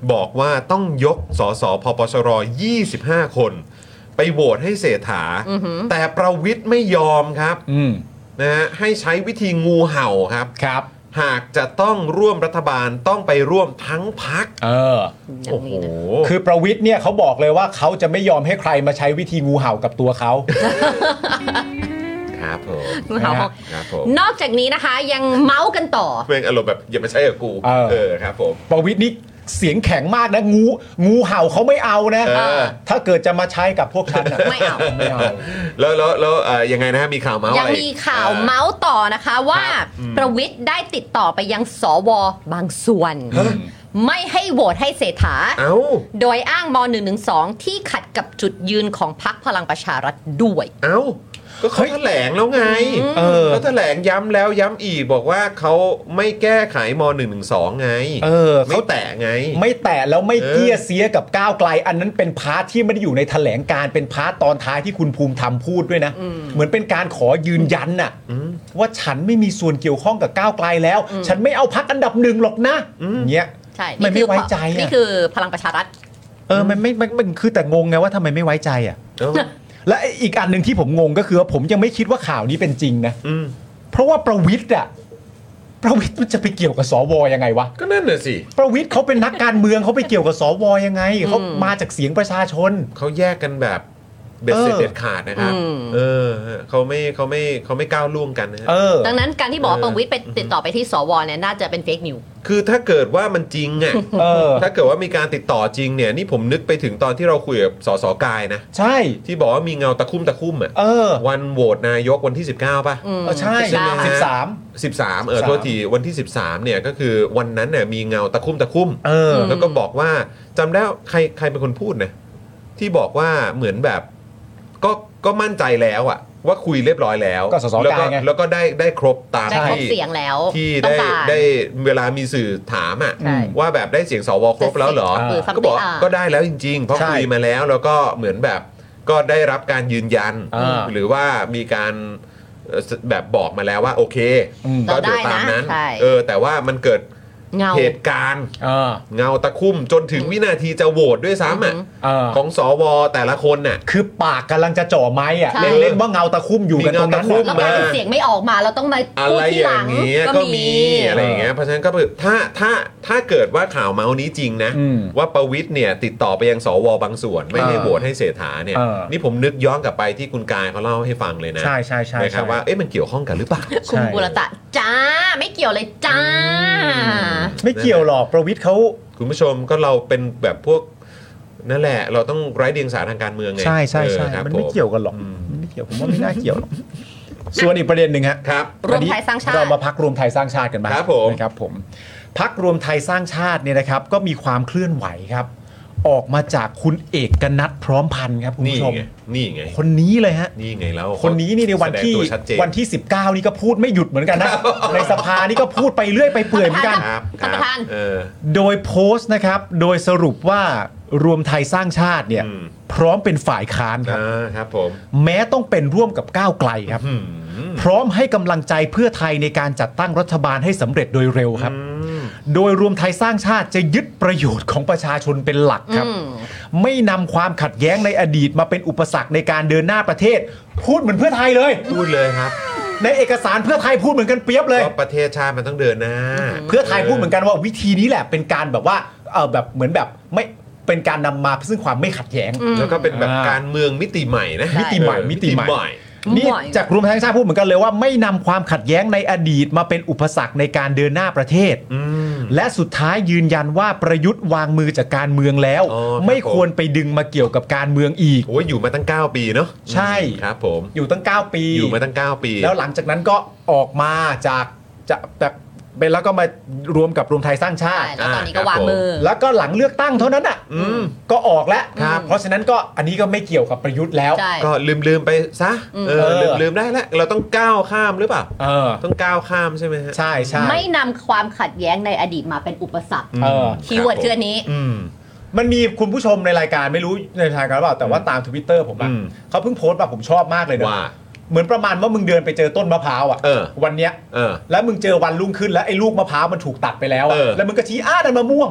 Speaker 2: บอกว่าต้องยกสสพปชรยี่สิบห้าคนไปโหวตให้เศรษฐาแต่ประวิตรไม่ยอมครับนะฮะให้ใช้วิธีงูเห่าครับ
Speaker 6: ครับ
Speaker 2: หากจะต้องร่วมรัฐบาลต้องไปร่วมทั้งพรรค
Speaker 6: เออ
Speaker 2: โอ้โห
Speaker 6: คือประวิตรเนี่ยเขาบอกเลยว่าเขาจะไม่ยอมให้ใครมาใช้วิธีงูเห่ากับตัวเขา
Speaker 2: ครับผม
Speaker 5: ครับผมนอกจากนี้นะคะยังเมาส์กันต่อ
Speaker 2: เป็นอารมณ์แบบอย่ามาใช้กับกูเออครับผม
Speaker 6: ประวิตรนี่เสียงแข็งมากนะงูงูเห่าเขาไม่เอานะถ้าเกิดจะมาใช้กับพวกฉัน
Speaker 5: ไม่เอาไม่เอา
Speaker 2: แล้วแล้วแล้วยังไงนะมีข่าวเมาส์อะไร
Speaker 5: ยังมีข่าวเมาส์ต่อนะคะว่าประวิตรได้ติดต่อไปยังสวบางส่วนไม่ให้โหวตให้เศรษฐาโดยอ้างม หนึ่งหนึ่งสอง ที่ขัดกับจุดยืนของพรรคพลังประชารัฐด้วย
Speaker 2: เอ้าก็เขาแถลงแล้วไงเขาแถลงย้ำแล้วย้ำอีกบอกว่าเขาไม่แก้ไขม หนึ่งหนึ่งสอง ไง
Speaker 6: เออ
Speaker 2: ไม่แตะไง
Speaker 6: ไม่แตะแล้วไม่เกี้ยเสียกับก้าวไกลอันนั้นเป็นพาร์ทที่ไม่ได้อยู่ในแถลงการเป็นพาร์ทตอนท้ายที่คุณภูมิธรรมพูดด้วยนะเหมือนเป็นการขอยืนยันน่ะว่าฉันไม่มีส่วนเกี่ยวข้องกับก้าวไกลแล้วฉันไม่เอาพรรคอันดับหนึ่งหรอกนะเงี้ย
Speaker 5: ใช่
Speaker 6: ไม่ไม่ไว้ใจ
Speaker 5: นี่คือพลังประชารัฐ
Speaker 6: เออมันไม่มันคือแต่งงไงว่าทำไมไม่ไว้ใจอ่ะและอีกอันหนึ่งที่ผมงงก็คือว่าผมยังไม่คิดว่าข่าวนี้เป็นจริงนะเพราะว่าประวิตรอ่ะประวิตรมันจะไปเกี่ยวกับสวยังไงวะ
Speaker 2: ก็นั่นน่ะสิ
Speaker 6: ประวิตรเขาเป็นนักการเมืองเขาไปเกี่ยวกับสวยังไงเขามาจากเสียงประชาชน
Speaker 2: เขาแยกกันแบบเบ็ดเสร็จเด็ดขาดนะครับเออเขาไม่เขาไม่เขาไม่ก้าวล่วงกันนะ
Speaker 5: ดังนั้นการที่บอกว่าประวิตรไปติดต่อไปที่สวเนี่ยน่าจะเป็นเฟกนิว
Speaker 2: คือถ้าเกิดว่ามันจริงอ่ะถ้าเกิดว่ามีการติดต่อจริงเนี่ยนี่ผมนึกไปถึงตอนที่เราคุยกับสสกายนะ
Speaker 6: ใช่
Speaker 2: ที่บอกว่ามีเงาตะคุ่มตะคุ่มอ่ะวันโหวตนายกวันที่สิบเก้าป่ะ
Speaker 6: ใช่สิบสาม
Speaker 2: สิบสามเออโทษทีวันที่สิบสามเนี่ยก็คือวันนั้นเนี่ยมีเงาตะคุ่มตะคุ่มแล้วก็บอกว่าจำได้ใครใครเป็นคนพูดนะที่บอกว่าเหมือนแบบก็ก็มั่นใจแล้วอะว่าคุยเรียบร้อยแล้ว
Speaker 6: ก็สสกายไง
Speaker 2: แล้วก็ได้ได้ครบตาม
Speaker 5: ที่เสียงแล้ว
Speaker 2: ที่ได้ได้เวลามีสื่อถามอะว่าแบบได้เสียงสวครบแล้วเหรอก็บอกก็ได้แล้วจริงๆเพราะคุยมาแล้วแล้วก็เหมือนแบบก็ได้รับการยืนยันหรือว่ามีการแบบบอกมาแล้วว่าโอเคก็เดี๋ยวตามนั้นเออแต่ว่ามันเกิดเหตุการณ์เงาตะคุ่มจนถึงวินาทีจะโหวตด้วยซ้ำอ่ะของสวแต่ละคนน่ะ
Speaker 6: คือปากกำลังจะจ่อไม้อ่ะเล่นๆว่าเงาตะคุ่มอยู่กันตรงนั้น
Speaker 5: แล้วการเสียงไม่ออกมาเราต้องมาพูดที่หลัง
Speaker 2: ก็มีอะไรอย่างเงี้ยเพราะฉะนั้นก็ถ้าถ้าถ้าเกิดว่าข่าวเมาส์นี้จริงนะว่าประวิตรเนี่ยติดต่อไปยังสวบางส่วนไม่ให้โหวตให้เศรษฐาเนี่ยนี่ผมนึกย้อนกลับไปที่คุณกายเขาเล่าให้ฟังเลยนะ
Speaker 6: ใช่ใช่ใช่
Speaker 2: นะครับว่าเอ๊ะมันเกี่ยวข้องกันหรือเปล่า
Speaker 5: คุณบุรตะจ้าไม่เกี่ยวเลยจ้า
Speaker 6: ไม่เกี่ยวหรอกประวิตรเขา
Speaker 2: คุณผู้ชมก็เราเป็นแบบพวกนั่นแหละเราต้องไร้เดียงสาทางการเมืองไง
Speaker 6: ใช่ใช่ใช่มันไม่เกี่ยวกันหรอกไม่เกี่ยวผมว่าไม่น่าเกี่ยวหรอกส่วนอีกประเด็นหนึ่ง
Speaker 2: ครับ
Speaker 5: รวมไทยสร้างชาติ
Speaker 6: เรามาพักรวมไทยสร้างชาติกันบ้างนะครับผมพักรวมไทยสร้างชาติเนี่ยนะครับก็มีความเคลื่อนไหวครับออกมาจากคุณเอกนัทพร้อมพันธ์ครับคุณผู้ชม
Speaker 2: นี่ไง
Speaker 6: คนนี้เลยฮะ
Speaker 2: นี่ไงแล้ว
Speaker 6: คนนี้นี่ในวันที่วันที่สิบเก้านี่ก็พูดไม่หยุดเหมือนกันนะในสภานี่ก็พูดไปเรื่อยไปเปื่อยเหมือนกัน
Speaker 5: ท่านประธาน
Speaker 6: โดยโพสต์นะครับโดยสรุปว่ารวมไทยสร้างชาติเนี่ยพร้อมเป็นฝ่ายค้านครับ
Speaker 2: ครับผม
Speaker 6: แม้ต้องเป็นร่วมกับก้าวไกลครับพร้อมให้กำลังใจเพื่อไทยในการจัดตั้งรัฐบาลให้สำเร็จโดยเร็วครับโดยรวมไทยสร้างชาติจะยึดประโยชน์ของประชาชนเป็นหลักครับไม่นำความขัดแย้งในอดีตมาเป็นอุปสรรคในการเดินหน้าประเทศพูดเหมือนเพื่อไทยเลย
Speaker 2: พูดเลยครับ
Speaker 6: ในเอกสารเพื่อไทยพูดเหมือนกันเปียบเลย
Speaker 2: ประเทศชาติมันต้องเดินหน้า
Speaker 6: เพื่อไทยพูดเหมือนกันว่าวิธีนี้แหละเป็นการแบบว่าเออแบบเหมือนแบบไม่เป็นการนำมาซึ่งความไม่ขัดแย้ง
Speaker 2: แล้วก็เป็นแบบการเมืองมิติใหม่นะ
Speaker 6: มิติใหม่มิติใหม่นี่จากรวมไทยสร้างชาติพูดเหมือนกันเลยว่าไม่นำความขัดแย้งในอดีตมาเป็นอุปสรรคในการเดินหน้าประเทศและสุดท้ายยืนยันว่าประยุทธ์วางมือจากการเมืองแล้วไม่ควรไปดึงมาเกี่ยวกับการเมืองอีก
Speaker 2: โอ้ยอยู่มาตั้งเก้าปีเนาะ
Speaker 6: ใช่
Speaker 2: ครับผม
Speaker 6: อยู่ตั้งเก้าปี
Speaker 2: อยู่มาตั้งเก้าปี
Speaker 6: แล้วหลังจากนั้นก็ออกมาจากจะแบบเป็นแล้วก็มารวมกับรวมไทยสร้างชาติ
Speaker 5: แล้วตอนนี้ก็วางมือ
Speaker 6: แล้วก็หลังเลือกตั้งเท่านั้นอ่ะก็ออกแล้วเพราะฉะนั้นก็อันนี้ก็ไม่เกี่ยวกับประยุทธ์แล้ว
Speaker 2: ก็ลืมลืมไปซะเออลืมลืมได้แล้วเราต้องก้าวข้ามหรือเปล่า
Speaker 6: เออ
Speaker 2: ต้องก้าวข้ามใช่ไหมฮะ
Speaker 6: ใช่ใช่
Speaker 5: ไม่นำความขัดแย้งในอดีตมาเป็นอุปสรรคคีย์เวิร์ดคืออันนี้
Speaker 6: มันมีคุณผู้ชมในรายการไม่รู้ในรายการหรือเปล่าแต่ว่าตาม Twitter ผมอ่ะเขาเพิ่งโพสต์มาผมชอบมากเลยนะเหมือนประมาณว่ามึงเดินไปเจอต้นมะพร้าวอ่ะ
Speaker 2: เออ
Speaker 6: วันเนี้ย
Speaker 2: เออ
Speaker 6: แล้วมึงเจอวันรุ่งขึ้นแล้วไอ้ลูกมะพร้าวมันถูกตัดไปแล้วอะ
Speaker 2: เออ
Speaker 6: แล้วมึงก็ชี้อ้านั่นมะม่วง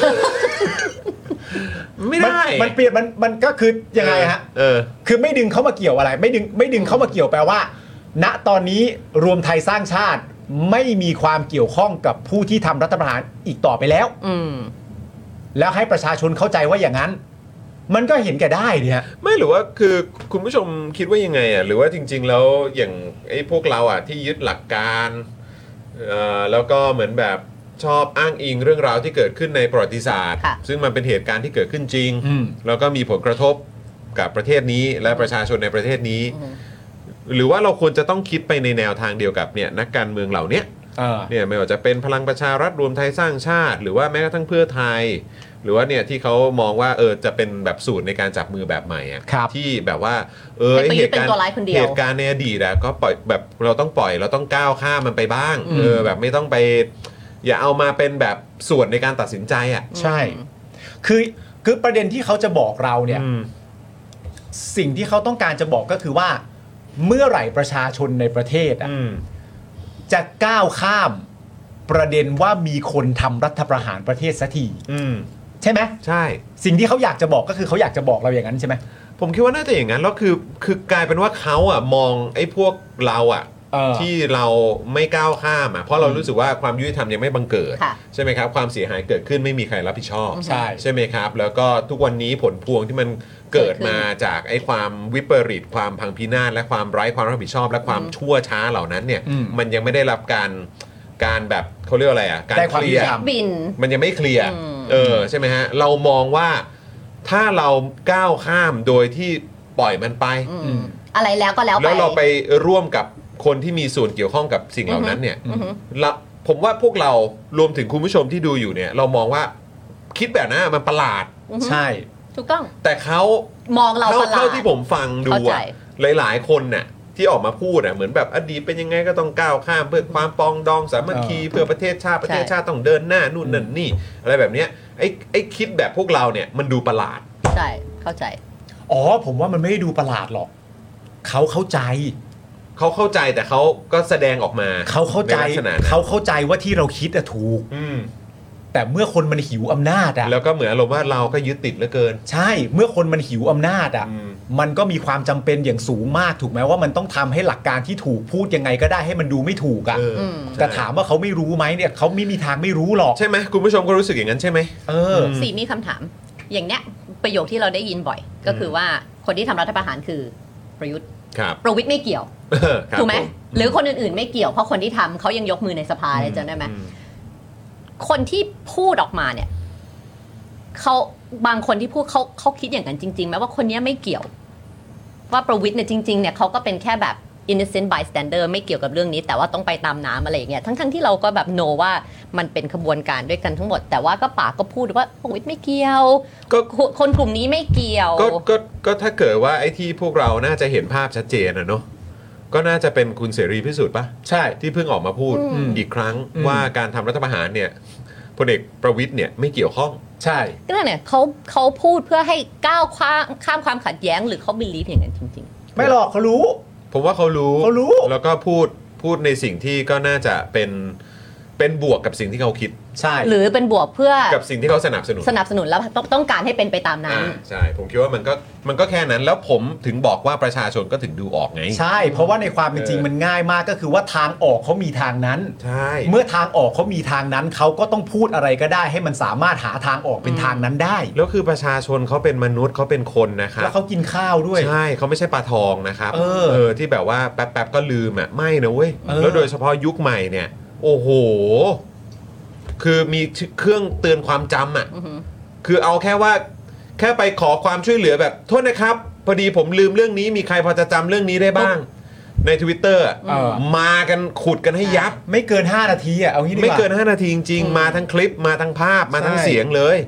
Speaker 2: ไม่
Speaker 6: มัน
Speaker 2: ได้
Speaker 6: มันเปลี่ยนมันมันก็คือยังไงฮะ
Speaker 2: เออ
Speaker 6: คือไม่ดึงเข้ามาเกี่ยวอะไร ไม่ดึงไม่ดึงเข้ามาเกี่ยวแปลว่า ณตอนนี้รวมไทยสร้างชาติไม่มีความเกี่ยวข้องกับผู้ที่ทำรัฐประหารอีกต่อไปแล้ว
Speaker 5: อืม
Speaker 6: แล้วให้ประชาชนเข้าใจว่าอย่างนั้น มันก็เห็นแก่ได้เนี่ย
Speaker 2: ไม่หรือว่าคือคุณผู้ชมคิดว่ายังไงอ่ะหรือว่าจริง ๆ แล้วอย่างไอ้พวกเราอ่ะที่ยึดหลักการเอ่อแล้วก็เหมือนแบบชอบอ้างอิงเรื่องราวที่เกิดขึ้นในประวัติศาสตร์
Speaker 5: ค่ะ
Speaker 2: ซึ่งมันเป็นเหตุการณ์ที่เกิดขึ้นจริง
Speaker 6: อืม
Speaker 2: แล้วก็มีผลกระทบกับประเทศนี้และประชาชนในประเทศนี้ หรือว่าเราควรจะต้องคิดไปในแนวทางเดียวกับเนี่ยนักการเมืองเหล่านี้
Speaker 6: เออ
Speaker 2: เนี่ยไม่ว่าจะเป็นพลังประชารัฐรวมไทยสร้างชาติ หรือว่าแม้กระทั่งเพื่อไทย หรือว่าเนี่ยที่เขามองว่าเออจะเป็นแบบสูตรในการจับมือแบบใหม่อ่ะ
Speaker 6: ครับ
Speaker 2: ที่แบบว่าเออ
Speaker 5: ให้ประยุ
Speaker 2: เห
Speaker 5: ทธ์
Speaker 2: ตุการ
Speaker 5: เป็นตัวร้ายคนเดียว
Speaker 2: เหตุการณ์ในอดีตอะก็ปล่อยแบบเราต้องปล่อยเราต้องก้าวข้ามมันไปบ้างเออแบบไม่ต้องไป อย่าเอามาเป็นแบบส่วนในการตัดสินใจอ่ะ
Speaker 6: ใช่ คือคือประเด็นที่เขาจะบอกเราเนี่ย
Speaker 2: อืม
Speaker 6: สิ่งที่เขาต้องการจะบอกก็คือว่า เมื่อไหร่ประชาชนในประเทศอะ
Speaker 2: อืม
Speaker 6: จะก้าวข้ามประเด็นว่ามีคนทำรัฐประหารประเทศสักที
Speaker 2: อืม
Speaker 6: ใช่ไหม
Speaker 2: ใช่
Speaker 6: สิ่งที่เขาอยากจะบอกก็คือเขาอยากจะบอกเราอย่างนั้นใช่ไหม
Speaker 2: ผมคิดว่าน่าจะอย่างนั้นแล้วคือคือกลายเป็นว่าเขาอ่ะมองไอ้พวกเราอ่ะ
Speaker 6: เออ
Speaker 2: ที่เราไม่ก้าวข้ามอ่ะเพราะเรารู้สึกว่าความยุติธรรมยังไม่บังเกิด
Speaker 5: ค่ะ
Speaker 2: ใช่ไหมครับความเสียหายเกิดขึ้นไม่มีใครรับผิดชอบ
Speaker 6: ใช่
Speaker 2: ใช่ไหมครับ แล้วก็ทุกวันนี้ผลพวงที่มันเกิดมาจากไอ้ความวิปริตความพังพินาศและความไร้ความรับผิดชอบ และความชั่วช้าเหล่านั้นเนี่ย
Speaker 6: อืม
Speaker 2: มันยังไม่ได้รับการการแบบเขาเรียกว่าอะไรอ่ะการ
Speaker 6: ได้ความ
Speaker 2: เคลียร์
Speaker 6: ยุติธรรม
Speaker 5: บิน
Speaker 2: มันยังไม่เคลียร์
Speaker 5: อืม
Speaker 2: เออใช่ไหมฮะเรามองว่าถ้าเราก้าวข้ามโดยที่ปล่อยมันไป
Speaker 5: อืมอะไรแล้วก็แล้วไป
Speaker 2: แล้วเราไปร่วมกับคนที่มีส่วนเกี่ยวข้องกับสิ่งเหล่านั้นเนี่ย
Speaker 5: อือฮึ
Speaker 2: เราผมว่าพวกเรารวมถึงคุณผู้ชมที่ดูอยู่เนี่ย เรามองว่าคิดแบบนั้นมันประหลาด
Speaker 5: อือฮึ
Speaker 6: ใช่
Speaker 5: ถูกต้อง
Speaker 2: แต่เขา
Speaker 5: มองเรา
Speaker 2: เท่า
Speaker 5: ประหลาด
Speaker 2: เท่าที่ผมฟังดู
Speaker 5: เข้าใจ
Speaker 2: อะหลายๆ คนน่ะที่ออกมาพูดอ่ะเหมือนแบบอดีตเป็นยังไงก็ต้องก้าวข้ามเพื่อความปรองดองสามัคคี
Speaker 6: เออ
Speaker 2: เพื่อประเทศชาติประเทศชาติต้องเดินหน้านู่นนั่นนี่ อะไรแบบเนี้ยไอ้ไอ้คิดแบบพวกเราเนี่ยมันดูประหลาด
Speaker 5: ใช่ เข้าใจ
Speaker 6: อ๋อผมว่ามันไม่ได้ดูประหลาดหรอกเขาเข้าใจ
Speaker 2: เขาเข้าใจแต่เขาก็แสดงออกมา
Speaker 6: เขาเข้าใจ
Speaker 2: นลักษณะนั้น
Speaker 6: เขาเข้าใจว่าที่เราคิดอะถูก
Speaker 2: อืม
Speaker 6: แต่เมื่อคนมันหิวอำนาจอะ
Speaker 2: แล้วก็เหมือนอารมณ์ว่าเราก็ยึดติดเหลือเกิน
Speaker 6: ใช่ เมื่อคนมันหิวอำนาจอะ
Speaker 2: อืม
Speaker 6: มันก็มีความจำเป็นอย่างสูงมากถูกไหมว่ามันต้องทำให้หลักการที่ถูกพูดยังไงก็ได้ให้มันดูไม่ถูกอะ
Speaker 2: เอออ
Speaker 5: ม
Speaker 6: แต่ถามว่าเขาไม่รู้ไหมเนี่ยเขาไม่มีทางไม่รู้หรอก
Speaker 2: ใช่ไหมคุณผู้ชมก็รู้สึกอย่างนั้นใช่ไหม
Speaker 6: เออ
Speaker 5: สี่มีคำถาม อย่างเนี้ยประโยคที่เราได้ยินบ่อย ก็คือว่าคนที่ทำรัฐประหารคือประยุทธ์
Speaker 2: ครับ
Speaker 5: ประวิตรไม่เกี่ยว
Speaker 2: ครับ
Speaker 5: ถูกไหม
Speaker 2: ผ
Speaker 5: หรือคนอื่นๆไม่เกี่ยวเพราะคนที่ทำเขายังยกมือในสภาเลยจำได้ไหม
Speaker 2: อืม
Speaker 5: คนที่พูดออกมาเนี่ยเขาบางคนที่พูดเขาเขาคิดอย่างนั้นจริงๆไหมว่าคนเนี้ยไม่เกี่ยว ว่าประวิตรเนี่ยจริงๆเนี่ยเขาก็เป็นแค่แบบ innocent bystander ไม่เกี่ยวกับเรื่องนี้ แต่ว่าต้องไปตามน้ำอะไรอย่างเงี้ยทั้งๆที่เราก็แบบ know ว่ามันเป็นขบวนการด้วยกันทั้งหมด แต่ว่าก็ปากก็พูดว่าประวิตรไม่เกี่ยว
Speaker 2: ก็
Speaker 5: คนกลุ่มนี้ไม่เกี่ยว
Speaker 2: ก็ก็ก็ถ้าเกิดว่าไอ้ที่พวกเราน่าจะเห็นภาพชัดเจนอะเนาะก็น่าจะเป็นคุณเสรีพิสุทธิ์ปะ
Speaker 6: ใช่
Speaker 2: ที่เพิ่งออกมาพูด
Speaker 5: อืม
Speaker 2: อีกครั้ง
Speaker 6: อืม
Speaker 2: ว่าการทำรัฐประหารเนี่ยพลเอกประวิตยเนี่ยไม่เกี่ยวข้อง
Speaker 6: ใช่
Speaker 5: ก็นั่นเนี่ยเขาเขาพูดเพื่อให้ก้าวข้ามข้ามความขัดแย้งหรือเขา believe อย่างนั้นจริง
Speaker 6: ไม่หรอกเขารู้
Speaker 2: ผมว่าเขารู้
Speaker 6: เขารู้
Speaker 2: แล้วก็พูดพูดในสิ่งที่ก็น่าจะเป็นเป็นบวกกับสิ่งที่เขาคิด
Speaker 6: ใช่
Speaker 5: ๆ หรือเป็นบวกเพื่อ
Speaker 2: กับสิ่งที่เขาสนับสนุน
Speaker 5: สนับสนุนแล้วต้องต้องการให้เป็นไปตามนั้น
Speaker 2: อ่าใช่ผมคิดว่ามันก็มันก็แค่นั้นแล้วผมถึงบอกว่าประชาชนก็ถึงดูออกไง
Speaker 6: ใช่ เพราะว่าในความเป็นจริง
Speaker 2: เออ
Speaker 6: มันง่ายมากก็คือว่าทางออกเขามีทางนั้น
Speaker 2: ใช่
Speaker 6: เมื่อทางออกเขามีทางนั้นเขาก็ต้องพูดอะไรก็ได้ ให้มันสามารถหาทางออกเป็นทางนั้นได้
Speaker 2: แล้วคือประชาชนเขาเป็นมนุษย์เขาเป็นคนนะครับ
Speaker 6: แล้วเขากินข้าวด้วย
Speaker 2: ใช่เขาไม่ใช่ปลาทองนะครับ
Speaker 6: เออ
Speaker 2: ที่แบบว่าแป๊บๆก็ลืมอ่ะไม่นะเว้ย
Speaker 6: เออ
Speaker 2: แล้วโดยเฉพาะยุคใหม่เนี่ย โอ้โห คือมีเครื่องเตือนความจำอ่ะ
Speaker 5: อือหือ
Speaker 2: คือเอาแค่ว่า แค่ไปขอความช่วยเหลือแบบโทษนะครับ พอดีผมลืมเรื่องนี้มีใครพอจะจำเรื่องนี้ได้บ้าง ใน Twitter อะ
Speaker 6: เออ
Speaker 2: มากันขุดกันให้ยับ
Speaker 6: ไม่เกินห้านาทีอ่ะเอางี้ดีกว่า
Speaker 2: ไม่เกินห้านาทีจริงๆ มาทั้งคลิปมาทั้งภาพมาทั้ง
Speaker 6: ใช่
Speaker 2: เสียงเลย
Speaker 5: อืม
Speaker 2: จ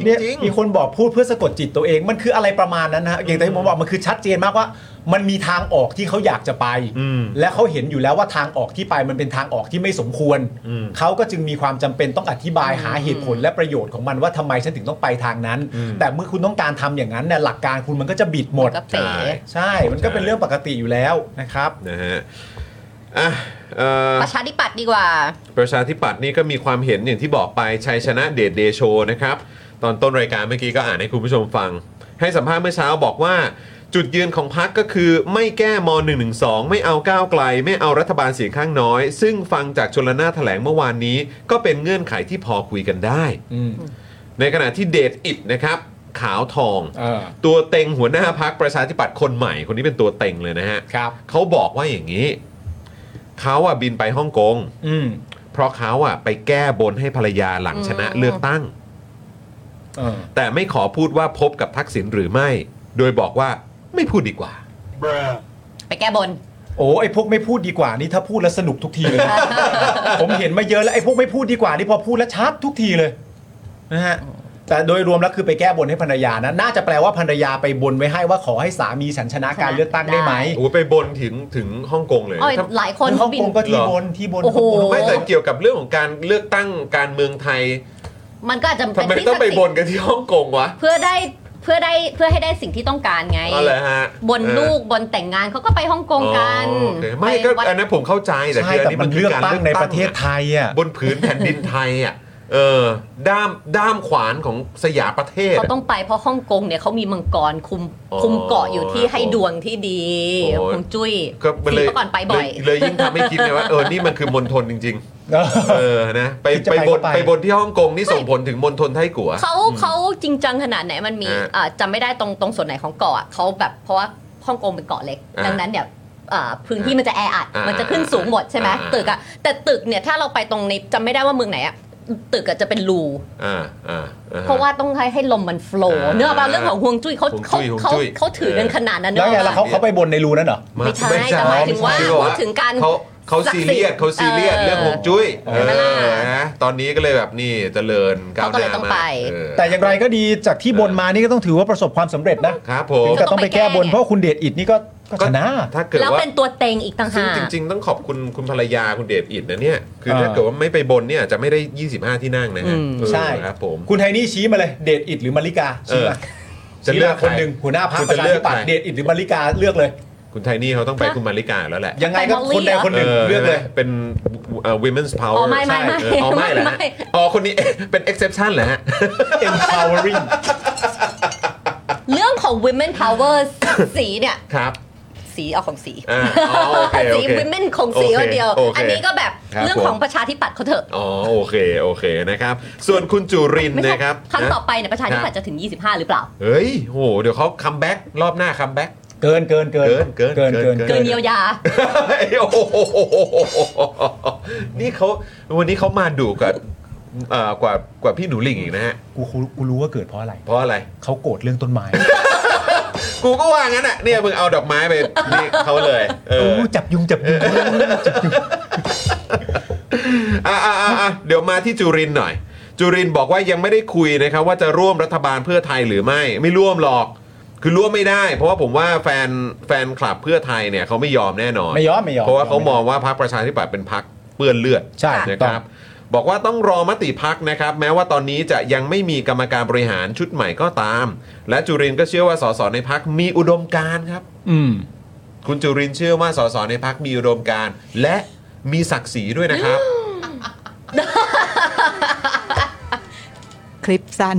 Speaker 6: เนี่ย
Speaker 2: จริงๆ
Speaker 6: มีคนบอกพูดเพื่อสะกดจิตตัวเองมันคืออะไรประมาณนั้นนะฮะอย่างที่ผมบอกมันคือชัดเจนมากว่ามันมีทางออกที่เขาอยากจะไปและเขาเห็นอยู่แล้วว่าทางออกที่ไปมันเป็นทางออกที่ไม่สมควรเขาก็จึงมีความจำเป็นต้องอธิบายหาเหตุผลและประโยชน์ของมันว่าทำไมฉันถึงต้องไปทางนั้นแต่เมื่อคุณต้องการทำอย่างนั้นเนี่ยหลักการคุณมันก็จะบิดหมด
Speaker 5: ก็เป๋
Speaker 6: ใช่มันก็เป็นเรื่องปกติอยู่แล้วนะครับ
Speaker 2: นะฮะอ่ะเอ่อ
Speaker 5: ประชาธิปัตย์ดีกว่า
Speaker 2: ประชาธิปัตย์นี่ก็มีความเห็นอย่างที่บอกไปชัยชนะเดชเดโชนะครับตอนต้นรายการเมื่อกี้ก็อ่านให้คุณผู้ชมฟังให้สัมภาษณ์เมื่อเช้าบอกว่าจุดยืนของพรรคก็คือไม่แก้ม หนึ่งหนึ่งสอง ไม่เอาก้าวไกลไม่เอารัฐบาลเสียงข้างน้อย ซึ่งฟังจากชลน่านแถลงเมื่อวานนี้ก็เป็นเงื่อนไขที่พอคุยกันได้ในขณะที่เดชอิดนะครับขาวทองตัวเต็งหัวหน้าพรรคประชาธิปัตย์คนใหม่คนนี้เป็นตัวเต็งเลยนะฮะเขาบอกว่าอย่างนี้เขาอ่ะบินไปฮ่องกงเพราะเขาอ่ะไปแก้บนให้ภรรยาหลังชนะเลือกตั้งแต่ไม่ขอพูดว่าพบกับทักษิณหรือไม่โดยบอกว่าไม่พูดดีกว่า
Speaker 5: ไปแก้บน
Speaker 6: โอ้ไอพวกไม่พูดดีกว่านี่ถ้าพูดแล้วสนุกทุกทีเลย ผมเห็นมาเยอะแล้วไอพวกไม่พูดดีกว่านี่พอพูดแล้วชัดทุกทีเลยนะฮะแต่โดยรวมแล้วคือไปแก้บนให้ภรรยานะน่าจะแปลว่าภรรยาไปบนไว้ให้ว่าขอให้สามีฉันชนะการเลือกตั้งได้ไหม
Speaker 2: โอ้ไปบนถึงถึงฮ่องกงเลย
Speaker 5: อ้อยหลายคน
Speaker 6: ฮ่องกงก็ที่บนที่บน
Speaker 5: โอ้โห
Speaker 2: ไม่แต่เกี่ยวกับเรื่องของการเลือกตั้งการเมืองไทย
Speaker 5: มันก็อาจจะ
Speaker 2: ทำไมต้องไปบนกันที่ฮ่องกงวะ
Speaker 5: เพื่อได้เพื่อได้เพื่อให้ได้สิ่งที่ต้องการไง
Speaker 2: อ๋อเหรอฮะ
Speaker 5: บนลูกบนแต่งงานเขาก็ไปฮ่องกงกัน
Speaker 2: อ๋อโอเคไม่ก็
Speaker 5: ปวัด
Speaker 2: อันนั้นผมเข้าใจแต่
Speaker 6: ใช่
Speaker 2: คืออัน
Speaker 6: แต่
Speaker 2: นี้
Speaker 6: มั
Speaker 2: มัน น
Speaker 6: เลือกตั้งในประเทศไทยอ่ะ
Speaker 2: บนผืนแผ่นดินไทยอ่ะเออด้ามด้ามขวานของสยามประเทศ
Speaker 5: เขาต้องไปเพราะฮ่องกงเนี่ยเขามีมังกรคุม
Speaker 2: อ๋อ
Speaker 5: คุมเกาะอยู่ที่ให้ดวงที่ดี
Speaker 2: โอ้ย
Speaker 5: คุมจุ้ย
Speaker 2: ก็มันเลย
Speaker 5: เมื่อก่อนไปบ่อย
Speaker 2: เลยเลยยิ่งทำให้คิดไงว่าเออนี่มันคือมณฑลจริง ๆ เออนะไป
Speaker 6: คิดจะ
Speaker 2: ไป
Speaker 6: ไป
Speaker 2: บ
Speaker 6: ก็
Speaker 2: น
Speaker 6: ไป
Speaker 2: ไปบนที่ฮ่องกงนี่ส่งผลถึงมณฑลไทกัว
Speaker 5: เขาเขาจริงจังขนาดไหนมันมี
Speaker 2: อ่า
Speaker 5: อ่าจำไม่ได้ตรงตรงส่วนไหนของเกาะอะเขาแบบเพราะว่าฮ่องกงเป็นเกาะเล็ก
Speaker 2: อ่า
Speaker 5: ดังนั้นเนี่ยอ่าพื้นที่มันจะแออัด
Speaker 2: อ่ามั
Speaker 5: มันจะขึ้นสูงหมดใช่ไหม
Speaker 2: อ่า
Speaker 5: ตึกอะแต่ตึกเนี่ยถ้าเราไปตรงในจำไม่ได้ว่าเมืองไหนอะตึกอะจะเป็นรู
Speaker 2: อ่าอ่าอ่
Speaker 5: เพราะว่าต้องให้ให้ลมมันโฟล์
Speaker 2: อ่า
Speaker 5: เนื้อป่ะเรื่องของฮวงจุ้ยเขา
Speaker 2: ฮวง
Speaker 5: เขา
Speaker 2: จุ้ยฮวง
Speaker 5: เขา
Speaker 2: จุ้ย
Speaker 5: เขาถือกันขนาดนั้น
Speaker 6: แล้วไง
Speaker 5: เน
Speaker 6: แล้ว
Speaker 5: อะ
Speaker 6: เขาเขาไปบนในรูนั้นเหรอ
Speaker 5: ไม่ใช่แต่หมายถึงว่า
Speaker 2: คือ
Speaker 5: พูดถึงการ
Speaker 2: เขาเขา
Speaker 5: ศักดิ์
Speaker 2: ซี
Speaker 5: สิทธิ์
Speaker 2: เรียสเขาซีเรียส
Speaker 5: เออ
Speaker 2: เรื่องฮวงจุ้ย
Speaker 6: เอ
Speaker 2: เอ
Speaker 5: อ
Speaker 2: อนะตอนนี้ก็เลยแบบนี่เจริญก้าว
Speaker 5: เขาก็
Speaker 2: ห
Speaker 5: เลย
Speaker 2: น้า
Speaker 5: ต้อง
Speaker 2: มา
Speaker 5: ไป
Speaker 2: กเออ
Speaker 6: แต่อย่างไรก็ดีจากที่บนมานี่ก็ต้องถือว่าประสบความสำเร็จนะครับ
Speaker 2: ผม
Speaker 6: ถึงกับต้องไปแก้บนเพราะว่าคุณเดชอิดนี่ก็ก็ชนะ
Speaker 2: ถ้าเกิด
Speaker 5: แล้ว
Speaker 2: ว่า
Speaker 5: เป็นตัวเต็งอีกต่าง
Speaker 2: ซึ่ง
Speaker 5: หาก
Speaker 2: จริง ๆ ต้องขอบคุณคุณภรรยาคุณเดชอิดนะเนี่ยคือ
Speaker 6: เออ
Speaker 2: ถ้าเกิดว่าไม่ไปบนเนี่ยจะไม่ได้ยี่สิบห้าที่นั่งนะฮะ
Speaker 5: อืม
Speaker 2: เออ
Speaker 6: ใช่
Speaker 2: ครับผม
Speaker 6: คุณไทนี่ชี้มาเลยเดชอิดหรือมาริกาชี้มา
Speaker 2: เออจะเลือก
Speaker 6: ชี้มาคนหนึ่ง
Speaker 2: ใคร
Speaker 6: หัวหน้าพรรค
Speaker 2: คุณ
Speaker 6: ประ
Speaker 2: จะ
Speaker 6: ชา
Speaker 2: เลื
Speaker 6: ธิ
Speaker 2: อก
Speaker 6: ปัต
Speaker 2: ใคร
Speaker 6: ย์เดชอิดหรือมาริกาเลือกเลย
Speaker 2: คุณไทนี่เขาต้องไปคุณมาริกาแล้วแหละ
Speaker 6: ยังไงก็
Speaker 5: ไปมอลลี่
Speaker 6: คนใดคนหนึ่งเลือกเลย
Speaker 2: เป็นเอ่อ women's
Speaker 5: อ๋
Speaker 2: power
Speaker 5: อไม่ไม่ไม่
Speaker 2: เอออ๋อไม่เหรอฮะ
Speaker 5: ไม่
Speaker 2: อ๋อคนนี้ เป็น exception เหรอฮะ
Speaker 6: empowering
Speaker 5: เรื่องของ women power สีเนี่ย
Speaker 2: ครับ
Speaker 5: สีเอาของสี
Speaker 2: อ่าอ๋อโอเคโอ
Speaker 5: สี
Speaker 2: เค
Speaker 5: women ของสี
Speaker 2: โอเค
Speaker 5: คนเดียว
Speaker 2: โอเค
Speaker 5: อันนี้ก็แบบ
Speaker 2: ครับ
Speaker 5: เรื่องของ
Speaker 2: ผม
Speaker 5: ประชาธิปัตย์เขาเถอะ
Speaker 2: อ๋อโอเคโอเคนะครับส่วนคุณจุรินทร์
Speaker 5: ไม่ใช่
Speaker 2: นะครับ
Speaker 5: ครั้ง
Speaker 2: นะ
Speaker 5: ต่อไปเนี่ยประชาธิปัตย์จะถึงยี่สิบห้าหรือเปล่า
Speaker 2: เฮ้ยโหเดี๋ยวเขาคัมแบ็กรอบหน้าคัมแบ็ก
Speaker 6: เกินเกินเกิน
Speaker 2: เกินเกิน
Speaker 6: เกิน
Speaker 2: เกิน
Speaker 5: เกินเยียวยา
Speaker 2: โอ้โหนี่เขาวันนี้เขามาดูกับเอ่อกว่ากว่าพี่หนูหลิงอีกนะฮะ
Speaker 6: กูกูกูรู้ว่าเกิดเพราะอะไร
Speaker 2: เพราะอะไร
Speaker 6: เขาโกรธเรื่องต้นไม้
Speaker 2: กูก็ว่างั้นอ่ะเนี่ยมึงเอาดอกไม้ไปนี่เขาเลยเออ
Speaker 6: โอ้จับยุงจับยุง
Speaker 2: อ่ะอ่ะอ่ะอ่ะเดี๋ยวมาที่จุรินทร์หน่อย จุรินทร์บอกว่ายังไม่ได้คุยนะครับว่าจะร่วมรัฐบาลเพื่อไทยหรือไม่ไม่ร่วมหรอกคือร่วมไม่ได้ เพราะว่าผมว่าแฟนแฟนคลับเพื่อไทยเนี่ยเขาไม่ยอมแน่นอน
Speaker 6: ไม่ยอมไม่ยอม
Speaker 2: เพราะว่าเขามองว่าพรรคประชาธิปัตย์เป็นพรรคเปื้อนเลือด
Speaker 6: ใช่
Speaker 2: นะครับ บอกว่าต้องรอมติพักนะครับ แม้ว่าตอนนี้จะยังไม่มีกรรมการบริหารชุดใหม่ก็ตาม และจุรินทร์ก็เชื่อว่าสสในพักมีอุดมการณ์ครับ
Speaker 6: อืม
Speaker 2: คุณจุรินทร์เชื่อว่าสสในพักมีอุดมการณ์และมีศักดิ์ศรีด้วยนะครับ
Speaker 1: คลิปสั้น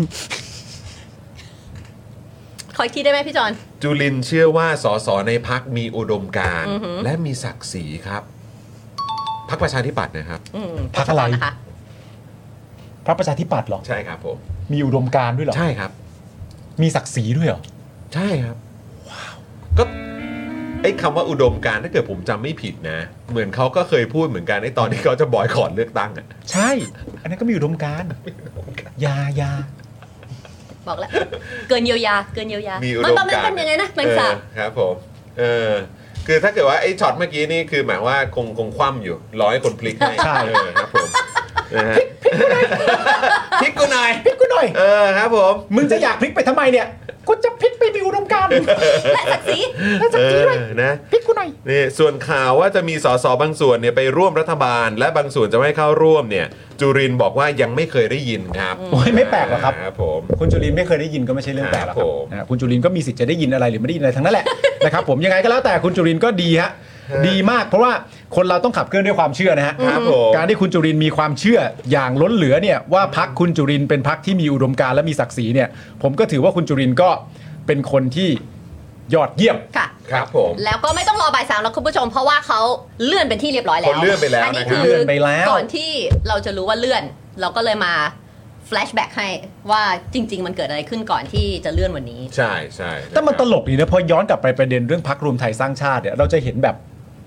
Speaker 5: ขออีกทีได้ไหมพี่จอน
Speaker 2: จุรินทร์เชื่อว่าสสในพักมีอุดมการณ์และมีศักดิ์ศรีครับพรรคประชาธิปัตย์นะครับ
Speaker 5: อืม
Speaker 6: พรรคอะไร
Speaker 5: นะคะ
Speaker 6: พระประชาธิปัตย์เหรอ
Speaker 2: ใช่ครับผม
Speaker 6: มีอุดมการณ์ด้วยเหรอ
Speaker 2: ใช่ครับ
Speaker 6: มีศักดิ์ศรีด้วยเหรอ
Speaker 2: ใช่ครับว้าวก็ไอ้คำว่าอุดมการณ์ถ้าเกิดผมจำไม่ผิดนะ เหมือนเขาก็เคยพูดเหมือนกันไอ้ตอนที่เขาจะบอยคอตเลือกตั้งอ่ะ
Speaker 6: ใช่ อันนั้นก็มีอุดมการณ์ยายา
Speaker 5: บอกแล้ว เกินเยียวยา เกินเยียวยา
Speaker 2: มี
Speaker 5: มี
Speaker 2: อุดมการณ์
Speaker 5: มันเป็นยังไงนะแมงสาบ
Speaker 2: เออครับผมเออคือถ้าเกิดว่าไอ้ช็อตเมื่อกี้นี่คือหมายว่าคงคงคว่ำอยู่รอให้คนพลิกให้
Speaker 6: ใช่
Speaker 2: เออครับผมนะฮะพลิกกูหน่อย
Speaker 6: พลิกกูหน่อย
Speaker 2: เออครับผม
Speaker 6: มึงจะอยากพลิกไปทำไมเนี่ยกูจะพลิกไปมีอุดมการณ์และศักดิ์ศรีและศักดิ์ศรีด้วยนะพลิกกูหน่อย
Speaker 2: นี่ส่วนข่าวว่าจะมีสสบางส่วนเนี่ยไปร่วมรัฐบาลและบางส่วนจะไม่เข้าร่วมเนี่ยจุรินทร์บอกว่ายังไม่เคยได้ยินครับ
Speaker 6: โอ้ยไม่แปลกหรอกครับ
Speaker 2: ครับผม
Speaker 6: คุณจุรินทร์ไม่เคยได้ยินก็ไม่ใช่เรื่องแปลกหรอกครับคุณจุรินทร์ก็มีสิทธิ์จะได้ยินอะไรหรือไม่ได้ยินอะไรทั้งนั้นแหละนะครับผมยังไงก็แล้วแต่คุณจุรินทร์ก็ดีฮะดีมากเพราะว่าคนเราต้องขับเคลื่อนด้วยความเชื่อนะฮะการที่คุณจุรินทร์มีความเชื่ออย่างล้นเหลือเนี่ยว่าพรรคคุณจุรินทร์เป็นพรรคที่มีอุดมการณ์และมีศักดิ์ศรีเนี่ยผมก็ถือว่าคุณจุรินทร์ก็เป็นคนที่ยอดเยี่ยม
Speaker 5: ค่ะ
Speaker 2: ครับผม
Speaker 5: แล้วก็ไม่ต้องรอบ่ายสามแล้วคุณผู้ชมเพราะว่าเขาเลื่อนเป็นที่เรียบร้อยแล้ว
Speaker 2: เขาเลื่อนไปแล้ว
Speaker 5: อันนี้
Speaker 2: คื
Speaker 5: อก่อนที่เราจะรู้ว่าเลื่อนเราก็เลยมาแฟลชแบ็กให้ว่าจริงๆมันเกิดอะไรขึ้นก่อนที่จะเลื่อนวันนี้
Speaker 2: ใช่ใช่
Speaker 6: แต่มันตลกดีนะพอย้อนกลับไปประเด็นเรื่องพรรครวมไทยสร้างชาติเนี่ยเราจะเห็นแบบ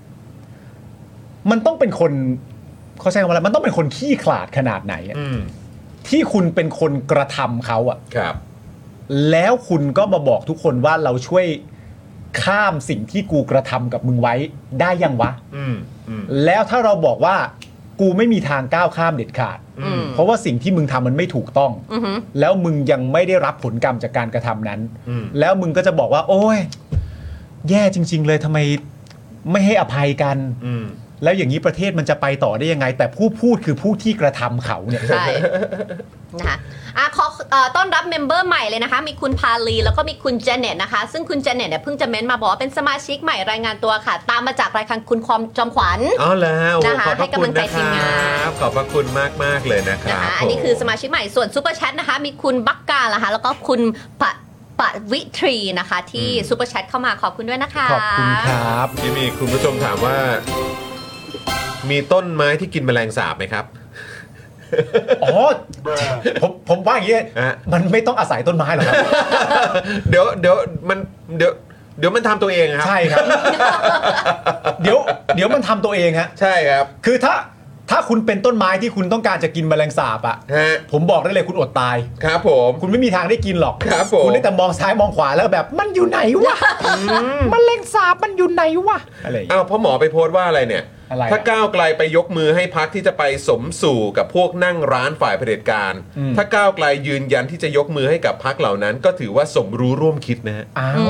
Speaker 6: มันต้องเป็นคนเขาใช้คำว่าอะไรมันต้องเป็นคนขี้ขลาดขนาดไหนที่คุณเป็นคนกระทำเขาอะ
Speaker 2: ครับ
Speaker 6: แล้วคุณก็มาบอกทุกคนว่าเราช่วยข้ามสิ่งที่กูกระทำกับมึงไว้ได้ยังวะแล้วถ้าเราบอกว่ากูไม่มีทางก้าวข้ามเด็ดขาดเพราะว่าสิ่งที่มึงทำมันไม่ถูกต้องแล้วมึงยังไม่ได้รับผลกรรมจากการกระทำนั้นแล้วมึงก็จะบอกว่าโอ้ยแย่จริงๆเลยทำไมไม่ให้อภัยกันแล้วอย่างนี้ประเทศมันจะไปต่อได้ยังไงแต่ผู้พูดคือผู้ที่กระทำเขาเนี่ย
Speaker 5: ใช่นะคะอ่ะขอต้อนรับเมมเบอร์ใหม่เลยนะคะมีคุณพาลีแล้วก็มีคุณเจเน็ตนะคะซึ่งคุณเจเน็ตเนี่ยเพิ่งจะเม้นมาบอกว่าเป็นสมาชิกใหม่รายงานตัวค่ะตามมาจากรายการคุณความจอมขวัญ
Speaker 2: อ๋อแล้ว
Speaker 5: นะคะให้กำลังใจทีมงาน
Speaker 2: ขอบพระคุณมากมากเลยนะครับ
Speaker 5: อันนี้คือสมาชิกใหม่ส่วนซูเปอร์แชทนะคะมีคุณบักกานะคะแล้วก็คุณปะปะวิทรีนะคะที่ซูเปอร์แชทเข้ามาขอบคุณด้วยนะคะ
Speaker 6: ขอบคุณครับ
Speaker 2: ที่มีคุณผู้ชมถามว่ามีต้นไม้ที่กินแมลงสาบไหมครับ
Speaker 6: อ๋อผมผมว่าอย่างนี้มันไม่ต้องอาศัยต้นไม้หรอกครับ
Speaker 2: เดี๋ยวเดี๋ยวมันเดี๋ยวเดี๋ยวมันทำตัวเองครับ
Speaker 6: ใช่ครับเดี๋ยวเดี๋ยวมันทำตัวเองฮะ
Speaker 2: ใช่ครับ
Speaker 6: คือถ้าถ้าคุณเป็นต้นไม้ที่คุณต้องการจะกินแมลงสาบอ่ะผมบอกได้เลยคุณอดตาย
Speaker 2: ครับผม
Speaker 6: คุณไม่มีทางได้กินหรอก
Speaker 2: ครับผม
Speaker 6: คุณได้แต่มองซ้ายมองขวาแล้วแบบมันอยู่ไหนวะแมลงสาบมันอยู่ไหนวะ
Speaker 2: อะไรอ้าวพ่อหมอไปโพสต์ว่าอะไรเนี่ยถ้าก้าวไกลไปยกมือให้พรรคที่จะไปสมสู่กับพวกนั่งร้านฝ่ายเผด็จการถ้าก้าวไกลยืนยันที่จะยกมือให้กับพรรคเหล่านั้นก็ถือว่าสมรู้ร่วมคิดนะฮะ
Speaker 6: อ้าว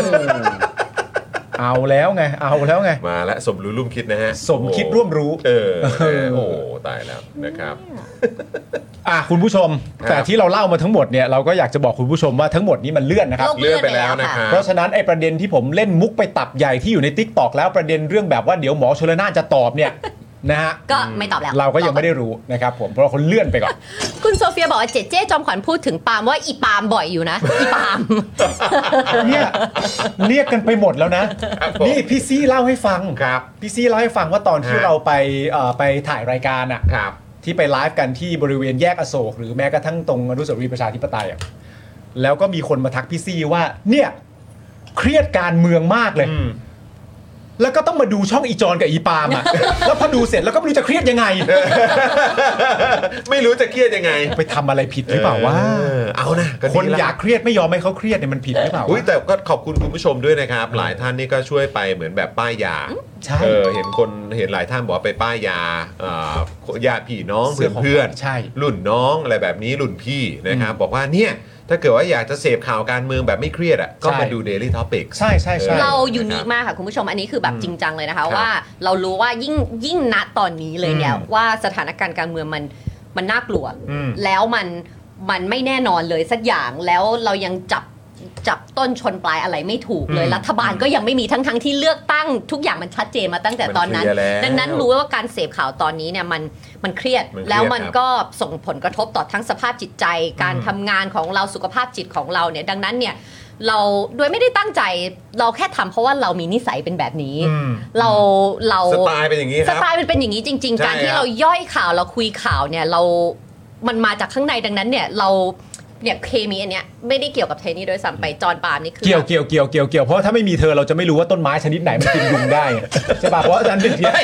Speaker 6: เอาแล้วไงเอาแล้วไง
Speaker 2: มาแล้วสมรู้ร่วมคิดนะฮะ
Speaker 6: สมคิดร่วมรู้
Speaker 2: เออโอ้ตายแล้วนะครับ
Speaker 6: อ่ะคุณผู้ชมแต่ที่เราเล่ามาทั้งหมดเนี่ยเราก็อยากจะบอกคุณผู้ชมว่าทั้งหมดนี้มันเลื่อนนะครับ
Speaker 2: เลื่อนไปแล้วนะครับ
Speaker 6: เพราะฉะนั้นไอ้ประเด็นที่ผมเล่นมุกไปตับใหญ่ที่อยู่ใน TikTok แล้วประเด็นเรื่องแบบว่าเดี๋ยวหมอชลน่านจะตอบเนี่ยนะฮะ
Speaker 5: ก็ไม่ตอบแล้ว
Speaker 6: เราก็ยังไม่ได้รู้นะครับผมเพราะคนเลื่อนไปก่อน
Speaker 5: คุณโซเฟียบอกว่าเจเจ๊จอมขวัญพูดถึงปาล์มว่าอีปาล์มบ่อยอยู่นะอีปาล์ม
Speaker 6: เนี่ยเรียกกันไปหมดแล้วนะนี่พี่ซี่เล่าให้ฟัง
Speaker 2: ครับ
Speaker 6: พี่ซี่เล่าให้ฟังว่าตอนที่เราไปไปถ่ายรายการอ่ะที่ไปไลฟ์กันที่บริเวณแยกอโศกหรือแม้กระทั่งตรงอนุสาวรีย์ประชาธิปไตยอ่ะแล้วก็มีคนมาทักพี่ซี่ว่าเนี่ยเครียดการเมืองมากเลยแล้วก็ต้องมาดูช่องอีจอนกับอีปาล์มอ่ะแล้วพอดูเสร็จแล้วก็ไม่รู้จะเครียดยังไง
Speaker 2: ไม่รู้จะเครียดยังไง
Speaker 6: ไปทำอะไรผิดหรือเปล่าว่า
Speaker 2: เอานะ
Speaker 6: คนอยากเครียดไม่ยอมให้เขาเครียดเนี่ยมันผิดหรือเปล่า
Speaker 2: อุ้ยแต่ก็ขอบคุณคุณผู้ชมด้วยนะครับหลายท่านนี่ก็ช่วยไปเหมือนแบบป้ายยาเออเห็นคนเห็นหลายท่านบอกว่าไปป้ายยาญาติพี่น้องเพื่อนเพื่อนรุ่นน้องอะไรแบบนี้รุ่นพี่นะครับบอกว่าเนี่ยถ้าเกิดว่าอยากจะเสพข่าวการเมืองแบบไม่เครียดอ่ะก็มาดู Daily Topics
Speaker 6: ใช่ใช่ใช่
Speaker 5: เรายูนิคมากค่ะคุณผู้ชมอันนี้คือแบบจริงจังเลยนะคะว่าเรารู้ว่ายิ่งยิ่งณตอนนี้เลยเนี่ยว่าสถานการณ์การเมืองมันมันน่ากลัวแล้วมันมันไม่แน่นอนเลยสักอย่างแล้วเรายังจับจับต้นชนปลายอะไรไม่ถูกเลยรัฐบาลก็ยังไม่มีทั้งทั้งที่เลือกตั้งทุกอย่างมันชัดเจนมาตั้งแต่ตอนนั้นดังนั้นรู้ว่าการเสพข่าวตอนนี้เนี่ยมันมันเครียดแล้วมันก็ส่งผลกระทบต่อทั้งสภาพจิตใจการทำงานของเราสุขภาพจิตของเราเนี่ยดังนั้นเนี่ยเราโดยไม่ได้ตั้งใจเราแค่ทำเพราะว่าเรามีนิสัยเป็นแบบนี้เราเรา
Speaker 2: สไตล์เป็นอย่างนี้ครับ
Speaker 5: สไตล์มันเป็นอย่างนี้จริงๆการที่เราย่อยข่าวเราคุยข่าวเนี่ยเรามันมาจากข้างในดังนั้นเนี่ยเราเนี่ยเคมีอันเนี้ยไม่ได้เกี่ยวกับเทนี่โดยซ้ำไปจอนปาล์มนี่คือ
Speaker 6: เกี่ยวเกี่ยวเกี่ยวเกี่ยวเกี่ยวเพราะถ้าไม่มีเธอเราจะไม่รู้ว่าต้นไม้ชนิดไหนมันกินยุงได้ใช่ป่ะเพราะอาจารย์เป็นที่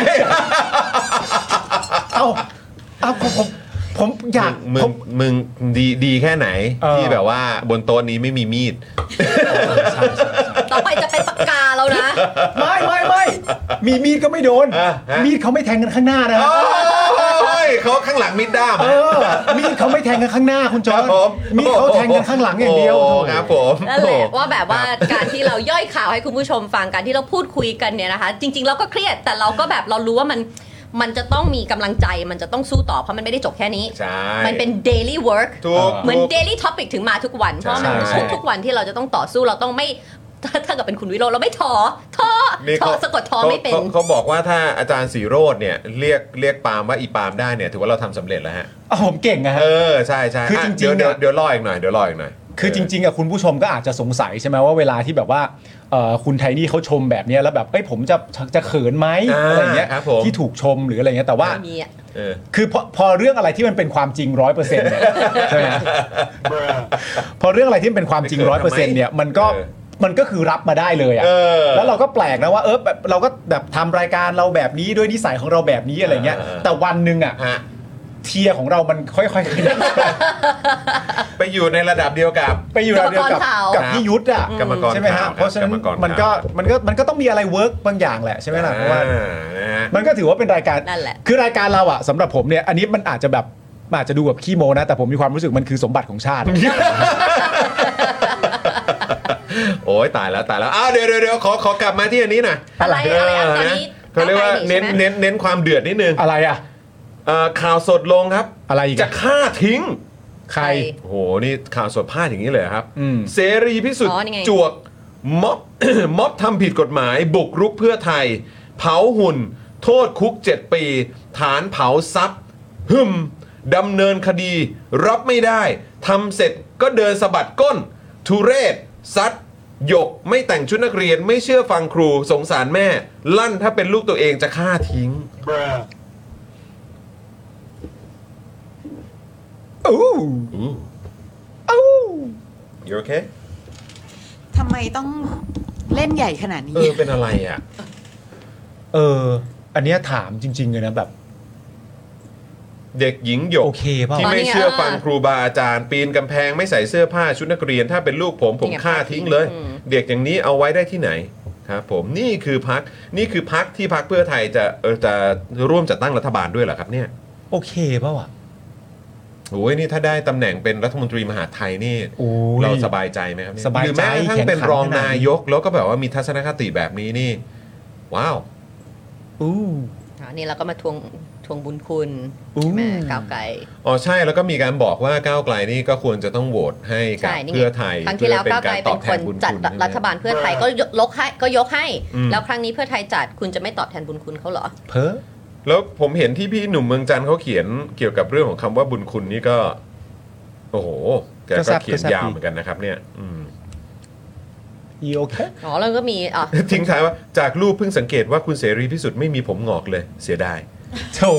Speaker 6: เอาเอาผมผมอยาก
Speaker 2: มึงมึงดีดีแค่ไหนที่แบบว่าบนโต๊ะนี้ไม่มีมีด
Speaker 5: ต่อไปจะเป็นปากกาแล้วนะ
Speaker 6: ไม่ไม่ไม่มีมีดก็ไม่โดนมีดเขาไม่แทงกันข้างหน้านะ
Speaker 2: เขาข้างหลังมิดด้าม
Speaker 6: เออมีดเขาไม่แทงกันข้างหน้าคุณจอห์นมีดเขาแทงกันข้างหลังอย่างเดียว
Speaker 2: โอ้ครับผม
Speaker 5: นั่นแหละว่าแบบว่าการที่เราย่อยข่าวให้คุณผู้ชมฟังการที่เราพูดคุยกันเนี่ยนะคะจริงๆเราก็เครียดแต่เราก็แบบเรารู้ว่ามันมันจะต้องมีกำลังใจมันจะต้องสู้ต่อเพราะมันไม่ได้จบแค่นี้มันเป็น daily work เหมือน daily topic ถึงมาทุกวันเพราะมันทุกทุกวันที่เราจะต้องต่อสู้เราต้องไม่ถ้าเกิดเป็นคุณวิโรจน์เราไม่ท้อท้อท้อสะกดท้อไม่เป็น
Speaker 2: เขาบอกว่าถ้าอาจารย์สีโรจน์เนี่ยเรียกเรียกปาล์มว่าอีปาล์มได้เนี่ยถือว่าเราทำสำเร็จแล้วฮะ
Speaker 6: อ๋อผมเก่งนะฮะ
Speaker 2: เออใช่ใช่
Speaker 6: คือจริงๆ
Speaker 2: เดี๋ยวเดี๋ยวรออีกหน่อยเดี๋ยวรออีกหน่อย
Speaker 6: คือจริงๆอะคุณผู้ชมก็อาจจะสงสัยใช่ไหมว่าเวลาที่แบบว่าคุณไทนี่เขาชมแบบนี้แล้วแบบเอ้ยผมจะจะเขินไหมอะไรเงี้ยที่ถูกชมหรืออะไรเงี้ยแต่ว่าคือพอพอเรื่องอะไรที่มันเป็นความจริงร้อยเปอร์เซ็นต์เนี่ยใช่ไหมพอเรื่องอะไรที่เป็นความจริงร้อยเปอร์เซ็นต์เนี่ยมันก็มันก็คือรับมาได้เลยอ่ะแล้วเราก็แปลกนะว่าเออแบบเราก็แบบทำรายการเราแบบนี้ด้วยนิสัยของเราแบบนี้อะไรเงี้ยแต่วันหนึ่งอ่ะเทียของเรามันค่อยๆขยับ
Speaker 2: ไปอยู่ในระดับเดียวกับ
Speaker 6: ไปอยู่ระดับเดียวกับกับพี่ยุทธอ่ะใช่ไหมฮะเพราะฉะนั้นมันก็มันก็มันก็ต้องมีอะไรเวิร์กบางอย่างแหละใช่ไหมล่ะเพราะว่ามันก็ถือว่าเป็นรายการคือรายการเราอ่ะสำหรับผมเนี่ยอันนี้มันอาจจะแบบอาจจะดูแบบขี้โมนะแต่ผมมีความรู้สึกมันคือสมบัติของชาติ
Speaker 2: โอ้ยตายแล้วตายแล้วอ้าวเดี๋ยวเดี๋ยวขอขอกลับมาที่อันนี้หน่อย
Speaker 5: อะไรอะไรตอนนี้
Speaker 2: เขาเรียกว่าเน้นเน้นเน้นความเดือดนิดนึง
Speaker 6: อะไรอ่ะ
Speaker 2: ข่าวสดลงครับ
Speaker 6: อะไรอีก
Speaker 2: จะฆ่าทิ้ง
Speaker 6: ใคร
Speaker 2: โอ้โหนี่ข่าวสดพลาดอย่างนี้เลยครับเสรีพิสุทธิ์จวกม็อบ ม็อบทำผิดกฎหมายบุกรุกเพื่อไทยเผาหุ่นโทษคุกเจ็ดปีฐานเผาทรัพย์หึมดำเนินคดีรับไม่ได้ทำเสร็จก็เดินสะบัดก้นทุเรศซัดหยกไม่แต่งชุดนักเรียนไม่เชื่อฟังครูสงสารแม่ลั่นถ้าเป็นลูกตัวเองจะฆ่าทิ้ง
Speaker 6: อู้อู้
Speaker 2: You okay
Speaker 1: ทำไมต้องเล่นใหญ่ขนาดนี้
Speaker 2: เออเป็นอะไรอ่ะ
Speaker 6: เอออันเนี้ยถามจริงๆเลยนะแบบ
Speaker 2: เด็กหญิงหยกที่ไม่เชื่อฟังครูบาอาจารย์ปีนกำแพงไม่ใส่เสื้อผ้าชุดนักเรียนถ้าเป็นลูกผมผมฆ่าทิ้งเลยเด็กอย่างนี้เอาไว้ได้ที่ไหนครับผมนี่คือพรรคนี่คือพรรคที่พรรคเพื่อไทยจะเออจะร่วมจัดตั้งรัฐบาลด้วยเหรอครับเนี่ย
Speaker 6: โอเคป่าววะ
Speaker 2: โอ้ยนี่ถ้าได้ตำแหน่งเป็นรัฐมนตรีมหาดไทยนี่เราสบายใจไหมครับ
Speaker 6: สบายใจห
Speaker 2: รือแม้กระทั่งเป็นรองนายกแล้วก็แบบว่ามีทัศนคติแบบนี้นี่ว้าว
Speaker 6: อู้
Speaker 5: นี่เราก็มาทวงทวงบุญคุณแม่ก้าวไกล
Speaker 2: อ๋อใช่แล้วก็มีการบอกว่าก้าวไกลนี่ก็ควรจะต้องโหวตให้กับเพื่อไทย
Speaker 5: ครั้งที่แล้วก้าวไกลเป็นคนจัดรัฐบาลเพื่อไทยก็ยกให้ก็ยกให้แล้วครั้งนี้เพื่อไทยจัดคุณจะไม่ตอบแทนบุญคุณเขาเหรอ
Speaker 6: เพ้อ
Speaker 2: แล้วผมเห็นที่พี่หนุ่มเมืองจันทร์เขาเขียนเกี่ยวกับเรื่องของคำว่าบุญคุณนี่ก็โอ้โหแกก็เขียนยาวเหมือนกันนะครับเนี่ยอืม
Speaker 6: โอเค
Speaker 5: อ๋อแล้วก็มีอ่ะ
Speaker 2: ทิ้งท้ายว่าจากรูปเพิ่งสังเกตว่าคุณเสรีพิสุทธิ์ไม่มีผมงอกเลยเสียดาย
Speaker 6: โถ่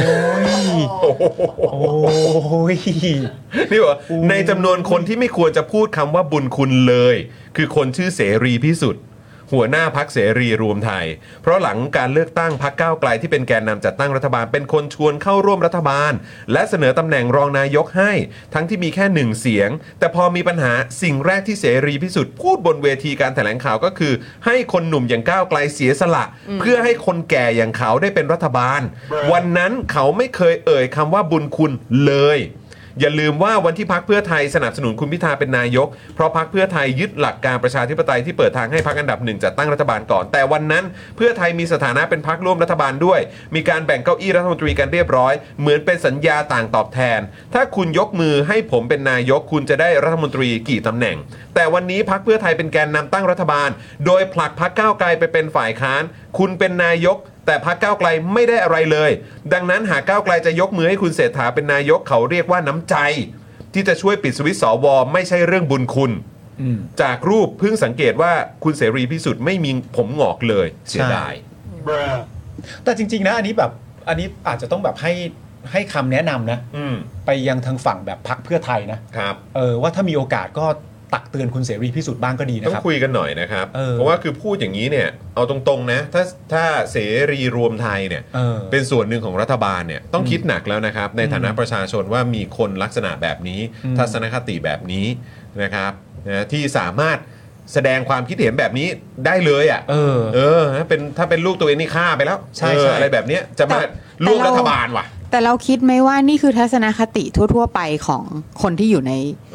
Speaker 6: โอ้ย
Speaker 2: นี่ว่าในจำนวนคนที่ไม่ควรจะพูดคำว่าบุญคุณเลยคือคนชื่อเสรีพิสุทธิ์หัวหน้าพรรคเสรีรวมไทยเพราะหลังการเลือกตั้งพรรคก้าวไกลที่เป็นแกนนำจัดตั้งรัฐบาลเป็นคนชวนเข้าร่วมรัฐบาลและเสนอตำแหน่งรองนายกให้ทั้งที่มีแค่หนึ่งเสียงแต่พอมีปัญหาสิ่งแรกที่เสรีพิสุทธิ์พูดบนเวทีการแถลงข่าวก็คือให้คนหนุ่มอย่างก้าวไกลเสียสละเพื่อให้คนแก่อย่างเขาได้เป็นรัฐบาลวันนั้นเขาไม่เคยเอ่ยคำว่าบุญคุณเลยอย่าลืมว่าวันที่พรรคเพื่อไทยสนับสนุนคุณพิธาเป็นนายกเพราะพรรคเพื่อไทยยึดหลักการประชาธิปไตยที่เปิดทางให้พรรคอันดับหนึ่งจัดตั้งรัฐบาลก่อนแต่วันนั้นเพื่อไทยมีสถานะเป็นพรรคร่วมรัฐบาลด้วยมีการแบ่งเก้าอี้รัฐมนตรีกันเรียบร้อยเหมือนเป็นสัญญาต่างตอบแทนถ้าคุณยกมือให้ผมเป็นนายกคุณจะได้รัฐมนตรีกี่ตำแหน่งแต่วันนี้พรรคเพื่อไทยเป็นแกนนำตั้งรัฐบาลโดยผลักพรรคก้าวไกลไปเป็นฝ่ายค้านคุณเป็นนายกแต่พรรคก้าวไกลไม่ได้อะไรเลยดังนั้นหากก้าวไกลจะยกมือให้คุณเศรษฐาเป็นนายกเขาเรียกว่าน้ำใจที่จะช่วยปิดสวิตช์สวไม่ใช่เรื่องบุญคุณจากรูปเพิ่งสังเกตว่าคุณเสรีพิสุทธิ์ไม่มีผมงอกเลยเสียดาย
Speaker 6: แต่จริงๆนะอันนี้แบบอันนี้อาจจะต้องแบบให้ให้คำแนะนำนะไปยังทางฝั่งแบบพรรคเพื่อไทยนะครับเออว่าถ้ามีโอกาสก็ตักเตือนคุณเสรีพิสุทธิ์บ้างก็ดีนะครับ
Speaker 2: ต้องคุยกันหน่อยนะครับ เ, เพราะว่าคือพูดอย่างนี้เนี่ยเอาตรงๆนะถ้าถ้าเสรีรวมไทยเนี่ย เ, เป็นส่วนหนึ่งของรัฐบาลเนี่ยต้องคิดหนักแล้วนะครับในฐานะประชาชนว่ามีคนลักษณะแบบนี้ทัศนคติแบบนี้นะครับนะที่สามารถแสดงความคิดเห็นแบบนี้ได้เลยอ่ะเออเออเป็นถ้าเป็นลูกตัวเองนี่ฆ่าไปแล้วใช่อะไรแบบนี้จะมาร่วมรัฐบาลว่ะ
Speaker 1: แต่เราคิดไหมว่านี่คือทัศนคติทั่วๆไปของคนที่อยู่ใน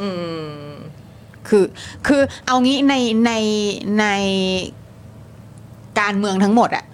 Speaker 1: คือคือเอางี้ในในในการเมืองทั้งหมดอะ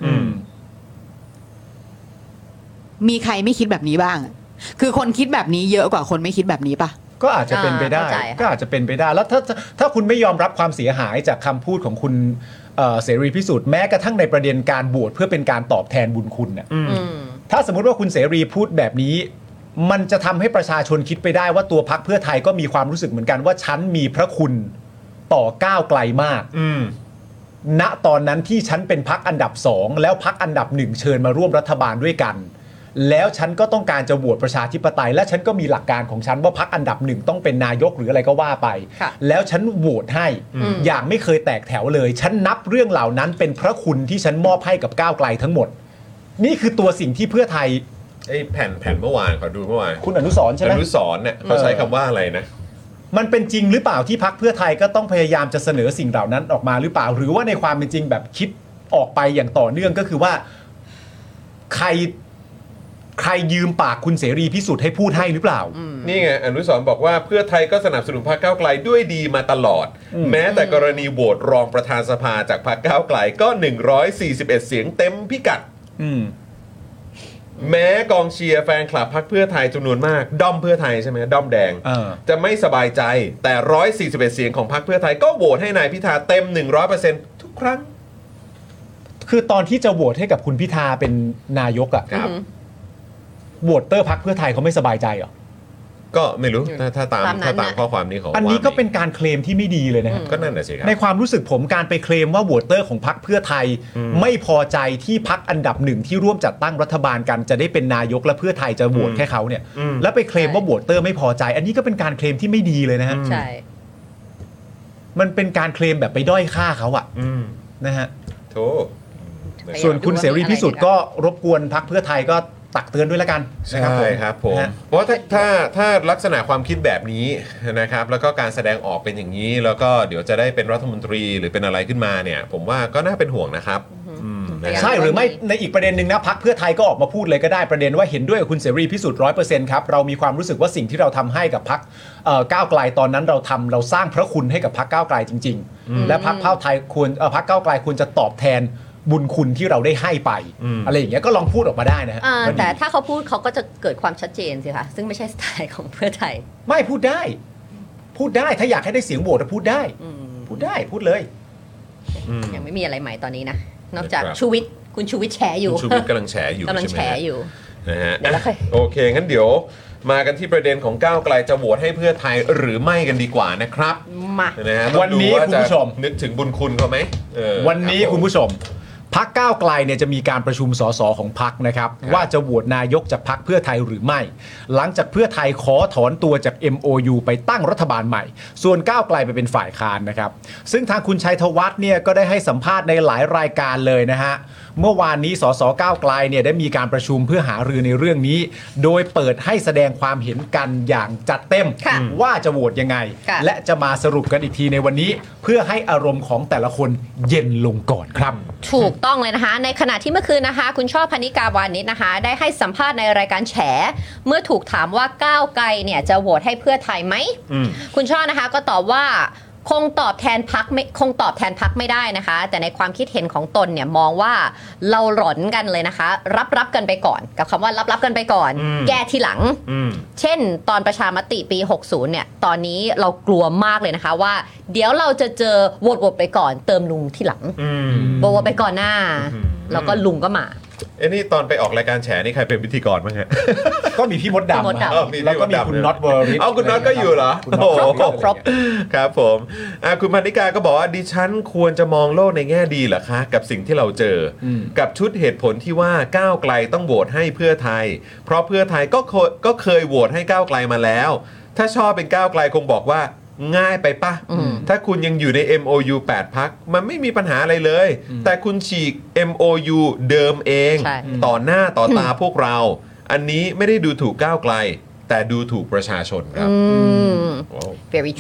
Speaker 1: มีใครไม่คิดแบบนี้บ้างคือคนคิดแบบนี้เยอะกว่าคนไม่คิดแบบนี้ปะ
Speaker 6: ก็อาจจะเป็นไปได้ก็อาจจะเป็นไปได้แล้วถ้าถ้าคุณไม่ยอมรับความเสียหายจากคำพูดของคุณเสรีพิสุทธิ์แม้กระทั่งในประเด็นการบวชเพื่อเป็นการตอบแทนบุญคุณเนี่ยถ้าสมมติว่าคุณเสรีพูดแบบนี้มันจะทำให้ประชาชนคิดไปได้ว่าตัวพรรคเพื่อไทยก็มีความรู้สึกเหมือนกันว่าฉันมีพระคุณต่อก้าวไกลมากณตอนนั้นที่ฉันเป็นพรรคอันดับสองแล้วพรรคอันดับหนึ่งเชิญมาร่วมรัฐบาลด้วยกันแล้วฉันก็ต้องการจะโหวตประชาธิปไตยและฉันก็มีหลักการของฉันว่าพรรคอันดับหนึ่งต้องเป็นนายกหรืออะไรก็ว่าไปแล้วฉันโหวตให้อย่างไม่เคยแตกแถวเลยฉันนับเรื่องเหล่านั้นเป็นพระคุณที่ฉันมอบให้กับก้าวไกลทั้งหมดนี่คือตัวสิ่งที่เพื่อไทย
Speaker 2: ไอ้แผ่นแผ่นเมื่อวานขอดูเมื่อวาน
Speaker 6: คุณอนุสรณ์ใช่ไหม
Speaker 2: อนุสรณ์เนี่ยเขาใช้คำว่าอะไรนะ
Speaker 6: มันเป็นจริงหรือเปล่าที่พรรคเพื่อไทยก็ต้องพยายามจะเสนอสิ่งเหล่านั้นออกมาหรือเปล่าหรือว่าในความเป็นจริงแบบคิดออกไปอย่างต่อเนื่องก็คือว่าใครใครยืมปากคุณเสรีพิสุทธิ์ให้พูดให้หรือเปล่า
Speaker 2: นี่ไงอนุสรณ์บอกว่าเพื่อไทยก็สนับสนุนพรรคก้าวไกลด้วยดีมาตลอดแม้แต่กรณีโหวตรองประธานสภาจากพรรคก้าวไกลก็หนึ่งร้อยสี่สิบเอ็ดเสียงเต็มพิกัดแม้กองเชียร์แฟนคลับพรรคเพื่อไทยจำนวนมากด้อมเพื่อไทยใช่ไหมด้อมแดงจะไม่สบายใจแต่หนึ่งร้อยสี่สิบเอ็ดเสียงของพรรคเพื่อไทยก็โหวตให้นายพิธาเต็ม หนึ่งร้อยเปอร์เซ็นต์ ทุกครั้ง
Speaker 6: คือตอนที่จะโหวตให้กับคุณพิธาเป็นนายกอ่ะโหวตเตอร์พรรคเพื่อไทยเขาไม่สบายใจเหรอ
Speaker 2: ก็ไม่รู้ถ้าถ้าตามถ้าตามข้อความนี้ของ
Speaker 6: อันนี้ก็เป็นการเคลมที่ไม่ดีเลยนะ
Speaker 2: ก็นั่นแหละสิครับ
Speaker 6: ในความรู้สึกผมการไปเคลมว่าโหวตเตอร์ของพรรคเพื่อไทยไม่พอใจที่พรรคอันดับหนึ่งที่ร่วมจัดตั้งรัฐบาลกันจะได้เป็นนายกและเพื่อไทยจะโหวตแค่เขาเนี่ยแล้วไปเคลมว่าโหวตเตอร์ไม่พอใจอันนี้ก็เป็นการเคลมที่ไม่ดีเลยนะฮะ
Speaker 5: ใช่
Speaker 6: มันเป็นการเคลมแบบไปด้อยค่าเขาอะนะฮะ
Speaker 2: โธ่
Speaker 6: ส่วนคุณเสรีพิสุทธิ์ก็รบกวนพรรคเพื่อไทยก็ตักเตือนด้วยละกัน
Speaker 2: ใช่ครับผมเพราะถ้าถ้าถ้าลักษณะความคิดแบบนี้นะครับแล้วก็การแสดงออกเป็นอย่างนี้แล้วก็เดี๋ยวจะได้เป็นรัฐมนตรีหรือเป็นอะไรขึ้นมาเนี่ยผมว่าก็น่าเป็นห่วงนะครับ
Speaker 6: ใช่หรือไม่ในอีกประเด็นหนึ่งนะพรรคเพื่อไทยก็ออกมาพูดเลยก็ได้ประเด็นว่าเห็นด้วยกับคุณเสรีพิสุทธิ์ร้อยเปอร์เซ็นต์ครับเรามีความรู้สึกว่าสิ่งที่เราทำให้กับพรรคก้าวไกลตอนนั้นเราทำเราสร้างพระคุณให้กับพรรคก้าวไกลจริงๆและพรรคเพื่อไทยควรพรรคก้าวไกลควรจะตอบแทนบุญคุณที่เราได้ให้ไปอะไรอย่างเงี้ยก็ลองพูดออกมาได้นะฮะ
Speaker 5: แต่ถ้าเขาพูดเขาก็จะเกิดความชัดเจนสิคะซึ่งไม่ใช่สไตล์ของเพื่อไทย
Speaker 6: ไม่พูดได้พูดได้ถ้าอยากให้ได้เสียงโหวตพูดได้พูดได้พูดเลย
Speaker 5: ยังไม่มีอะไรใหม่ตอนนี้นะนอกจากชูวิทย์คุณชูวิทย์แฉอยู่
Speaker 2: ชูวิทย์กำลังแฉอยู่
Speaker 5: กำลังแฉอยู่
Speaker 2: นะฮะโอเคงั้นเดี๋ยวมากันที่ประเด็นของก้าวไกลจะโหวตให้เพื่อไทยหรือไม่กันดีกว่านะครับ
Speaker 5: มา
Speaker 2: นะฮะ
Speaker 6: วันนี้คุณผู้ชม
Speaker 2: นึกถึงบุญคุณเขาไหม
Speaker 6: วันนี้คุณผู้ชมพรรคก้าวไกลเนี่ยจะมีการประชุมสสของพรรคนะครับว่าจะโหวตนายกจากพรรคเพื่อไทยหรือไม่หลังจากเพื่อไทยขอถอนตัวจาก เอ็ม โอ ยู ไปตั้งรัฐบาลใหม่ส่วนก้าวไกลไปเป็นฝ่ายค้านนะครับซึ่งทางคุณชัยธวัฒน์เนี่ยก็ได้ให้สัมภาษณ์ในหลายรายการเลยนะฮะเมื่อวานนี้สสก้าวไกลเนี่ยได้มีการประชุมเพื่อหารือในเรื่องนี้โดยเปิดให้แสดงความเห็นกันอย่างจัดเต็มว่าจะโหวตยังไงและจะมาสรุปกันอีกทีในวันนี้เพื่อให้อารมณ์ของแต่ละคนเย็นลงก่อนครับ
Speaker 5: ถูกต้องเลยนะคะในขณะที่เมื่อคืนนะคะคุณช่อพนิกาวานิชนะคะได้ให้สัมภาษณ์ในรายการแฉเมื่อถูกถามว่าก้าวไกลเนี่ยจะโหวตให้เพื่อไทยไหมคุณช่อนะคะก็ตอบว่าคงตอบแทนพรรคไม่คงตอบแทนพรรคไม่ได้นะคะแต่ในความคิดเห็นของตนเนี่ยมองว่าเราหลอนกันเลยนะคะรับรับกันไปก่อนกับคำว่ารับรับกันไปก่อนแก้ทีหลังเช่นตอนประชามติปีหกสิบเนี่ยตอนนี้เรากลัวมากเลยนะคะว่าเดี๋ยวเราจะเจอโหวตโหวตไปก่อนเติมลุงที่หลังโหวตไปก่อนหน้าแล้วก็ลุงก็มา
Speaker 2: เอ้นี่ตอนไปออกรายการแฉนี่ใครเป็นพิธีกรบ้างฮะ
Speaker 6: ก็มีพี่มดดำแล้วก็มีคุณน็อตเวอร์ริ
Speaker 2: เอาคุณน็อตก็อยู่เหรอโอ้โหครับผมคุณพนิกาก็บอกว่าดิฉันควรจะมองโลกในแง่ดีเหรอคะกับสิ่งที่เราเจอกับชุดเหตุผลที่ว่าก้าวไกลต้องโหวตให้เพื่อไทยเพราะเพื่อไทยก็ก็เคยโหวตให้ก้าวไกลมาแล้วถ้าชอบเป็นก้าวไกลคงบอกว่าง่ายไปปะถ้าคุณยังอยู่ใน เอ็ม โอ ยู แปด พรรคมันไม่มีปัญหาอะไรเลยแต่คุณฉีก เอ็ม โอ ยู เดิมเองต่อหน้าต่อตาพวกเราอันนี้ไม่ได้ดูถูกก้าวไกลแต่ดูถูกประชาชนครับ
Speaker 5: very true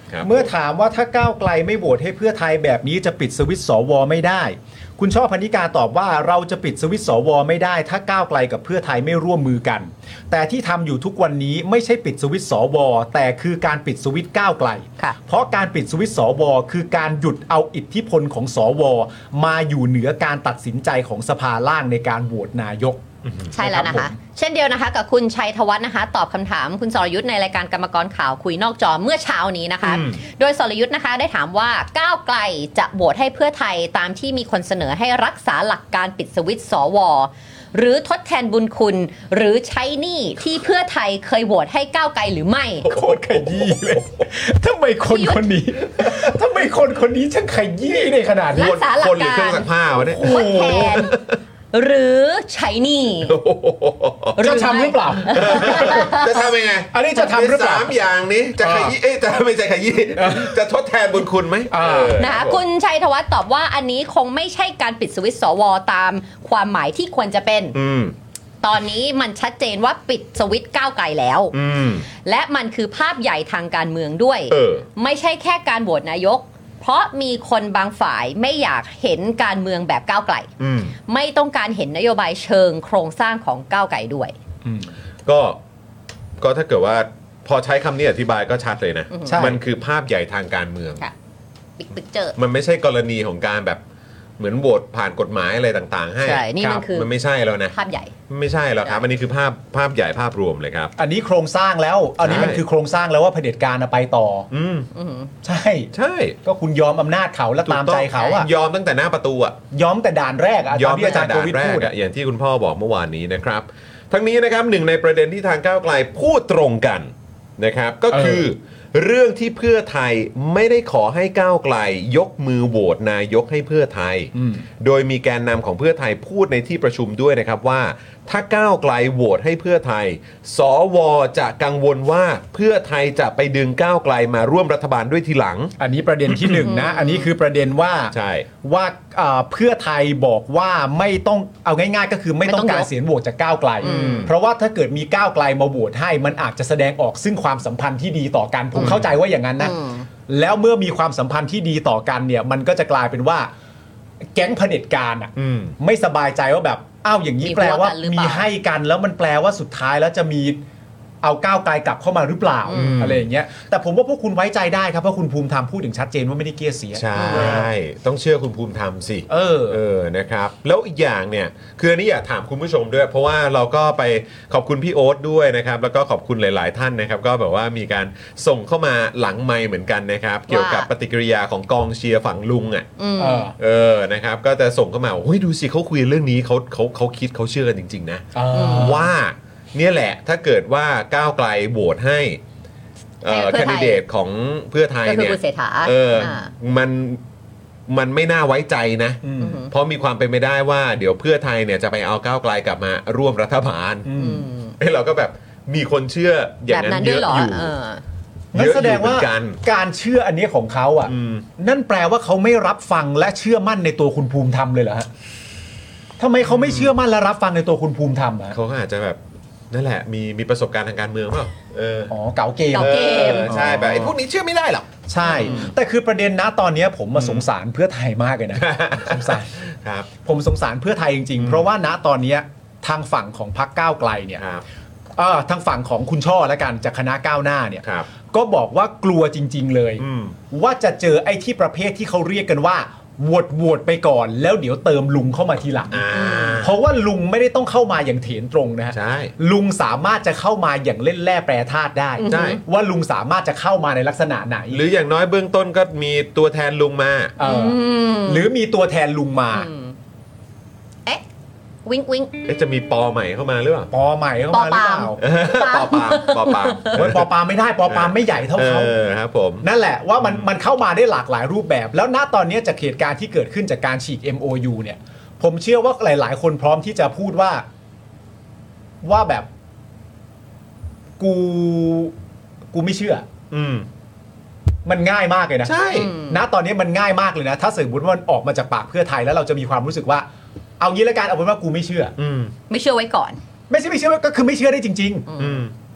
Speaker 2: ครับ
Speaker 6: เมื่อถามว่าถ้าก้าวไกลไม่โหวตให้เพื่อไทยแบบนี้จะปิดสวิตช์สวไม่ได้คุณช่อพนิกาตอบว่าเราจะปิดสวิตช์สวไม่ได้ถ้าก้าวไกลกับเพื่อไทยไม่ร่วมมือกันแต่ที่ทำอยู่ทุกวันนี้ไม่ใช่ปิดสวิตช์สวแต่คือการปิดสวิตช์ก้าวไกลเพราะการปิดสวิตช์สวคือการหยุดเอาอิทธิพลของสวมาอยู่เหนือการตัดสินใจของสภาล่างในการโหวตนายก
Speaker 5: ใช่แล้วนะคะเช่นเดียวนะคะกับคุณชัยธวัฒน์นะคะตอบคำถามคุณสรยุทธ์ในรายการกรรมกรข่าวคุยนอกจอเมื่อเช้านี้นะคะโดยสรยุทธ์นะคะได้ถามว่าก้าวไกลจะโหวตให้เพื่อไทยตามที่มีคนเสนอให้รักษาหลักการปิดสวิตช์สวหรือทดแทนบุญคุณหรือใช้หนี้ที่เพื่อไทยเคยโหวตให้ก้าวไกลหรือไม่
Speaker 6: โคตรขยี้เลยทำไมคนคนนี้ทำไมคนคนนี้ช่างขยี้ในขนาดนี้
Speaker 5: รักษาหลักการ
Speaker 2: คนหรือเครื่องซักผ้าวะเนี่ย
Speaker 5: ทดแทนหรือใช้หนี้
Speaker 6: จะทำหรือเปล่า
Speaker 2: จะทำยังไง
Speaker 6: อันนี้จะทำหรือเปล่า
Speaker 2: สามอย่างนี้จะขยี้เอ๊ะจะไม่ใช่ขยี้จะทดแทนบุญคุณไหม
Speaker 5: นะคะคุณชัยธวัฒน์ตอบว่าอันนี้คงไม่ใช่การปิดสวิตช์สวตามความหมายที่ควรจะเป็นตอนนี้มันชัดเจนว่าปิดสวิตช์ก้าวไกลแล้วและมันคือภาพใหญ่ทางการเมืองด้วยไม่ใช่แค่การโหวตนายกเพราะมีคนบางฝ่ายไม่อยากเห็นการเมืองแบบก้าวไกลไม่ต้องการเห็นนโยบายเชิงโครงสร้างของก้าวไกลด้วย
Speaker 2: ก็ก็ถ้าเกิดว่าพอใช้คำนี้อธิบายก็ชัดเลยนะมันคือภาพใหญ่ทางการเมือง
Speaker 5: บิ๊กปิ๊กเจอ
Speaker 2: มันไม่ใช่กรณีของการแบบเหมือนโหวตผ่านกฎหมายอะไรต่างๆให้
Speaker 5: ใช่นี่มันคือ
Speaker 2: มันไม่ใช่แล้วนะ
Speaker 5: ภาพใหญ่
Speaker 2: ไม่ใช่แล้วครับอันนี้คือภาพภาพใหญ่ภาพรวมเลยครับ
Speaker 6: อันนี้โครงสร้างแล้วอันนี้มันคือโครงสร้างแล้วว่าเผด็จการไปต่อ
Speaker 2: อืม
Speaker 6: ใช่
Speaker 2: ใช่
Speaker 6: ก็คุณยอมอำนาจเขาและตามใจเขาอะ
Speaker 2: ยอมตั้งแต่หน้าประตูอะ
Speaker 6: ยอมแต่ด่านแรกอะ
Speaker 2: ยอมตั้งแต่ด่านแรกอะอย่างที่คุณพ่อบอกเมื่อวานนี้นะครับทั้งนี้นะครับหนึ่งในประเด็นที่ทางก้าวไกลพูดตรงกันนะครับก็คือเรื่องที่เพื่อไทยไม่ได้ขอให้ก้าวไกลยกมือโหวตนายกให้เพื่อไทยโดยมีแกนนำของเพื่อไทยพูดในที่ประชุมด้วยนะครับว่าถ้าก้าวไกลโหวตให้เพื่อไทยสวจะกังวลว่าเพื่อไทยจะไปดึงก้าวไกลมาร่วมรัฐบาลด้วยทีหลัง
Speaker 6: อันนี้ประเด็นที่หนึ่งนะอันนี้คือประเด็นว่า
Speaker 2: ใช่
Speaker 6: ว่าเพื่อไทยบอกว่าไม่ต้องเอาง่ายๆก็คือไม่ต้องการเสียงโหวตจากก้าวไกลเพราะว่าถ้าเกิดมีก้าวไกลมาโหวตให้มันอาจจะแสดงออกซึ่งความสัมพันธ์ที่ดีต่อกันผมเข้าใจว่าอย่างนั้นนะแล้วเมื่อมีความสัมพันธ์ที่ดีต่อกันเนี่ยมันก็จะกลายเป็นว่าแก๊งเผด็จการอ่ะไม่สบายใจว่าแบบอ้าวอย่างนี้แปลว่ามีให้กันแล้วมันแปลว่าสุดท้ายแล้วจะมีเอาก้าวไกลกลับเข้ามาหรือเปล่า อ, อะไรอย่างเงี้ยแต่ผมว่าพวกคุณไว้ใจได้ครับเพราะคุณภูมิธรรมพูดถึงชัดเจนว่าไม่ได้เกี้ยเสีย
Speaker 2: ใช่ต้องเชื่อคุณภูมิธรรมสิ
Speaker 6: เออ
Speaker 2: เออนะครับแล้วอีกอย่างเนี่ยคืออันนี้อยากถามคุณผู้ชมด้วยเพราะว่าเราก็ไปขอบคุณพี่โอ๊ตด้วยนะครับแล้วก็ขอบคุณหลายๆท่านนะครับก็แบบว่ามีการส่งเข้ามาหลังไมค์เหมือนกันนะครับเกี่ยวกับปฏิกิริยาของกองเชียร์ฝั่งลุงอ่ะเออนะครับก็จะส่งเข้ามาโอ้ยดูสิเขาคุยเรื่องนี้เขาเขาเขาคิดเขาเชื่อกันจริงๆนะว่าเนี่ยแหละถ้าเกิดว่าก้าวไกลโหวตให้แคนดิเดตของเพื่อไทยเนี่ยเออมันมันไม่น่าไว้ใจนะเพราะมีความเป็นไปได้ว่าเดี๋ยวเพื่อไทยเนี่ยจะไปเอาก้าวไกลกลับมาร่วมรัฐบาลเฮ้ยเราก็แบบมีคนเชื่ออย่างนั้นเยอะอยู่
Speaker 6: นั่นแสดงว่าการเชื่ออันนี้ของเขาอ่ะนั่นแปลว่าเขาไม่รับฟังและเชื่อมั่นในตัวคุณภูมิธรรมเลยเหรอฮะทำไมเขาไม่เชื่อมั่นและรับฟังในตัวคุณภูมิธรรมอ่ะ
Speaker 2: เขาก็อาจจะแบบนั่นแหละมีมีประสบการณ์ทางการเมืองเปล่าเออ
Speaker 6: อ๋อเก๋าเกม
Speaker 5: เก๋าเกม
Speaker 2: ใช่แบบไอ้พวกนี้เชื่อไม่ได้หรอก
Speaker 6: ใช่แต่คือประเด็นนะตอนนี้ผมมาสงสารเพื่อไทยมากเลยนะสงสาร
Speaker 2: ครับ
Speaker 6: ผมสงสารเพื่อไทยจริงๆเพราะว่าณตอนนี้ทางฝั่งของพรรคก้าวไกลเนี่ยเออทางฝั่งของคุณช่อและกันจากคณะก้าวหน้าเนี่ยก็บอกว่ากลัวจริงๆเลยว่าจะเจอไอ้ที่ประเภทที่เขาเรียกกันว่าโหวตโหวตไปก่อนแล้วเดี๋ยวเติมลุงเข้ามาทีหลังเพราะว่าลุงไม่ได้ต้องเข้ามาอย่างเถนตรงนะฮะลุงสามารถจะเข้ามาอย่างเล่นแร่แปรธาตุได้ว่าลุงสามารถจะเข้ามาในลักษณะไหน
Speaker 2: หรืออย่างน้อยเบื้องต้นก็มีตัวแทนลุงมา
Speaker 6: หรือมีตัวแทนลุงมา
Speaker 5: เอ๊ะวิงวิง
Speaker 2: จะมีปอใหม่เข้ามาหรือเปล่า
Speaker 6: ปอใหม่เข้ามาหรือเปล่า
Speaker 2: ปอปามปอปาม
Speaker 6: ปอปามไม่ได้ปอปามไม่ใหญ่เท่าเขา
Speaker 2: ครับผม
Speaker 6: นั่นแหละว่ามันมันเข้ามาได้หลากหลายรูปแบบแล้วณตอนนี้จากเหตุการณ์ที่เกิดขึ้นจากการฉีก เอ็ม โอ ยู เนี่ยผมเชื่อว่าหลายๆคนพร้อมที่จะพูดว่าว่าแบบกูกูไม่เชื่อ
Speaker 2: อืม
Speaker 6: มันง่ายมากเลยนะ
Speaker 2: ใช่
Speaker 6: ณตอนนี้มันง่ายมากเลยนะถ้าสมมติว่ามันออกมาจากปากเพื่อไทยแล้วเราจะมีความรู้สึกว่าเอางี้ละกันเอาเป็นว่ากูไม่เชื่อ
Speaker 5: อืมไม่เชื่อไว้ก่อน
Speaker 6: ไม่ใช่ไม่เชื่อก็คือไม่เชื่อได้จริง
Speaker 2: ๆอืม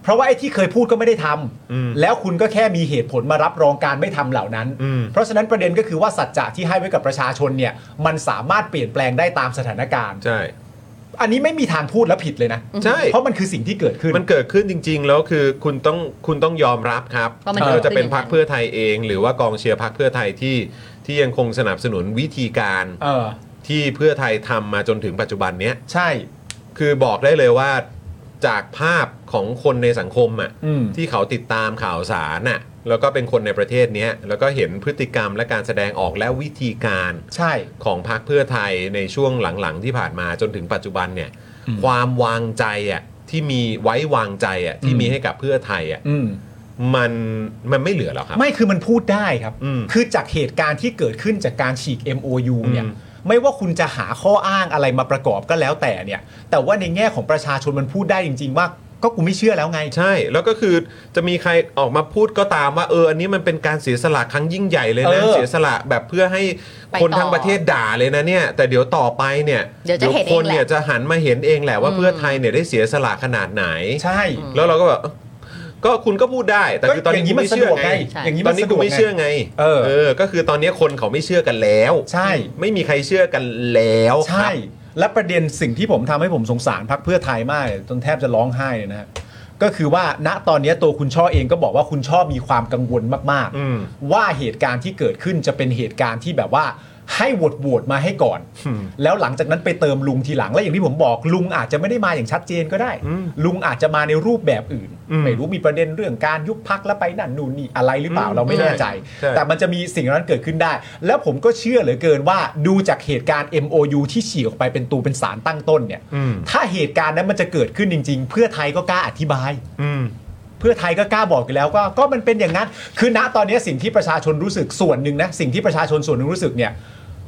Speaker 6: เพราะว่าไอ้ที่เคยพูดก็ไม่ได้ทำแล้วคุณก็แค่มีเหตุผลมารับรองการไม่ทำเหล่านั้นเพราะฉะนั้นประเด็นก็คือว่าสัจจะที่ให้ไว้กับประชาชนเนี่ยมันสามารถเปลี่ยนแปลงได้ตามสถานการณ์
Speaker 2: ใช่
Speaker 6: อันนี้ไม่มีทางพูดแล้วผิดเลยนะ
Speaker 2: ใช่
Speaker 6: เพราะมันคือสิ่งที่เกิดขึ้น
Speaker 2: มันเกิดขึ้นจริงๆแล้วคือคุณต้องคุณต้องยอมรับครับไม่ว่าจะเป็นพรรคเพื่อไทยเองหรือว่ากองเชียร์พรรคเพื่อไทยที่ที่ยังคงสนับสนุนวิธีการที่เพื่อไทยทำมาจนถึงปัจจุบันเนี้ย
Speaker 6: ใช่
Speaker 2: คือบอกได้เลยว่าจากภาพของคนในสังคมอ่ะที่เขาติดตามข่าวสารน่ะแล้วก็เป็นคนในประเทศนี้แล้วก็เห็นพฤติกรรมและการแสดงออกและวิธีการ
Speaker 6: ใช่
Speaker 2: ของพรรคเพื่อไทยในช่วงหลังๆที่ผ่านมาจนถึงปัจจุบันเนี่ยความวางใจอ่ะที่มีไว้วางใจอ่ะที่มีให้กับเพื่อไทยอ่ะมันมันไม่เหลือแล้วครับ
Speaker 6: ไม่คือมันพูดได้ครับคือจากเหตุการณ์ที่เกิดขึ้นจากการฉีก เอ็ม โอ ยู เนี่ยไม่ว่าคุณจะหาข้ออ้างอะไรมาประกอบก็แล้วแต่เนี่ยแต่ว่าในแง่ของประชาชนมันพูดได้จริงๆว่าก็กูไม่เชื่อแล้วไง
Speaker 2: ใช่แล้วก็คือจะมีใครออกมาพูดก็ตามว่าเอออันนี้มันเป็นการเสียสละครั้งยิ่งใหญ่เลยนะเสียสละแบบเพื่อให้คนทั้งประเทศด่าเลยนะเนี่ยแต่เดี๋ยวต่อไปเนี่ย
Speaker 5: เดี๋ยว
Speaker 2: คนเนี่ยจะหันมาเห็นเองแหละว่าเพื่อไทยเนี่ยได้เสียสละขนาดไหน
Speaker 6: ใช่
Speaker 2: แล้วเราก็แบบก็คุณก็พูดได้แต่คือตอนนี้ไม่เชื่อไง
Speaker 6: อย่างนี้
Speaker 2: ตอนนี้กูไม่เชื่อไงเออเออก็คือตอนนี้คนเขาไม่เชื่อกันแล้ว
Speaker 6: ใช่
Speaker 2: ไม่มีใครเชื่อกันแล้ว
Speaker 6: ใช่และประเด็นสิ่งที่ผมทำให้ผมสงสารพรรคเพื่อไทยมากจนแทบจะร้องไห้เลยนะฮะก็คือว่าณตอนนี้ตัวคุณช่อเองก็บอกว่าคุณช่อมีความกังวลมากๆว่าเหตุการณ์ที่เกิดขึ้นจะเป็นเหตุการณ์ที่แบบว่าให้โหวตโหวตมาให้ก่อนแล้วหลังจากนั้นไปเติมลุงทีหลังและอย่างที่ผมบอกลุงอาจจะไม่ได้มาอย่างชัดเจนก็ได้ลุงอาจจะมาในรูปแบบอื่นไม่รู้มีประเด็นเรื่องการยุบพรรคแล้วไปนั่นนู่นนี่อะไรหรือเปล่าเราไม่แน่ใจแต่มันจะมีสิ่งนั้นเกิดขึ้นได้แล้วผมก็เชื่อเหลือเกินว่าดูจากเหตุการณ์ เอ็ม โอ ยู ที่ฉีกออกไปเป็นตัวเป็นสารตั้งต้นเนี่ยถ้าเหตุการณ์นั้นมันจะเกิดขึ้นจริงๆเพื่อไทยก็กล้าอธิบายเพื่อไทยก็กล้าบอกกันแล้วก็ก็มันเป็นอย่างนั้นคือณตอนนี้สิ่งที่ประชาชนรู้สึกส่วนหนึ่งนะสิ่งที่ประชาชนส่วนหนึ่งรู้สึกเนี่ย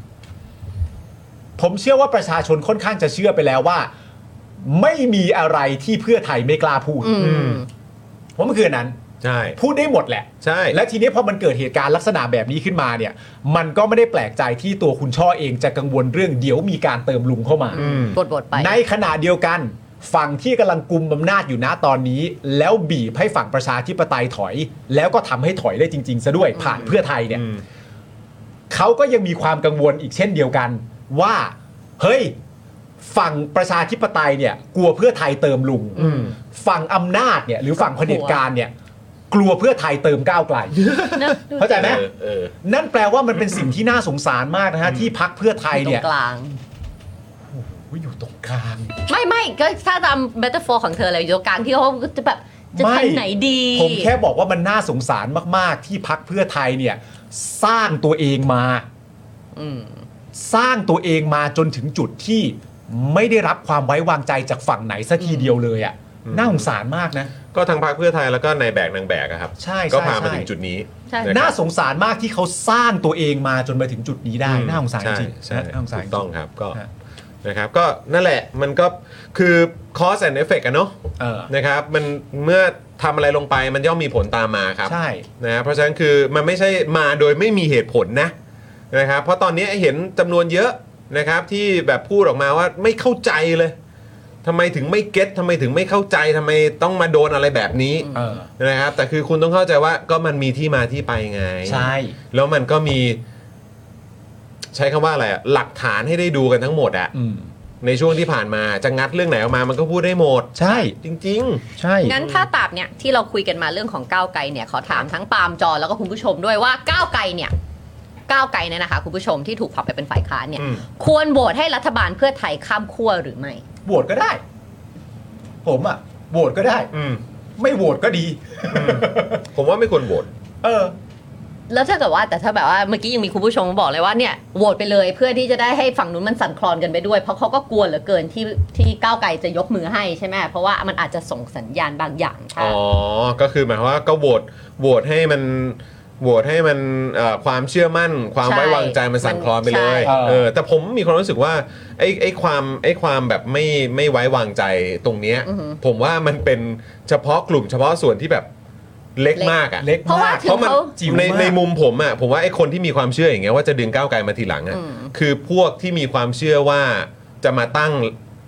Speaker 6: ผมเชื่อว่าประชาชนค่อนข้างจะเชื่อไปแล้วว่าไม่มีอะไรที่เพื่อไทยไม่กล้าพูดเพราะมันคือนั้น
Speaker 2: ใช่
Speaker 6: พูดได้หมดแหละ
Speaker 2: ใช่
Speaker 6: และทีนี้พอมันเกิดเหตุการณ์ลักษณะแบบนี้ขึ้นมาเนี่ยมันก็ไม่ได้แปลกใจที่ตัวคุณช่อเองจะกังวลเรื่องเดี๋ยวมีการเติมลุงเข้ามา
Speaker 5: บทๆไป
Speaker 6: ในขณะเดียวกันฝั่งที่กำลังกุมอำนาจอยู่ณตอนนี้แล้วบีบให้ฝั่งประชาธิปไตยถอยแล้วก็ทำให้ถอยได้จริงๆซะด้วยผ่านเพื่อไทยเนี่ยเขาก็ยังมีความกังวลอีกเช่นเดียวกันว่าเฮ้ยฝั่งประชาธิปไตยเนี่ยกลัวเพื่อไทยเติมลุงฝั่งอำนาจเนี่ยหรือฝั่งเผด็จการเนี่ยกลัวเพื่อไทยเติมก้าวไกลเข้าใจไหมนั่นแปลว่ามันเป็นสิ่งที่น่าสงสารมากนะฮะที่พรรคเพื่อไทยเนี่ย
Speaker 5: กลาง
Speaker 6: อยู่ตรงกลาง
Speaker 5: ไม่ไม่ก็ถ้าตามเมตาฟอร์ของเธอเลยอยู่ตรงกลางที่เขาจะแบบจะทางไหนดี
Speaker 6: ผมแค่บอกว่ามันน่าสงสารมากๆที่พรรคเพื่อไทยเนี่ยสร้างตัวเองมาสร้างตัวเองมาจนถึงจุดที่ไม่ได้รับความไว้วางใจจากฝั่งไหนสักทีเดียวเลยอ่ะน่าสงสารมากนะ
Speaker 2: ก็ทางพรรคเพื่อไทยแล้วก็นายแบกนางแบกครับ
Speaker 6: ใช่
Speaker 2: ก็พามาถึงจุดนี้
Speaker 6: น่าสงสารมากที่เขาสร้างตัวเองมาจนมาถึงจุดนี้ได้น่าสงสารจริง
Speaker 2: ใช่น่าสงสารถูกต้องครับก็นะครับก็นั่นแหละมันก็คือ cause and effect อะเนาะนะครับมันเมื่อทำอะไรลงไปมันย่อมมีผลตามมาครับ
Speaker 6: ใช่
Speaker 2: นะเพราะฉะนั้นคือมันไม่ใช่มาโดยไม่มีเหตุผลนะนะครับเพราะตอนนี้เห็นจำนวนเยอะนะครับที่แบบพูดออกมาว่าไม่เข้าใจเลยทำไมถึงไม่เก็ตทำไมถึงไม่เข้าใจทำไมต้องมาโดนอะไรแบบนี้นะครับแต่คือคุณต้องเข้าใจว่าก็มันมีที่มาที่ไปไง
Speaker 6: ใช่
Speaker 2: แล้วมันก็มีใช้คำว่าอะไรอะหลักฐานให้ได้ดูกันทั้งหมดอะในช่วงที่ผ่านมาจะงัดเรื่องไหนออกมามันก็พูดได้หมด
Speaker 6: ใช่
Speaker 2: จริง
Speaker 6: ๆใช่
Speaker 5: งั้นถ้าตราบเนี่ยที่เราคุยกันมาเรื่องของก้าวไกลเนี่ยขอถามทั้งปาล์มจอแล้วก็คุณผู้ชมด้วยว่าก้าวไกลเนี่ยก้าวไกลเนี่ยนะคะคุณผู้ชมที่ถูกผลักไปเป็นฝ่ายค้านเนี่ยควรโหวตให้รัฐบาลเพื่อไทยข้ามขั้วหรือไม่
Speaker 6: โหวตก็ได้ผมอ่ะโหวตก็ได้ไม่โหวตก็ดี
Speaker 2: ผมว่าไม่ควรโหวต
Speaker 6: เออ
Speaker 5: แล้วถ้าเกิดว่าแต่ถ้าแบบว่าเมื่อกี้ยังมีคุณผู้ชมบอกเลยว่าเนี่ยโหวตไปเลยเพื่อที่จะได้ให้ฝั่งนู้นมันสั่นคลอนกันไปด้วยเพราะเขาก็กลัวเหลือเกินที่ที่ก้าวไกลจะยกมือให้ใช่ไหมเพราะว่ามันอาจจะส่งสัญญาณบางอย่าง
Speaker 2: อ๋อก็คือหมายความว่าก็โหวตโหวตให้มันโหวตให้มันความเชื่อมั่นความไว้วางใจมันสั่นคลอนไปเลยเออแต่ผมมีความรู้สึกว่าไอ้ไอ้ความไอ้ความแบบไม่ไม่ไว้วางใจตรงเนี้ยผมว่ามันเป็นเฉพาะกลุ่มเฉพาะส่วนที่แบบเล็กมากอ่ะ
Speaker 6: เล็กมาก
Speaker 2: เพราะมันในในมุมผมอ่ะผมว่าไอ้คนที่มีความเชื่ออย่างเงี้ยว่าจะดึงก้าวไกลมาทีหลังอ่ะคือพวกที่มีความเชื่อว่าจะมาตั้ง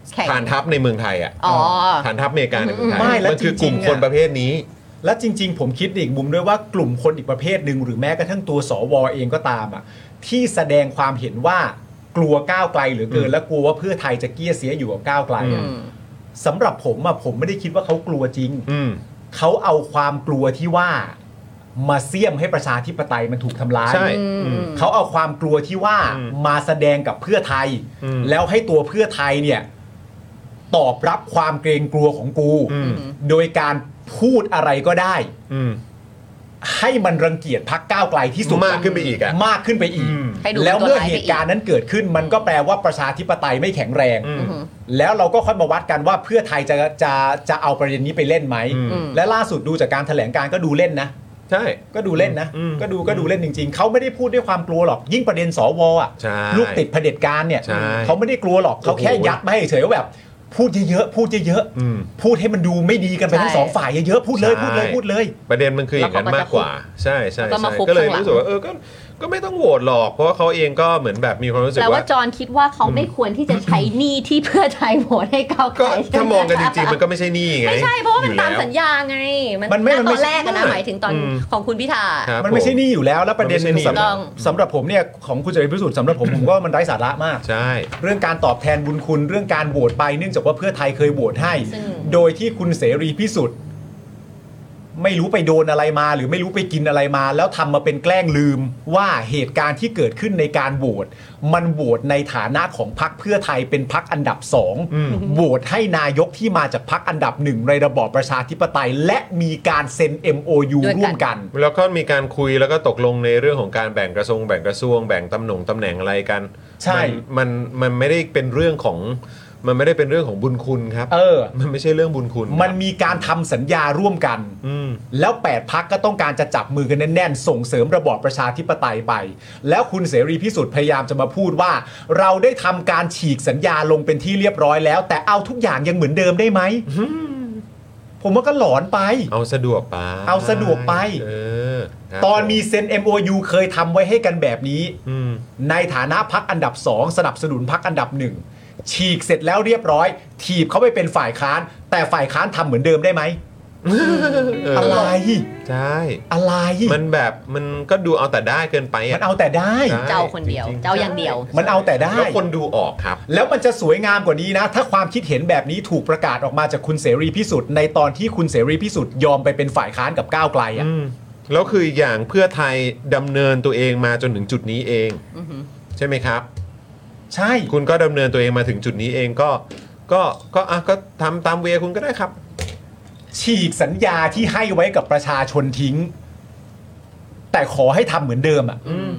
Speaker 2: ฐานทัพในเมืองไทยอ่ะ
Speaker 5: อ๋อ
Speaker 2: ฐานทัพอเมริกาในเมืองไทย
Speaker 6: ไม่แล้ว
Speaker 2: มันคือกลุ่ม
Speaker 6: จริงๆ
Speaker 2: คน
Speaker 6: อะ
Speaker 2: ประเภทนี้
Speaker 6: และจริงๆผมคิดอีกมุมด้วยว่ากลุ่มคนอีกประเภทหนึ่งหรือแม้กระทั่งตัวสวเองก็ตามอ่ะที่แสดงความเห็นว่ากลัวก้าวไกลเหลือเกินและกลัวว่าเพื่อไทยจะเกี้ยเสียอยู่กับก้าวไกลอะ
Speaker 5: อืม
Speaker 6: สำหรับผมอ่ะผมไม่ได้คิดว่าเขากลัวจริง
Speaker 2: อืม
Speaker 6: เขาเอาความกลัวที่ว่ามาเสี่ยมให้ประชาธิปไตยมันถูกทำลาย
Speaker 2: ใช่
Speaker 5: อืม
Speaker 6: เขาเอาความกลัวที่ว่า
Speaker 2: อืม
Speaker 6: มาแสดงกับเพื่อไทย
Speaker 2: อืม
Speaker 6: แล้วให้ตัวเพื่อไทยเนี่ยตอบรับความเกรงกลัวของกู
Speaker 2: อืม
Speaker 6: โดยการพูดอะไรก็ได้
Speaker 2: อืม
Speaker 6: ให้มันรังเกียจพักก้าวไกลที่สุด
Speaker 2: มากขึ้นไปอีกอะ
Speaker 6: มากขึ้นไปอีก
Speaker 2: อืม
Speaker 5: ให้ดู
Speaker 6: แล้ว
Speaker 5: เป็นตัว
Speaker 6: เมื่อ
Speaker 5: ร้าย
Speaker 6: เห
Speaker 5: ไป
Speaker 6: ตุ
Speaker 5: อีก
Speaker 6: การณ์นั้นเกิดขึ้น มันก็แปลว่าประชาธิปไตยไม่แข็งแรง
Speaker 2: อืม
Speaker 5: อืม
Speaker 6: แล้วเราก็ค่อยมาวัดกันว่าเพื่อไทยจะจะจะเอาประเด็นนี้ไปเล่นไหม
Speaker 2: อืม
Speaker 6: และล่าสุดดูจากการแถลงการก็ดูเล่นนะ
Speaker 2: ใช่
Speaker 6: ก็ดูเล่นนะ
Speaker 2: อืม
Speaker 6: ก็ดูก็ดูเล่นจริง ๆ เขาไม่ได้พูดด้วยความกลัวหรอก ยิ่งประเด็นสวอ่ะ
Speaker 2: ใช่
Speaker 6: ลูกติดเผด็จการเนี่ย
Speaker 2: ใช่
Speaker 6: เขาไม่ได้กลัวหรอกเขาแค่
Speaker 2: โอ้โห
Speaker 6: ยัดมาให้เฉยๆว่าแบบ พูดเยอะๆพูดเยอะ
Speaker 2: อืม
Speaker 6: ๆพูดให้มันดูไม่ดีกันไปทั้ง
Speaker 5: ใช่
Speaker 6: สองฝ่ายเยอะๆพูดเลย
Speaker 2: ใช่
Speaker 6: พูดเลยพูดเลย
Speaker 2: ประเด็นมันคืออย่างนั้น
Speaker 5: แล้วก็
Speaker 2: มากกว่า ใช่ใช่
Speaker 5: แล้วก็มา
Speaker 2: ใช่
Speaker 5: คุก
Speaker 2: ก็เลย
Speaker 5: ข้างหลัง
Speaker 2: รู้สึกว่าเออก็ก็ไม่ต้องโหวตหรอก เพราะว่าเขาเองก็เหมือนแบบมีความรู้สึก
Speaker 5: แต่ว่า
Speaker 2: ว่า
Speaker 5: จอห์นคิดว่าเขาไม่ควรที่จะใช้หนี้ที่เพื่อไทยโหวตให้ก้าวไก
Speaker 2: ก็
Speaker 5: ล
Speaker 2: ถ้ามองกันจริงๆมันก็ไม่ใช่หนี้ไง
Speaker 5: ไม่ใช่เพราะว่ามัน
Speaker 2: อยู่
Speaker 5: ตาม
Speaker 2: แล้ว
Speaker 5: สัญญาไง
Speaker 6: มันไม่
Speaker 5: ณ
Speaker 6: มันไม่
Speaker 5: ตอนแรกอะนะ
Speaker 2: ใช่
Speaker 5: หมายถึงตอน
Speaker 2: อืม
Speaker 5: ของคุณพิธา
Speaker 2: ครับ
Speaker 6: มันไม่ใช่หนี่อยู่แล้วแล้วประเด็น
Speaker 2: มันไม่ใช่หนี้
Speaker 6: สำหรับ
Speaker 5: ต้อง
Speaker 6: สำหรับผมเนี่ยของคุณเสรีพิสุทธิ์สำหรับผมผมก็มันไร้สาระมาก
Speaker 2: ใช่
Speaker 6: เรื่องการตอบแทนบุญคุณเรื่องการโหวตไปเนื่องจากว่าเพื่อไทยเคยโหวตให้
Speaker 5: ซึ่ง
Speaker 6: โดยที่คุณเสรีพิสุทธิ์ไม่รู้ไปโดนอะไรมา หรือไม่รู้ไปกินอะไรมา แล้วทำมาเป็นแกล้งลืมว่าเหตุการณ์ที่เกิดขึ้นในการโหวตมันโหวตในฐานะของพรรคเพื่อไทยเป็นพรรคอันดับสองโหวตให้นายกที่มาจากพรรคอันดับหนึ่งในระบอบประชาธิปไตย และมีการเซ็น เอ็ม โอ ยู
Speaker 5: ด้วยกัน
Speaker 6: ร่วมกัน
Speaker 2: แล้วก็มีการคุยแล้วก็ตกลงในเรื่องของการแบ่งกระทรวงแบ่งกระทรวงแบ่งตำแหน่งตำแหน่งอะไรกัน
Speaker 6: ใช่
Speaker 2: มันมันมันไม่ได้เป็นเรื่องของมันไม่ได้เป็นเรื่องของบุญคุณครับ
Speaker 6: เออ
Speaker 2: มันไม่ใช่เรื่องบุญคุณ
Speaker 6: มันมีการทำสัญญาร่วมกัน
Speaker 2: อืม
Speaker 6: แล้วแปดพักก็ต้องการจะจับมือกันแน่นๆ ส่งเสริมระบอบประชาธิปไตยไป แล้วคุณเสรีพิสุทธิ์พยายามจะมาพูดว่า เราได้ทำการฉีกสัญญาลงเป็นที่เรียบร้อยแล้ว แต่เอาทุกอย่างยังเหมือนเดิมได้ไหม ผมว่าก็หลอนไป
Speaker 2: เอาสะดวกไป
Speaker 6: เอาสะดวกไป
Speaker 2: เออครับ
Speaker 6: ตอนมีเซ็น เอ็ม โอ ยู เคยทำไว้ให้กันแบบนี้
Speaker 2: อืม
Speaker 6: ในฐานะพักอันดับสองสนับสนุนพักอันดับหนึ่งฉีกเสร็จแล้วเรียบร้อย ถีบเขาไปเป็นฝ่ายค้าน แต่ฝ่ายค้านทำเหมือนเดิมได้ไหม
Speaker 2: เออ
Speaker 6: อะไร
Speaker 2: ใช่
Speaker 6: อะไร
Speaker 2: มันแบบมันก็ดูเอาแต่ได้เกินไป
Speaker 6: มั
Speaker 2: อ่ะ
Speaker 6: นเอาแต่ได้
Speaker 2: ใช่
Speaker 5: เจ้าคนเดียว
Speaker 2: จริงๆ
Speaker 5: เจ้าอย่างเดียว
Speaker 6: มันเอาแต่ได้
Speaker 2: แล้วคนดูออกครับ
Speaker 6: แล้วมันจะสวยงามกว่านี้นะ ถ้าความคิดเห็นแบบนี้ถูกประกาศออกมาจากคุณเสรีพิสุทธิ์ในตอนที่คุณเสรีพิสุทธิ์ยอมไปเป็นฝ่ายค้านกับก้าวไกลอ่ะ
Speaker 2: อืมแล้วคืออีกอย่างเพื่อไทยดำเนินตัวเองมาจนถึงจุดนี้เอง
Speaker 5: อือหือ
Speaker 2: ใช่ไหมครับ
Speaker 6: ใช่
Speaker 2: คุณก็ดำเนินตัวเองมาถึงจุดนี้เองก็ก็ก็อ่ะก็ทำตามเวคุณก็ได้ครับ
Speaker 6: ฉีกสัญญาที่ให้ไว้กับประชาชนทิ้ง แต่ขอให้ทำเหมือนเดิมอ่ะ
Speaker 2: อืม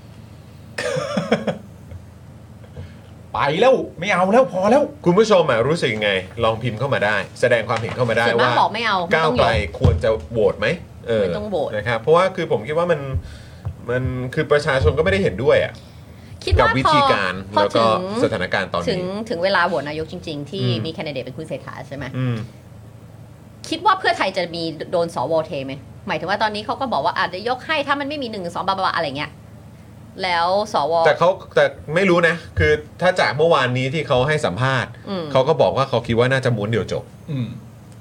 Speaker 6: ไปแล้วไม่เอาแล้วพอแล้ว
Speaker 2: คุณผู้ชมอ่ะรู้สึกยังไง ลองพิมพ์เข้ามาได้ แสดงความเห็นเข้ามาได้
Speaker 5: ส่วนมาก
Speaker 2: ว่า
Speaker 5: บอกไม่เอาไม่
Speaker 2: ก้า
Speaker 5: ต้
Speaker 2: ว
Speaker 5: อง
Speaker 2: ไกล
Speaker 5: ยก
Speaker 2: ควรจะโหวตไหมเออ
Speaker 5: ไม่ต้องโหวต
Speaker 2: นะครับเพราะว่าคือผมคิดว่ามันมันคือประชาชนก็ไม่ได้เห็นด้วยอ่ะ
Speaker 5: คิด
Speaker 2: กับ
Speaker 5: ว่า
Speaker 2: วิ
Speaker 5: พอ
Speaker 2: ธีการ
Speaker 5: พอ
Speaker 2: แล้วก็
Speaker 5: ถึง
Speaker 2: สถานการณ์ตอน
Speaker 5: ถึง
Speaker 2: นี้
Speaker 5: ถึงเวลาโหวตนายกจริง ๆ ที่
Speaker 2: อืม
Speaker 5: มีแคนดิเดตเป็นคุณเศรษฐาใช่ไหม
Speaker 2: อืม
Speaker 5: คิดว่าเพื่อไทยจะมีโดนสวเทไหมหมายถึงว่าตอนนี้เขาก็บอกว่าอาจจะยกให้ถ้ามันไม่มีหนึ่งสองบาบาอะไรเงี้ยแล้วสว
Speaker 2: แต่เขาแต่ไม่รู้นะ คือถ้าจากเมื่อวานนี้ที่เขาให้สัมภาษณ์
Speaker 5: อืม
Speaker 2: เขาก็บอกว่าเขาคิดว่าน่าจะม้วนเดียวจบ
Speaker 6: อืม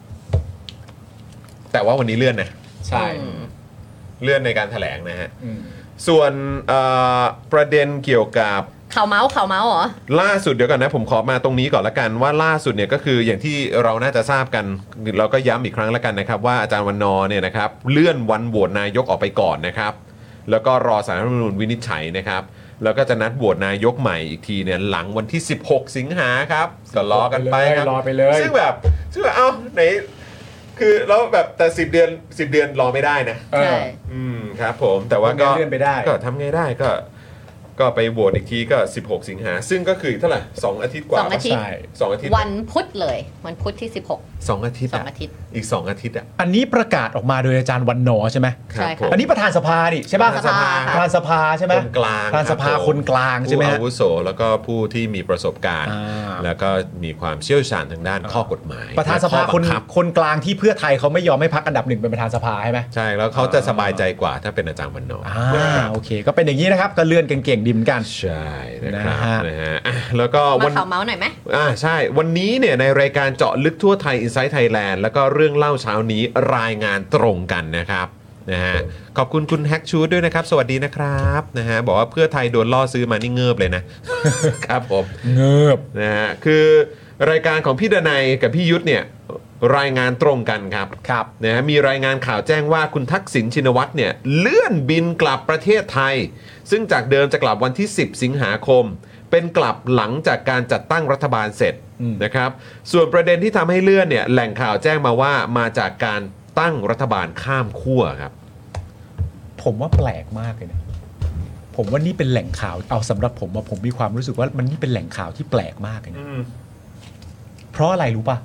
Speaker 2: แต่ว่าวันนี้เลื่อนนะ
Speaker 6: ใช่
Speaker 5: อืม
Speaker 2: เลื่อนในการแถลงนะฮะ
Speaker 6: อืม
Speaker 2: ส่วนเอ่อประเด็นเกี่ยวกับ
Speaker 5: ข่าวเมาส์ข่าวเมาส์เหรอ
Speaker 2: ล่าสุดเดี๋ยวก่อนนะผมขอมาตรงนี้ก่อนละกันว่าล่าสุดเนี่ยก็คืออย่างที่เราน่าจะทราบกันเราก็ย้ำอีกครั้งละกันนะครับว่าอาจารย์วันนอร์เนี่ยนะครับเลื่อนวันโหวตนายกออกไปก่อนนะครับแล้วก็รอสารรัฐธรรมนูญวินิจฉัยนะครับแล้วก็จะนัดโหวตนายกใหม่อีกทีเนี่ยหลังวันที่สิบหกสิงหาครับก็รอกันไปครับ
Speaker 6: รอไปเลย
Speaker 2: ซึ่งแบบซึ่งแบบเอ้าไหนคือแล้วแบบแต่สิบเดือนสิบเดือนรอไม่ได้นะ
Speaker 6: เออ
Speaker 5: ใช่
Speaker 2: อืมครับผมแต่ว่าก็
Speaker 6: เลื่อนไปได้
Speaker 2: ก็ทำไงได้ก็ก็ไปโหวตอีกทีก็สิบหกสิงหาซึ่งก็คือเท่าไหร่สองอาทิตย์กว่า
Speaker 5: สองอาทิตย์
Speaker 6: ใช่
Speaker 2: สองอาทิตย์
Speaker 5: วันพุธเลยวันพุธที่สิบหก
Speaker 2: สองอาทิตย์
Speaker 5: สองอาทิตย์
Speaker 2: อีกสองอาทิตย์อ่ะ
Speaker 6: อันนี้ประกาศออกมาโดยอาจารย์วันนอร์ใช่ไหม
Speaker 5: ใช่ค่ะ
Speaker 2: ผม
Speaker 6: อันนี้ประธานสภาดิใช่ป่ะ
Speaker 5: ประธานสภา
Speaker 6: ประธานสภาใช่ไหม
Speaker 2: คนกลาง
Speaker 6: ประธานสภา
Speaker 2: รับผม
Speaker 6: คนกลางใช่ไหม
Speaker 2: ผู้
Speaker 6: ฮะ
Speaker 2: อาวุโสแล้วก็ผู้ที่มีประสบการณ์
Speaker 6: อ่า
Speaker 2: แล้วก็มีความเชี่ยวชาญทางด้านข้อกฎหมาย
Speaker 6: ประธานสภา
Speaker 2: และข้อ
Speaker 6: คน
Speaker 2: บังคับ
Speaker 6: คนกลางที่เพื่อไทยเขาไม่ยอมให้พักอันดับหนึ่งเป็นประธานสภาใช่ไหม
Speaker 2: ใช่แล้วเขาจะสบายใจกว่าถ้าเป็นอาจารย์วันนอร์
Speaker 6: อ่าโอเค ก็เป็นอย่างนี้นะครับ ก็เลื่อนกันเก่งดีเหมือนกัน
Speaker 2: ใช่นะครับ
Speaker 6: นะฮะ
Speaker 2: นะฮะอ่ะแล้วก็
Speaker 5: มา
Speaker 2: วัน
Speaker 5: ข่าวเมาส์หน่อยไหม
Speaker 2: อ่าใช่วันนี้เนี่ยในรายการเจาะลึกทั่วไทย Inside Thailand แล้วก็เรื่องเล่าเช้านี้รายงานตรงกันนะครับนะฮะขอบคุณคุณแฮกชูดด้วยนะครับสวัสดีนะครับนะฮะบอกว่าเพื่อไทยโดนล่อซื้อมานี่เงิบเลยนะ ครับผม
Speaker 6: เงิบ
Speaker 2: นะฮะคือรายการของพี่ดนัยกับพี่ยุทธเนี่ยรายงานตรงกันครับ
Speaker 6: ครับ
Speaker 2: นะฮะมีรายงานข่าวแจ้งว่าคุณทักษิณชินวัตรเนี่ยเลื่อนบินกลับประเทศไทย ซึ่งจากเดิมจะกลับวันที่สิบสิงหาคมเป็นกลับหลังจากการจัดตั้งรัฐบาลเสร็จนะครับส่วนประเด็นที่ทำให้เลื่อนเนี่ยแหล่งข่าวแจ้งมาว่ามาจากการตั้งรัฐบาลข้ามขั้วครับ
Speaker 6: ผมว่าแปลกมากเลยนะผมว่านี่เป็นแหล่งข่าวเอาสำหรับผมว่าผมมีความรู้สึกว่ามันนี่เป็นแหล่งข่าวที่แปลกมากเลยนะเพราะอะไรรู้ป่ะ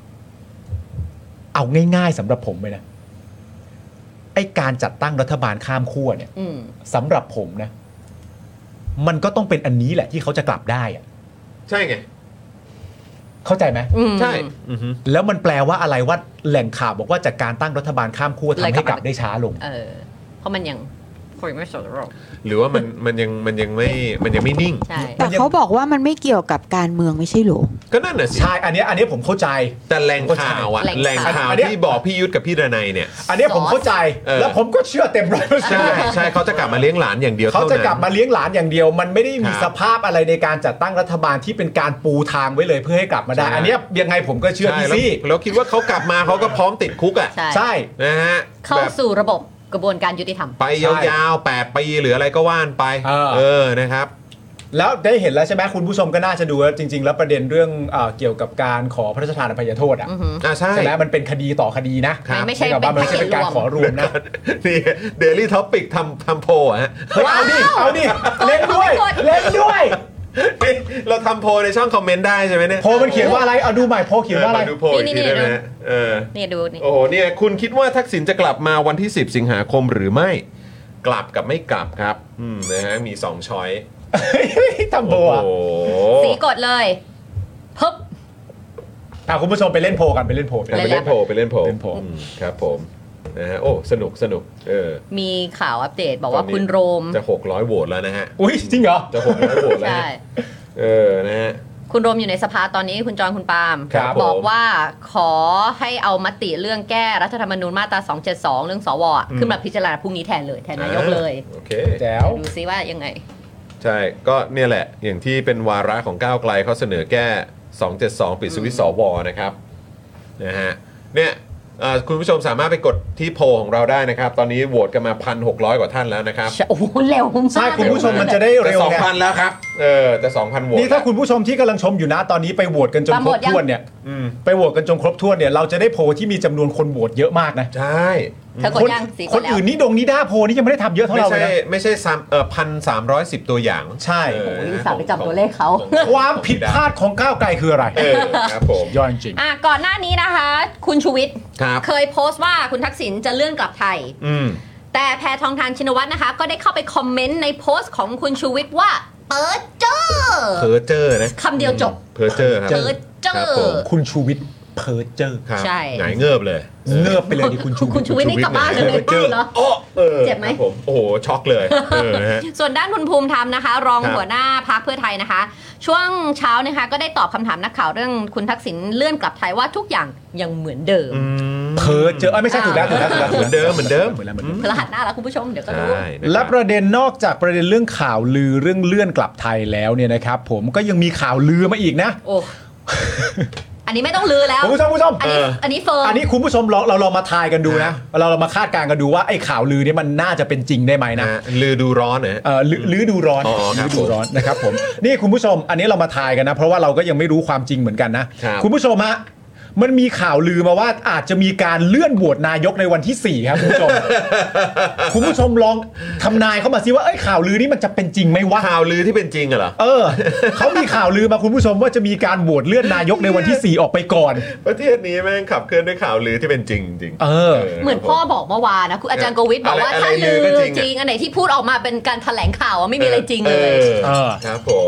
Speaker 6: เอาง่ายๆสำหรับผมเลยนะไอ้การจัดตั้งรัฐบาลข้ามขั้วเนี่ย
Speaker 5: อืม
Speaker 6: สำหรับผมนะมันก็ต้องเป็นอันนี้แหละที่เขาจะกลับได้อะ
Speaker 2: ใช่ไง
Speaker 6: เข้าใจไหม
Speaker 5: อืม
Speaker 2: ใช่อือฮึ
Speaker 6: แล้วมันแปลว่าอะไรว่าแหล่งข่าวบอกว่าจากการตั้งรัฐบาลข้ามขั้ว
Speaker 5: เลย
Speaker 6: ทำให้
Speaker 5: ก
Speaker 6: ก
Speaker 5: ลั
Speaker 6: ลั
Speaker 5: บ
Speaker 6: บได้ช้าลง
Speaker 5: เออเพราะมันยังคุยไม่สดหรอก
Speaker 2: หรือว่ามันมันยังมันยังไม่มันยังไม่นิ่ง
Speaker 5: ใช่
Speaker 8: แต่เขาบอกว่ามันไม่เกี่ยวกับการเมืองไม่ใช่หรอ
Speaker 2: ก็นั่นน่ะสิ
Speaker 6: ใช่อันเนี้ยอันเนี้ยผมเข้าใจ
Speaker 2: แต่แหล่งข่าวอะแหล่งข่าวที่บอกพี่ยุทธกับพี่ดนัยเนี่ย
Speaker 6: อันเนี้ยผมเข้าใจ
Speaker 2: เออ
Speaker 6: แล้วผมก็เชื่อเต็มร้อยเปอร์เซ็น
Speaker 2: ใช่
Speaker 6: ต์
Speaker 2: ใช่เขาจะกลับมาเลี้ยงหลานอย่างเดียว
Speaker 6: เขา
Speaker 2: เท่า
Speaker 6: จะ
Speaker 2: นั้น
Speaker 6: กลับมาเลี้ยงหลานอย่างเดียว มันไม่ได้มี
Speaker 2: ครับ
Speaker 6: สภาพอะไรในการจัดตั้งรัฐบาลที่เป็นการปูทางไว้เลยเพื่อให้กลับมาได้
Speaker 2: ใช่
Speaker 6: อันเนี้ยยังไงผมก็เชื่อ
Speaker 2: ใช่
Speaker 6: พี่
Speaker 2: แล้ว
Speaker 6: ซี่
Speaker 2: แล้วคิดว่าเขากลับมาเขาก็พร้อมติดคุกอ่ะ
Speaker 5: ใช่
Speaker 6: ใช่
Speaker 2: นะฮะ
Speaker 5: เข้า
Speaker 2: แบบ
Speaker 5: สู่ระบบกระบวนการยุติธรรม
Speaker 2: ไปยาวๆแปดปีหรืออะไรก็ว่านไป
Speaker 6: เออ
Speaker 2: เออนะครับ
Speaker 6: แล้วได้เห็นแล้วใช่ไหมคุณผู้ชมก็น่าจะดูว่าจริง ๆ แล้วประเด็นเรื่องเอ่อเกี่ยวกับการขอพระราชทานอภัยโทษอ่ะ
Speaker 5: อือหือ
Speaker 2: อ่าใช่
Speaker 6: ใช่ไหมมันเป็นคดีต่อคดีนะครับ
Speaker 5: ไม่ใช่
Speaker 6: กับว่ามันไม่ใช่เป็นการขอรวมนะ
Speaker 2: นี่เดลี่ท็อปิกทำทำโพลอะฮะ
Speaker 6: เฮ้ยเอาดิเอาดิเล่นด้วยเล่นด้วย
Speaker 2: นี่เราทำโพลในช่องคอมเมนต์ได้ใช่ไหมเนี่ย
Speaker 6: โพลมันเขียนว่าอะไรเอาดูใหม่โพลเขียนว่าอะไร
Speaker 2: เออมาดูโพลอีกทีได้ไหมฮะเออ
Speaker 5: นี่ดูนี่
Speaker 2: โอ้โหเนี่ยคุณคิดว่าทักษิณจะกลับมาวันที่สิบสิงหาคมหรือไม่กลับกับไม่กลับครับอืมนะฮะมีสองช้อย
Speaker 6: ทำโพล
Speaker 2: โอ้
Speaker 6: อะ
Speaker 2: โห
Speaker 5: สีกดเลยปึ๊บ
Speaker 6: อ่ะคุณผู้ชมไปเล่นโพลกันไปเล่นโพลไป
Speaker 2: ไป
Speaker 6: เล่น
Speaker 2: เล่นโพลไปเล่นโพล
Speaker 6: เล่นโพล
Speaker 2: อืมครับผมนะฮะโอ้สนุกสนุกเออ
Speaker 5: มีข่าวอัปเดตบอกว่า
Speaker 2: ตอนนี้
Speaker 5: คุณโรม
Speaker 2: จะหกร้อยโหวตแล้วนะฮะ
Speaker 6: อุ้ยจริงเหรอ
Speaker 2: จะหกร้อยโหวตแล้ว
Speaker 5: ใช่
Speaker 2: ฮะเออนะฮะ
Speaker 5: คุณโรมอยู่ในสภาตอนนี้คุณจอนคุณปาล์ม
Speaker 2: ครับ
Speaker 5: บอก
Speaker 2: ผม
Speaker 5: ว่าขอให้เอามติเรื่องแก้รัฐธรรมนูญมาตราสองเจ็ดสองเรื่องสวอะขึ้นมาพิจารณาพรุ่งนี้แทนเลยแทนนายกเลย
Speaker 2: โอเค
Speaker 6: แจ๋ว
Speaker 5: ดูซิว่ายังไง
Speaker 2: ใช่ก็เนี่ยแหละอย่างที่เป็นวาระของก้าวไกลเขาเสนอแก้สองเจ็ดสองปิดสวิตช์สวนะครับนะฮะเนี่ยเอ่อคุณผู้ชมสามารถไปกดที่โพลของเราได้นะครับ ตอนนี้โหวตกันมา หนึ่งพันหกร้อย กว่าท่านแล้วนะครับ
Speaker 5: โอ้โหเร็วมาก
Speaker 6: ใช่คุณผู้ชมมันจะได้
Speaker 2: จะ
Speaker 6: เร็ว
Speaker 2: สอง
Speaker 6: ไง
Speaker 2: พันแล้วครับเออจะสองพันโหวต
Speaker 6: นี่ถ้าคุณผู้ชมที่กำลังชมอยู่นะตอนนี้ไปโหวตกันจนครบถ้วนเนี่ย
Speaker 2: อืม
Speaker 6: ไปโหวตกันจนครบถ้วนเนี่ยเราจะได้โพลที่มีจำนวนคนโหวตเยอะมากนะ
Speaker 2: ใช่
Speaker 5: เธอกด
Speaker 6: คน
Speaker 5: ยังสีก
Speaker 6: ค
Speaker 5: ด
Speaker 6: น
Speaker 5: แล้ว
Speaker 6: อื่นนี่ดงนี่ด้าโพลนี่ยังไม่ได้ทำเยอะเท่า
Speaker 2: ไม่
Speaker 6: เราเล
Speaker 2: ใช่
Speaker 6: ยนะ
Speaker 2: ไม่ใช่สามเอ่อพันสามร้อยสิบตัวอย่าง
Speaker 6: ใช่
Speaker 2: เออ
Speaker 5: โอ้ยอุตส่าห์ไปจำตัวเลขเขา
Speaker 6: ความผิดพลาดของก้าวไกลคืออะไร
Speaker 2: เออครับผม
Speaker 6: ยอดจริง
Speaker 5: อ่ะก่อนหน้านี้นะคะ คุณชูวิทย์
Speaker 2: ครับ
Speaker 5: เคยโพสต์ว่าคุณทักษิณจะเลื่อนกลับไทย
Speaker 2: อืม
Speaker 5: แต่แพทองทานชินวัตรนะคะ ก็ได้เข้าไปคอมเมนต์ในโพสต์ของคุณชูวิทย์ว่าเปิดเจอ
Speaker 2: เพอเจอร์นะ
Speaker 5: คำเดียวจบ
Speaker 2: เพอเจอร์ครับ
Speaker 5: เปิดเจอ
Speaker 2: ครับผม
Speaker 6: คุณชูวิทย์เพิร์เจอร์
Speaker 2: ครับ
Speaker 5: ใช่
Speaker 2: หงายเงือบเลย
Speaker 6: เงือบไปเลยดิคุณชูวิท
Speaker 5: คุณ
Speaker 6: ย์
Speaker 5: ชูวิทย์นี่กลับบ้านเลย
Speaker 2: เพอเจอร์
Speaker 5: เหรอ
Speaker 2: โอ้เออ
Speaker 5: เจ็บไหม
Speaker 2: คผมโอ้โหช็อกเลยเออนะฮะ
Speaker 5: ส่วนด้านคุณภูมิธรรมนะคะ รอง
Speaker 2: ครับ
Speaker 5: หัวหน้าพรรคเพื่อไทยนะคะ ช่วงเช้านะคะก็ได้ตอบคำถามนักข่าวเรื่องคุณทักษิณเลื่อนกลับไทยว่าทุกอย่างยังเหมือนเดิม
Speaker 6: เพิร์เจอร์เอ้ยไม่ใช่ถูกแล้วถูกแล้วถูกแล้ว
Speaker 2: เหมือนเดิมเหมือนเดิม
Speaker 6: เหมือนแล้วเหมือนเดิม
Speaker 5: พฤหัสหน้าแล้วคุณผู้ชมเดี๋ยวก็รู้
Speaker 2: ใช่นะครับ
Speaker 6: และประเด็นนอกจากประเด็นเรื่องข่าวลือเรื่องเลื่อนกลับไทยแล้วเนี่ยนะครับผมก็ยังมีข่าวลือมาอีกนะ
Speaker 5: โอ้อันนี้ไม่ต้องลือแล้ว
Speaker 6: คุณผู้ชมคุณผู้ชม
Speaker 5: อันนี้อันนี้เฟิร์ม
Speaker 6: อันนี้คุณผู้ชมเราเราลองมาทายกันดูนะ เราเรามาคาดการณ์กันดูว่าไอ้ข่าวลือเนี่ยมันน่าจะเป็นจริงได้ไหมนะ
Speaker 2: นะฮะลือดูร้อนนะฮะ
Speaker 6: เอ่อลือลือดูร้อน
Speaker 2: อ๋อครับ
Speaker 6: ลือดูร้อนนะครับผมนี่คุณผู้ชมอันนี้เรามาทายกันนะ เพราะว่าเราก็ยังไม่รู้ความจริงเหมือนกันนะครับ คุณผู้ชมฮะมันมีข่าวลือมาว่าอาจจะมีการเลื่อนโหวตนายกในวันที่สี่ครับคุณผู้ชม คุณผู้ชมลองทำนายเข้ามาสิว่าเอ้ยข่าวลือนี้มันจะเป็นจริงไหมวะ
Speaker 2: ข่าวลือที่เป็นจริงอะเหรอ
Speaker 6: เออเขามีข่าวลือมาคุณผู้ชมว่าจะมีการโหวตเลื่อนนายกในวันที่สี่ออกไปก่อน
Speaker 2: ประเทศนี้แม่งขับเคลื่อนด้วยข่าวลือที่เป็นจริงจริง
Speaker 6: เออ
Speaker 5: เหมือนพ่อบอกเมื่อวานนะคุณอาจารย์โกวิทบอกว่า
Speaker 2: อะไร
Speaker 5: ถ้า
Speaker 2: อะไรลื
Speaker 5: ลื
Speaker 2: อ
Speaker 5: อ
Speaker 2: ก็จริงอะ
Speaker 5: จริงอันไหนที่พูดออกมาเป็นการแถลงข่าวอะไม่มีอะไรจริงเลย
Speaker 2: ออ
Speaker 6: เออ
Speaker 2: ครับผมแ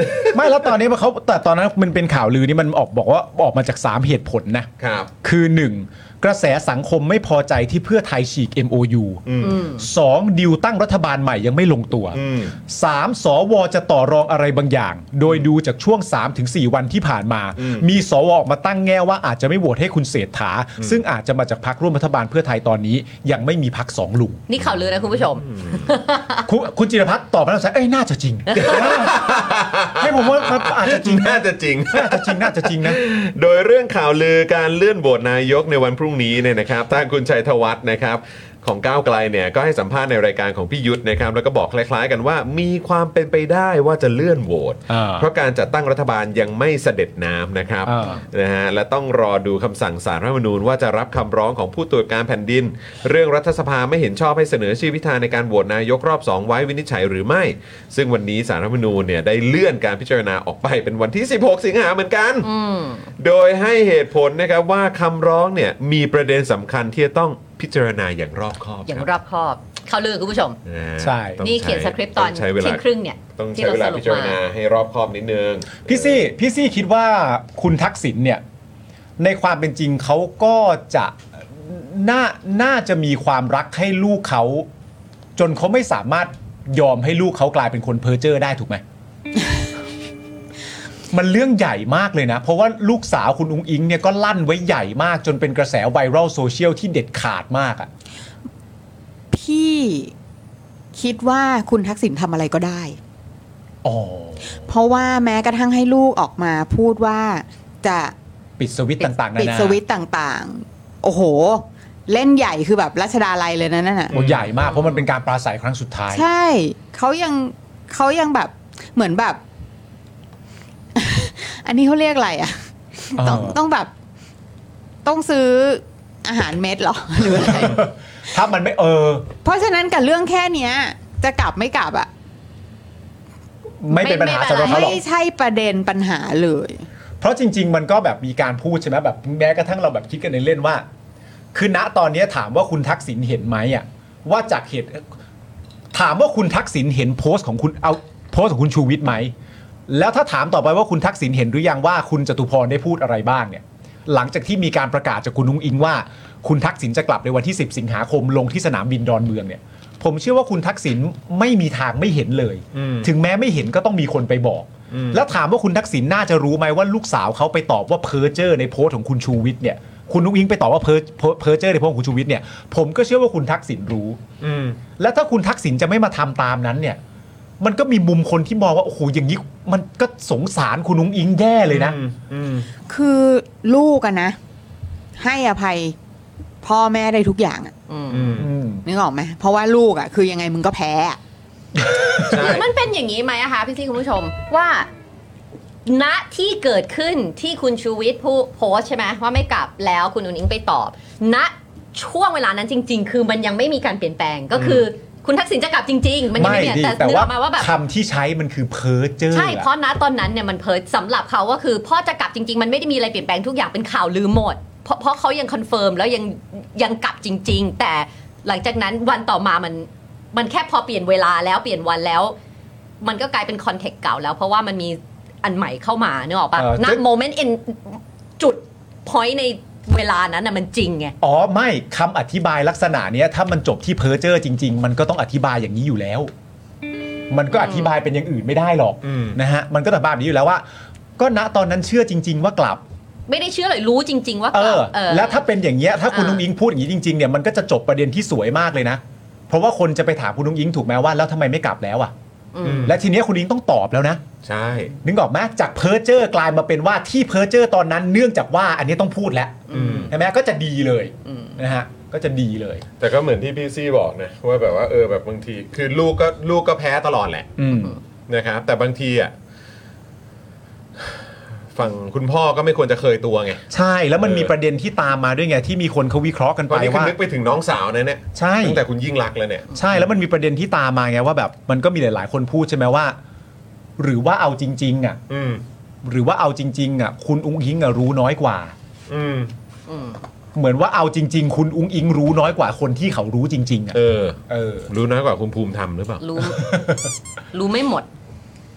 Speaker 6: ไม่แล้วตอนนี้มันเขาแต่ตอนนั้นมันเป็นข่าวลือนี่มันออกบอกว่าออกมาจากสามเหตุผลนะครับคือหนึ่งกระแสสังคมไม่พอใจที่เพื่อไทยฉีก เอ็ม โอ ยู สองดิวตั้งรัฐบาลใหม่ยังไม่ลงตัวสามสวจะต่อรองอะไรบางอย่างโดยดูจากช่วง สามถึงสี่ วันที่ผ่านมามีสวออกมาตั้งแง่ว่าอาจจะไม่โหวตให้คุณเศรษฐาซึ่งอาจจะมาจากพรรคร่วมรัฐบาลเพื่อไทยตอนนี้ยังไม่มีพรรคสองลุง
Speaker 5: นี่ข่าวลือนะคุณผู้ชม
Speaker 6: คุณคุณจิรพัฒน์ตอบมาแล้วใช่เอ้ยน่าจะจริงให้ผมว่ามันอาจจะจริง
Speaker 2: น่าจะจริง
Speaker 6: น่าจะจริงน่าจะจริงนะ
Speaker 2: โดยเรื่องข่าวลือการเลื่อนโหวตนายกในวันพรุ่งนี้เนี่ยนะครับทางคุณชัยธวัฒน์นะครับของก้าวไกลเนี่ยก็ให้สัมภาษณ์ในรายการของพี่ยุทธนะครับแล้วก็บอกคล้ายๆกันว่ามีความเป็นไปได้ว่าจะเลื่อนโหวตเพราะการจัดตั้งรัฐบาลยังไม่เสด็จน้ำนะครับนะฮะและต้องรอดูคำสั่งศาลรัฐธรรมนูญว่าจะรับคำร้องของผู้ตรวจการแผ่นดินเรื่องรัฐสภาไม่เห็นชอบให้เสนอชื่อพิธาในการโหวตนายกรอบสองไว้วินิจฉัยหรือไม่ซึ่งวันนี้ศาลรัฐธรรมนูญเนี่ยได้เลื่อนการพิจารณาออกไปเป็นวันที่สิบหกสิงหาคมเหมือนกันโดยให้เหตุผลนะครับว่าคำร้องเนี่ยมีประเด็นสำคัญที่จะต้องพิจารณาอย่างรอบคอบ
Speaker 5: อย่างรอบคอบเขาลือคุณผู้ชม
Speaker 6: ใช่
Speaker 5: นี่เขียนสคริปต์ตอนเที่ยงครึ่งเนี่ย
Speaker 2: ต้องใช้เวลาพิจารณาให้รอบคอบนิดนึง
Speaker 6: พี่ซี่พี่ซี่คิดว่าคุณทักษิณเนี่ยในความเป็นจริงเขาก็จะน่าน่าจะมีความรักให้ลูกเขาจนเขาไม่สามารถยอมให้ลูกเขากลายเป็นคนเพ้อเจ้อได้ถูกไหม มันเรื่องใหญ่มากเลยนะเพราะว่าลูกสาวคุณอุ้งอิงเนี่ยก็ลั่นไว้ใหญ่มากจนเป็นกระแสไวรัลโซเชียลที่เด็ดขาดมากอ่ะ
Speaker 8: พี่คิดว่าคุณทักษิณทำอะไรก็ได้
Speaker 6: อ๋อ
Speaker 8: เพราะว่าแม้กระทั่งให้ลูกออกมาพูดว่าจะ
Speaker 6: ปิดสวิตต่างๆนานา
Speaker 8: ปิดสวิตต่างๆโอ้โหเล่นใหญ่คือแบบรัชดาลัยเลยนะนั่นน่ะ
Speaker 6: โอ้ใหญ่มากเพราะมันเป็นการปราศัยครั้งสุดท้าย
Speaker 8: ใช่เขายังเขายังแบบเหมือนแบบอันนี้เขาเรียกอะไรอ่ะต้องต้องแบบต้องซื้ออาหารเม็ดหรอหรืออะไร
Speaker 6: ถ้ามันไม่เออ
Speaker 8: เพราะฉะนั้นกับเรื่องแค่เนี้ยจะกลับไม่กลับอ่ะ
Speaker 6: ไม่เป็นปัญหาสำหรับเขาหรอก
Speaker 8: ไม่ใช่ประเด็นปัญหาเลย
Speaker 6: เพราะจริงๆมันก็แบบมีการพูดใช่ไหมแบบแม้กระทั่งเราแบบคิดกันในเล่นว่าคือณตอนนี้ถามว่าคุณทักษิณเห็นไหมอ่ะว่าจากเหตุถามว่าคุณทักษิณเห็นโพสต์ของคุณเอาโพสต์ของคุณชูวิทย์ไหมแล้วถ้าถามต่อไปว่าคุณทักษิณเห็นหรือยังว่าคุณจตุพรได้พูดอะไรบ้างเนี่ยหลังจากที่มีการประกาศจากคุณนุ้งอิงว่าคุณทักษิณจะกลับในวันที่สิบสิงหาคมลงที่สนามบินดอนเมืองเนี่ยผมเชื่อว่าคุณทักษิณไม่มีทางไม่เห็นเลยถึงแม้ไม่เห็นก็ต้องมีคนไปบอกแล้วถามว่าคุณทักษิณน่าจะรู้ไหมว่าลูกสาวเขาไปตอบว่าเพ้อเจ้อในโพสต์ของคุณชูวิทย์เนี่ยคุณนุ้งอิงไปตอบว่าเพ้อเพ้อเจ้อในโพสต์ของคุณชูวิทย์เนี่ยผมก็เชื่อว่าคุณทักษิณรู้และถ้าคุณทักษิณจะไม่มาทำตามนั้นเนี่ยมันก็มีมุมคนที่มองว่าโอ้โหอย่างนี้มันก็สงสารคุณนุ้งอิงแย่เลยนะ
Speaker 8: คือลูกอะนะให้อภัยพ่อแม่ได้ทุกอย่างอะนึกออกไหมเพราะว่าลูกอะคือยังไงมึงก็แพ้
Speaker 5: มันเป็นอย่างนี้ไหมอะคะพี่ซี่คุณผู้ชมว่าณที่เกิดขึ้นที่คุณชูวิทย์ผู้โพสใช่ไหมว่าไม่กลับแล้วคุณนุ้งอิงไปตอบณช่วงเวลานั้นจริงๆคือมันยังไม่มีการเปลี่ยนแปลงก็คือคุณทักษิณจะกลับจริงๆมันยังไม่เปลี่ยนแต่
Speaker 6: นึกออกมาว่าแบบคำที่ใช้มันคือเพ้อเจ้อ
Speaker 5: ใช่เพราะณตอนนั้นเนี่ยมันเพ้อสำหรับเขาก็คือพ่อจะกลับจริงๆมันไม่ได้มีอะไรเปลี่ยนแปลงทุกอย่างเป็นข่าวลือหมดเพราะเพราะเขายังคอนเฟิร์มแล้วยังยังกลับจริงๆแต่หลังจากนั้นวันต่อมามันมันแค่พอเปลี่ยนเวลาแล้วเปลี่ยนวันแล้วมันก็กลายเป็นคอนเทกต์เก่าแล้วเพราะว่ามันมีอันใหม่เข้ามานึกออกปะณโมเมนต์เอ็นจุดพอยต์ในเวลานั้นน่ะมันจริงไง
Speaker 6: อ๋อไม่คำอธิบายลักษณะนี้ถ้ามันจบที่เพ้อเจ้อจริงๆมันก็ต้องอธิบายอย่างนี้อยู่แล้วมันก็อธิบายเป็นอย่างอื่นไม่ได้หรอกนะฮะมันก็แบบแบบนี้อยู่แล้วว่าก็ณตอนนั้นเชื่อจริงๆว่ากลับ
Speaker 5: ไม่ได้เชื่อเลยรู้จริงๆว่ากลับ
Speaker 6: แล้วถ้าเป็นอย่างเงี้ยถ้าคุณนุ้งอิงพูดอย่างนี้จริงๆเนี่ยมันก็จะจบประเด็นที่สวยมากเลยนะเพราะว่าคนจะไปถามคุณนุ้งอิงถูกไหมว่าแล้วทำไมไม่กลับแล้วอ่ะและทีนี้คุณอิงต้องตอบแล้วนะ
Speaker 2: ใช่
Speaker 6: นึกออกไหมจากเพ้อเจ้อกลายมาเป็นว่าที่เพ้อเจ้อตอนนั้นเนื่องจากว่าอันนี้ต้องพูดแล้วใช่ไหมก็จะดีเลยนะฮะก็จะดีเลย
Speaker 2: แต่ก็เหมือนที่พี่ซี่บอกนะว่าแบบว่าเออแบบบางทีคือลูกก็ลูกก็แพ้ตลอดแหละนะครับแต่บางทีอ่ะฝั่งคุณพ่อก็ไม่ควรจะเคยตัวไง
Speaker 6: ใช่แล้วมันมีประเด็นที่ตามมาด้วยไงที่มีคนเขาวิเคราะห์กันไปว่า
Speaker 2: นึกไปถึงน้องสาวนะเนี่ย
Speaker 6: ใช่
Speaker 2: ตั้งแต่คุณยิ่งรักแล้วเนี่ย
Speaker 6: ใช่แล้วมันมีประเด็นที่ตามมาไงว่าแบบมันก็มีหลายๆคนพูดใช่ไหมว่าหรือว่าเอาจริงๆอ่ะหรือว่าเอาจริงๆอ่ะคุณอุ้งอิงอ่ะรู้น้อยกว่าเหมือนว่าเอาจริงๆคุณอุ้งอิงรู้น้อยกว่าคนที่เขารู้จริงๆอ่ะ
Speaker 2: เออเออรู้น้อยกว่าคุณภูมิธรรมหรือเปล่า
Speaker 5: รู้รู้ไม่หมด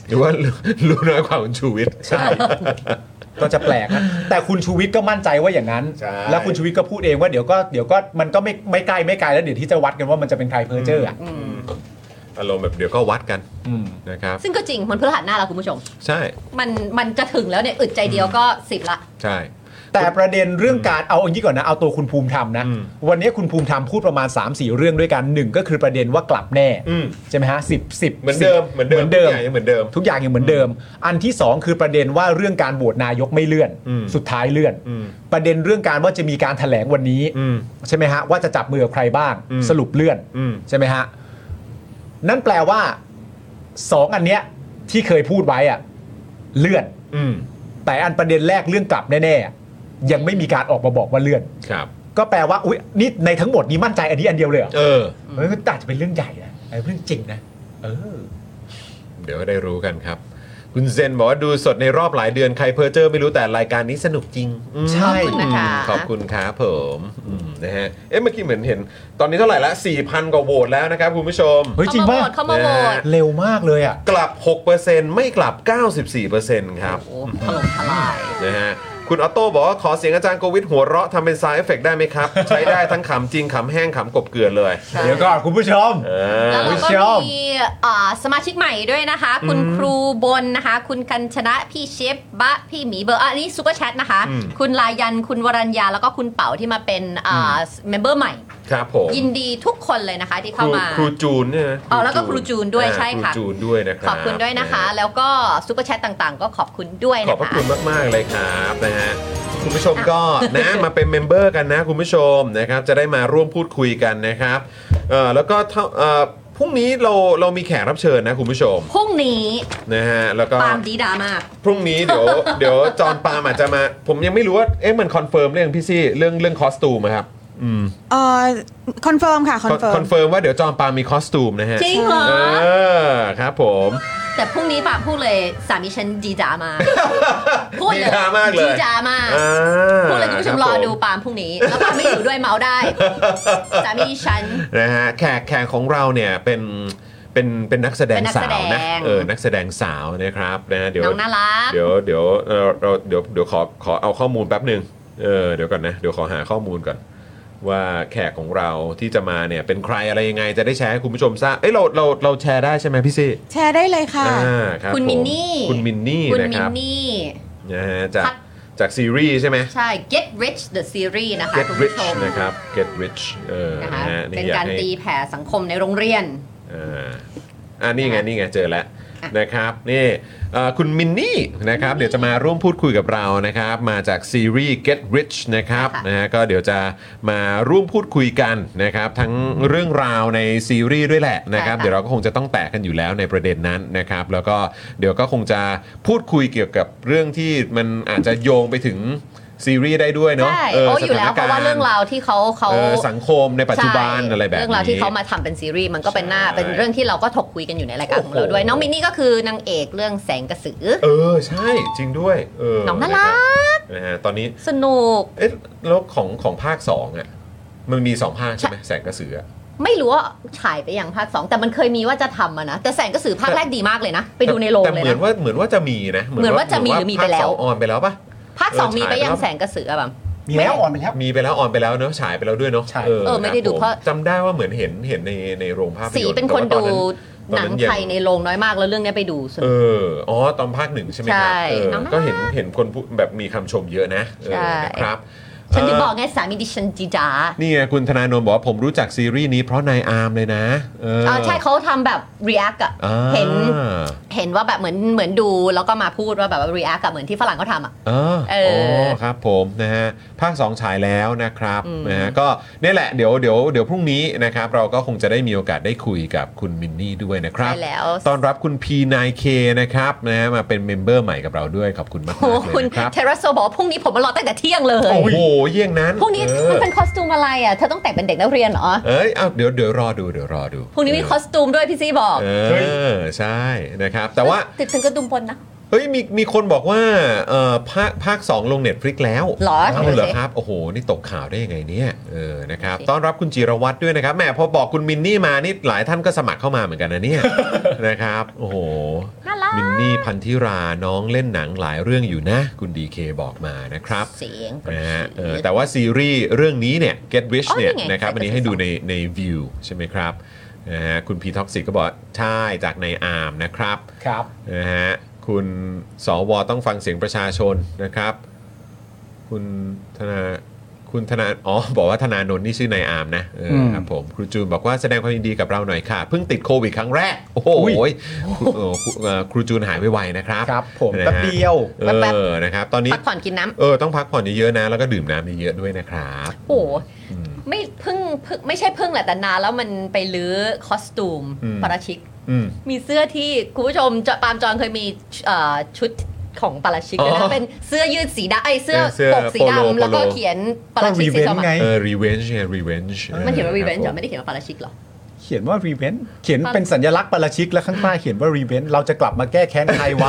Speaker 2: หรือว่ารู้น้อยกว่าคุณชูวิทย์ใช่
Speaker 6: ก็จะแปลกนะแต่คุณชูวิทย์ก็มั่นใจว่าอย่างนั้น แล้วคุณชูวิทย์ก็พูดเองว่าเดี๋ยวก็เดี๋ยวก็มันก็ไม่ไม่ใกล้ไม่ไกลแล้วเดี๋ยวที่จะวัดกันว่ามันจะเป็นใครเพอร์เจอร์อ่ะ
Speaker 2: อารมณ์แบบเดี๋ยวก็วัดกันนะครับ
Speaker 5: ซึ่งก็จริงมันพฤหัสหน้าแล้วคุณผู้ชม
Speaker 2: ใช่
Speaker 5: มันมันจะถึงแล้วเนี่ยอึดใจเดียวก็สิบละ
Speaker 2: ใช่
Speaker 6: แต่ประเด็นเรื่องการเอาอย่างนี้ก่อนนะเอาตัวคุณภูมิธรรมนะวันนี้คุณภูมิธรรมพูดประมาณ สามสี่ เรื่องด้วยกันหนึ่งก็คือประเด็นว่ากลับแน่ใช่ไหมฮะสิบ สิบ
Speaker 2: เหมือนเดิมเหมือนเดิมทุกอย่างยังเหมือนเดิม
Speaker 6: ทุกอย่างยังเหมือนเดิมอันที่สองคือประเด็นว่าเรื่องการโหวตนายกไม่เลื่อนสุดท้ายเลื่อนประเด็นเรื่องการว่าจะมีการแถลงวันนี้ใช่ไหมฮะว่าจะจับมือกับใครบ้างสรุปเลื่อนใช่ไหมฮะนั่นแปลว่าสองอันเนี้ยที่เคยพูดไว้อะเลื่อนแต่อันประเด็นแรกเรื่องกลับแน่ๆยังไม่มีการออกมาบอกว่าเลื่อน
Speaker 2: ครับ
Speaker 6: ก็แปลว่าอุ๊ยนี่ในทั้งหมดนี้มั่นใจอันนี้อันเดียวเลยเหรอ
Speaker 2: เออ
Speaker 6: มันก็อาจจะเป็นเรื่องใหญ่นะเรื่องจริงนะเออ
Speaker 2: เดี๋ยวได้รู้กันครับคุณเซนบอกว่าดูสดในรอบหลายเดือนใครเพอเจอร์ไม่รู้แต่รายการนี้สนุกจริง
Speaker 6: ใช่
Speaker 5: นะคะ
Speaker 2: ขอบคุณครับผมนะฮะเอ๊ะเมื่อกี้เหมือนเห็นตอนนี้เท่าไหร่ละ สี่พัน กว่าโหวตแล้วนะครับคุณผู้ชม
Speaker 6: เฮ้ยจริงป่ะ
Speaker 5: เข้ามาโหวต
Speaker 6: เร็วมากเลยอ่ะ
Speaker 2: กลับ หกเปอร์เซ็นต์ ไม่กลับ เก้าสิบสี่เปอร์เซ็นต์ ครับ
Speaker 5: โอ้ถล่มทลาย
Speaker 2: นะฮะคุณออโต้บอกว่าขอเสียงอาจารย์โควิดหัวเราะทำเป็นซาวด์เอฟเฟกต์ได้ไหมครับ ใช้ได้ทั้งขำจริงขำแห้งขำกบเกลือนเลย
Speaker 6: เดี๋ยวก่อนคุณผู้ชม
Speaker 5: แล้วเราก็มีสมาชิกใหม่ด้วยนะคะคุณครูบนนะคะคุณกัญชนะพี่เชฟบะพี่หมีเบอร์อันนี้ซูเปอร์แชทนะคะคุณลายันคุณวรัญญาแล้วก็คุณเป๋าที่มาเป็นเมมเบอร์ใหม่
Speaker 2: ครับผม
Speaker 5: ยินดีทุกคนเลยนะคะที่เข้ามา
Speaker 2: ครูจูนเนี่ย
Speaker 5: อ๋อแล้วก็ครูจูนด้วยใช่ค่ะ
Speaker 2: ครูจูนด้วยนะครับ
Speaker 5: ขอบคุณด้วยนะคะแล้วก็ซูเปอร์แชทต่างๆก็ขอบคุณด้วยนะคะ
Speaker 2: ขอบพระคุณมากๆเลยครับนะฮะคุณผู้ชมก็นะมาเป็นเมมเบอร์กันนะคุณผู้ชมนะครับจะได้มาร่วมพูดคุยกันนะครับเอ่อแล้วก็เอ่อพรุ่งนี้เราเรามีแขกรับเชิญนะคุณผู้ชม
Speaker 5: พรุ่งนี้
Speaker 2: นะฮะแล้วก็
Speaker 5: ปาล์มดีดามาก
Speaker 2: พรุ่งนี้เดี๋ยวเดี๋ยวจอห์นปาล์มอาจจะมาผมยังไม่รู้ว่าเอ๊ะมันคอนเฟิร์มเรื่องพี่ซี่เรื่องเรื่องคอสตูมครับอืม
Speaker 8: เอ่อคอนเฟิร์มค่ะคอนเฟิร์ม
Speaker 2: คอนเฟิร์มว่าเดี๋ยวจอห์นปาล์มมีคอสตูมนะฮะ
Speaker 5: จริงเหรอ
Speaker 2: เออครับผม
Speaker 5: แต่พรุ่งนี้ปาพูดเลยสามีฉันดีจ้ามาพูดเลยดีจ้ามากพูดเลยคุณผู้ชมรอดูปาล์มพรุ่งนี้แล้วปาล์มไม่อยู่ด้วยเมาได้สามีฉัน
Speaker 2: นะฮะแขกแขกของเราเนี่ยเป็นเป็นเป็นนักแสดงสาวนะเออนักแสดงสาวนะครับนะเดี๋ยว
Speaker 5: น้องน่ารัก
Speaker 2: เดี๋ยวเดี๋ยวเราเดี๋ยวเดี๋ยวขอขอเอาข้อมูลแป๊บนึงเออเดี๋ยวก่อนนะเดี๋ยวขอหาข้อมูลก่อนว่าแขกของเราที่จะมาเนี่ยเป็นใครอะไรยังไงจะได้แชร์ให้คุณผู้ชมทราบเอ้ยเราเราเราแชร์ได้ใช่ไหมพี่ซี่
Speaker 8: แชร์ได้เลยค่ะ
Speaker 5: คุณมินนี่
Speaker 2: คุณมินนี่นะครับ
Speaker 5: คุณมินนี่
Speaker 2: นะฮะจากจากซีรีส์ใช่ไหม
Speaker 5: ใช่ Get Rich the Series นะคะ
Speaker 2: Get Rich นะครับ Get Rich เออ
Speaker 5: นะคะเป็นการตีแผ่สังคมในโรงเรียน
Speaker 2: อ่าอ่านี่ไงนี่ไงเจอแล้วนะครับนี่คุณมินนี่นะครับเดี๋ยวจะมาร่วมพูดคุยกับเรานะครับมาจากซีรีส์ Get Rich นะครับนะฮะก็เดี๋ยวจะมาร่วมพูดคุยกันนะครับทั้งเรื่องราวในซีรีส์ด้วยแหละนะครับเดี๋ยวเราก็คงจะต้องแตะกันอยู่แล้วในประเด็นนั้นนะครับแล้วก็เดี๋ยวก็คงจะพูดคุยเกี่ยวกับเรื่องที่มันอาจจะโยงไปถึงซีรีส์ได้ด้วยเนาะ
Speaker 5: ใช่โอ้อยู่แล้วเพราะว่าเรื่องราวที่เขาเขา
Speaker 2: สังคมในปัจจุบันอะไรแบบนี้
Speaker 5: เรื่องราวที่เขามาทำเป็นซีรีส์มันก็เป็นหน้าเป็นเรื่องที่เราก็ถกคุยกันอยู่ในรายการของเราด้วยน้องมินนี่ก็คือนางเอกเรื่องแสงกระสือ
Speaker 2: เออใช่จริงด้วยเออ
Speaker 5: น้องน่ารัก
Speaker 2: นะฮะตอนนี้
Speaker 5: สนุก
Speaker 2: เอ๊ะแล้วของของภาคสองอ่ะมันมีสองภาคใช่ไหมแสงกระสือ
Speaker 5: ไม่รู้ว่าฉายไปยังภาคสองแต่มันเคยมีว่าจะทำอะนะแต่แสงกระสือภาคแรกดีมากเลยนะไปดูในโรงเลยนะ
Speaker 2: แต่เหมือนว่าเหมือนว่าจะมีนะ
Speaker 5: เหมือนว่าจะมีหรือมีไปแล้ว
Speaker 2: ออนไปแล้วปะ
Speaker 5: ภาคสองมีไปยังแสงกระสือแบบ
Speaker 6: มีแล้วออนไปแล้ว
Speaker 2: มีไปแล้วออนไปแล้วเนอะฉายไปแล้วด้วยเนอะ
Speaker 5: เออไม่ได้ดูเพราะ
Speaker 2: จำได้ว่าเหมือนเห็นเห็นในในโรงภาพยนตร์
Speaker 5: สีเป็นคนดูหนังไทยในโรงน้อยมากแล้วเรื่องนี้ไปดู
Speaker 2: เอออ๋อตอนภาคหนึ่งใช่ไหมครับก็เห็นเห็นคนแบบมีคำชมเยอะนะนะครับ
Speaker 5: ฉันถึงบอกไงสามีดิฉันจีจ๋า
Speaker 2: นี่ไงคุณธนาโนนบอกว่าผมรู้จักซีรีส์นี้เพราะนายอาร์มเลยนะ
Speaker 5: เออใช่เขาทำแบบ react อ่ะเห็นเห็นว่าแบบเหมือนเหมือนดูแล้วก็มาพูดว่าแบบว่า react กับเหมือนที่ฝรั่งเขาทำอ่ะ
Speaker 2: เออครับผมนะฮะภาคสองฉายแล้วนะครับนะฮะก็นี่แหละเดี๋ยวเดี๋ยวเดี๋ยวพรุ่งนี้นะครับเราก็คงจะได้มีโอกาสได้คุยกับคุณมินนี่ด้วยนะครับต้อนรับคุณ พี ไนน์ เค นะครับนะมาเป็นเมมเบอร์ใหม่กับเราด้วยขอบคุณมากๆเลย
Speaker 5: นะครับเทราโซบอกพรุ่งนี้ผมมารอตั้งแต่เที่ยงเลย
Speaker 2: โอ้โหเยี่ยงนั้น
Speaker 5: พรุ่งนี้มันเป็นคอสตูมอะไรอ่ะเธอต้องแต่งเป็นเด็กนักเรียนเหรอ
Speaker 2: เอ้ยเอาเดี๋ยวเดี๋ยวรอดูเดี๋ยวรอดู
Speaker 5: พรุ่งนี้มีคอสตูมด้วยพี่ซีบอก
Speaker 2: เออใช่นะครับแต่ว่า
Speaker 5: ติดถึงกระดุมพลนะ
Speaker 2: เฮ้ยมีมีคนบอกว่าเอ่อภาคภาคสองลง Netflix แล้ว
Speaker 5: หรอ
Speaker 2: เอาเหรอครับโอ้โหนี่ตกข่าวได้ยังไงเนี่ยเออนะครับต้อนรับคุณจิรวัตรด้วยนะครับแหมพอบอกคุณมินนี่มานี่หลายท่านก็สมัครเข้ามาเหมือนกันนะเนี่ย นะครับโอ้โห
Speaker 5: น่ารัก
Speaker 2: มินนี่พันธิราน้องเล่นหนังหลายเรื่องอยู่นะคุณดีเคบอกมานะครับ
Speaker 5: เสียง
Speaker 2: นะฮะเออแต่ว่าซีรีส์เรื่องนี้เนี่ย Get Rich
Speaker 5: อ๋อ
Speaker 2: เนี่ย
Speaker 5: นี่ไง
Speaker 2: นะครับ
Speaker 5: ใช่
Speaker 2: อันนี้ให้ดูในใน View ใช่ไหมครับนะฮะคุณพีท็อกซิกก็บอกใช่จากในอาร์มนะครับ
Speaker 6: ครับ
Speaker 2: นะฮะคุณสวต้องฟังเสียงประชาชนนะครับ คุณธนาคุณธนาอ๋อบอกว่าธนาโนนนี่ชื่อนายอาร์มนะเออครับผมครูจูนบอกว่าแสดงความยินดีกับเราหน่อยค่ะเพิ่งติดโควิดครั้งแรกโอ้โหครูเอ่อครูเอ่อครูจูนหายไวๆนะครับ
Speaker 6: ครับผม
Speaker 2: นะฮะ
Speaker 6: แป๊บเดียว
Speaker 2: เออนะครับตอนนี้
Speaker 5: พักผ่อนกินน้ำ
Speaker 2: เออต้องพักผ่อนเยอะๆนะแล้วก็ดื่มน้ำเยอะๆด้วยนะครับ
Speaker 5: โอ้โหไม่เพิ่งเพิ่งไม่ใช่เพิ่งแหละแต่นานแล้วมันไปลื้อคอสตูม
Speaker 2: อืม
Speaker 5: ปาราชิก
Speaker 2: อืม
Speaker 5: มีเสื้อที่คุณผู้ชมจะปาล์มจอนเคยมีเอ่อชุดของปาราชิกด้วย
Speaker 2: อ๋
Speaker 5: นะ
Speaker 2: อ
Speaker 5: เป็นเสื้อยืดสีดำไอ้เสื้อ
Speaker 2: เออเสื้อ
Speaker 5: ปกสี
Speaker 2: โปโล
Speaker 5: ดำแล้วก็
Speaker 2: โปโล
Speaker 5: เขียนปาราชิก
Speaker 6: ก็
Speaker 5: สีส้ม
Speaker 6: revenge ไง
Speaker 5: อะ
Speaker 2: เออ revenge ไง revenge
Speaker 5: มันเขียนว่า revenge เหร
Speaker 2: ค
Speaker 5: อบ
Speaker 2: ผม
Speaker 5: ไม่ได้เขียนว่าปาราชิกเหรอ
Speaker 6: เขียนว่า revenge เขียนเป็นสัญลักษณ์ปาราชิกและข้างใต้เขียนว่า revenge เราจะกลับมาแก้แค้นใครวะ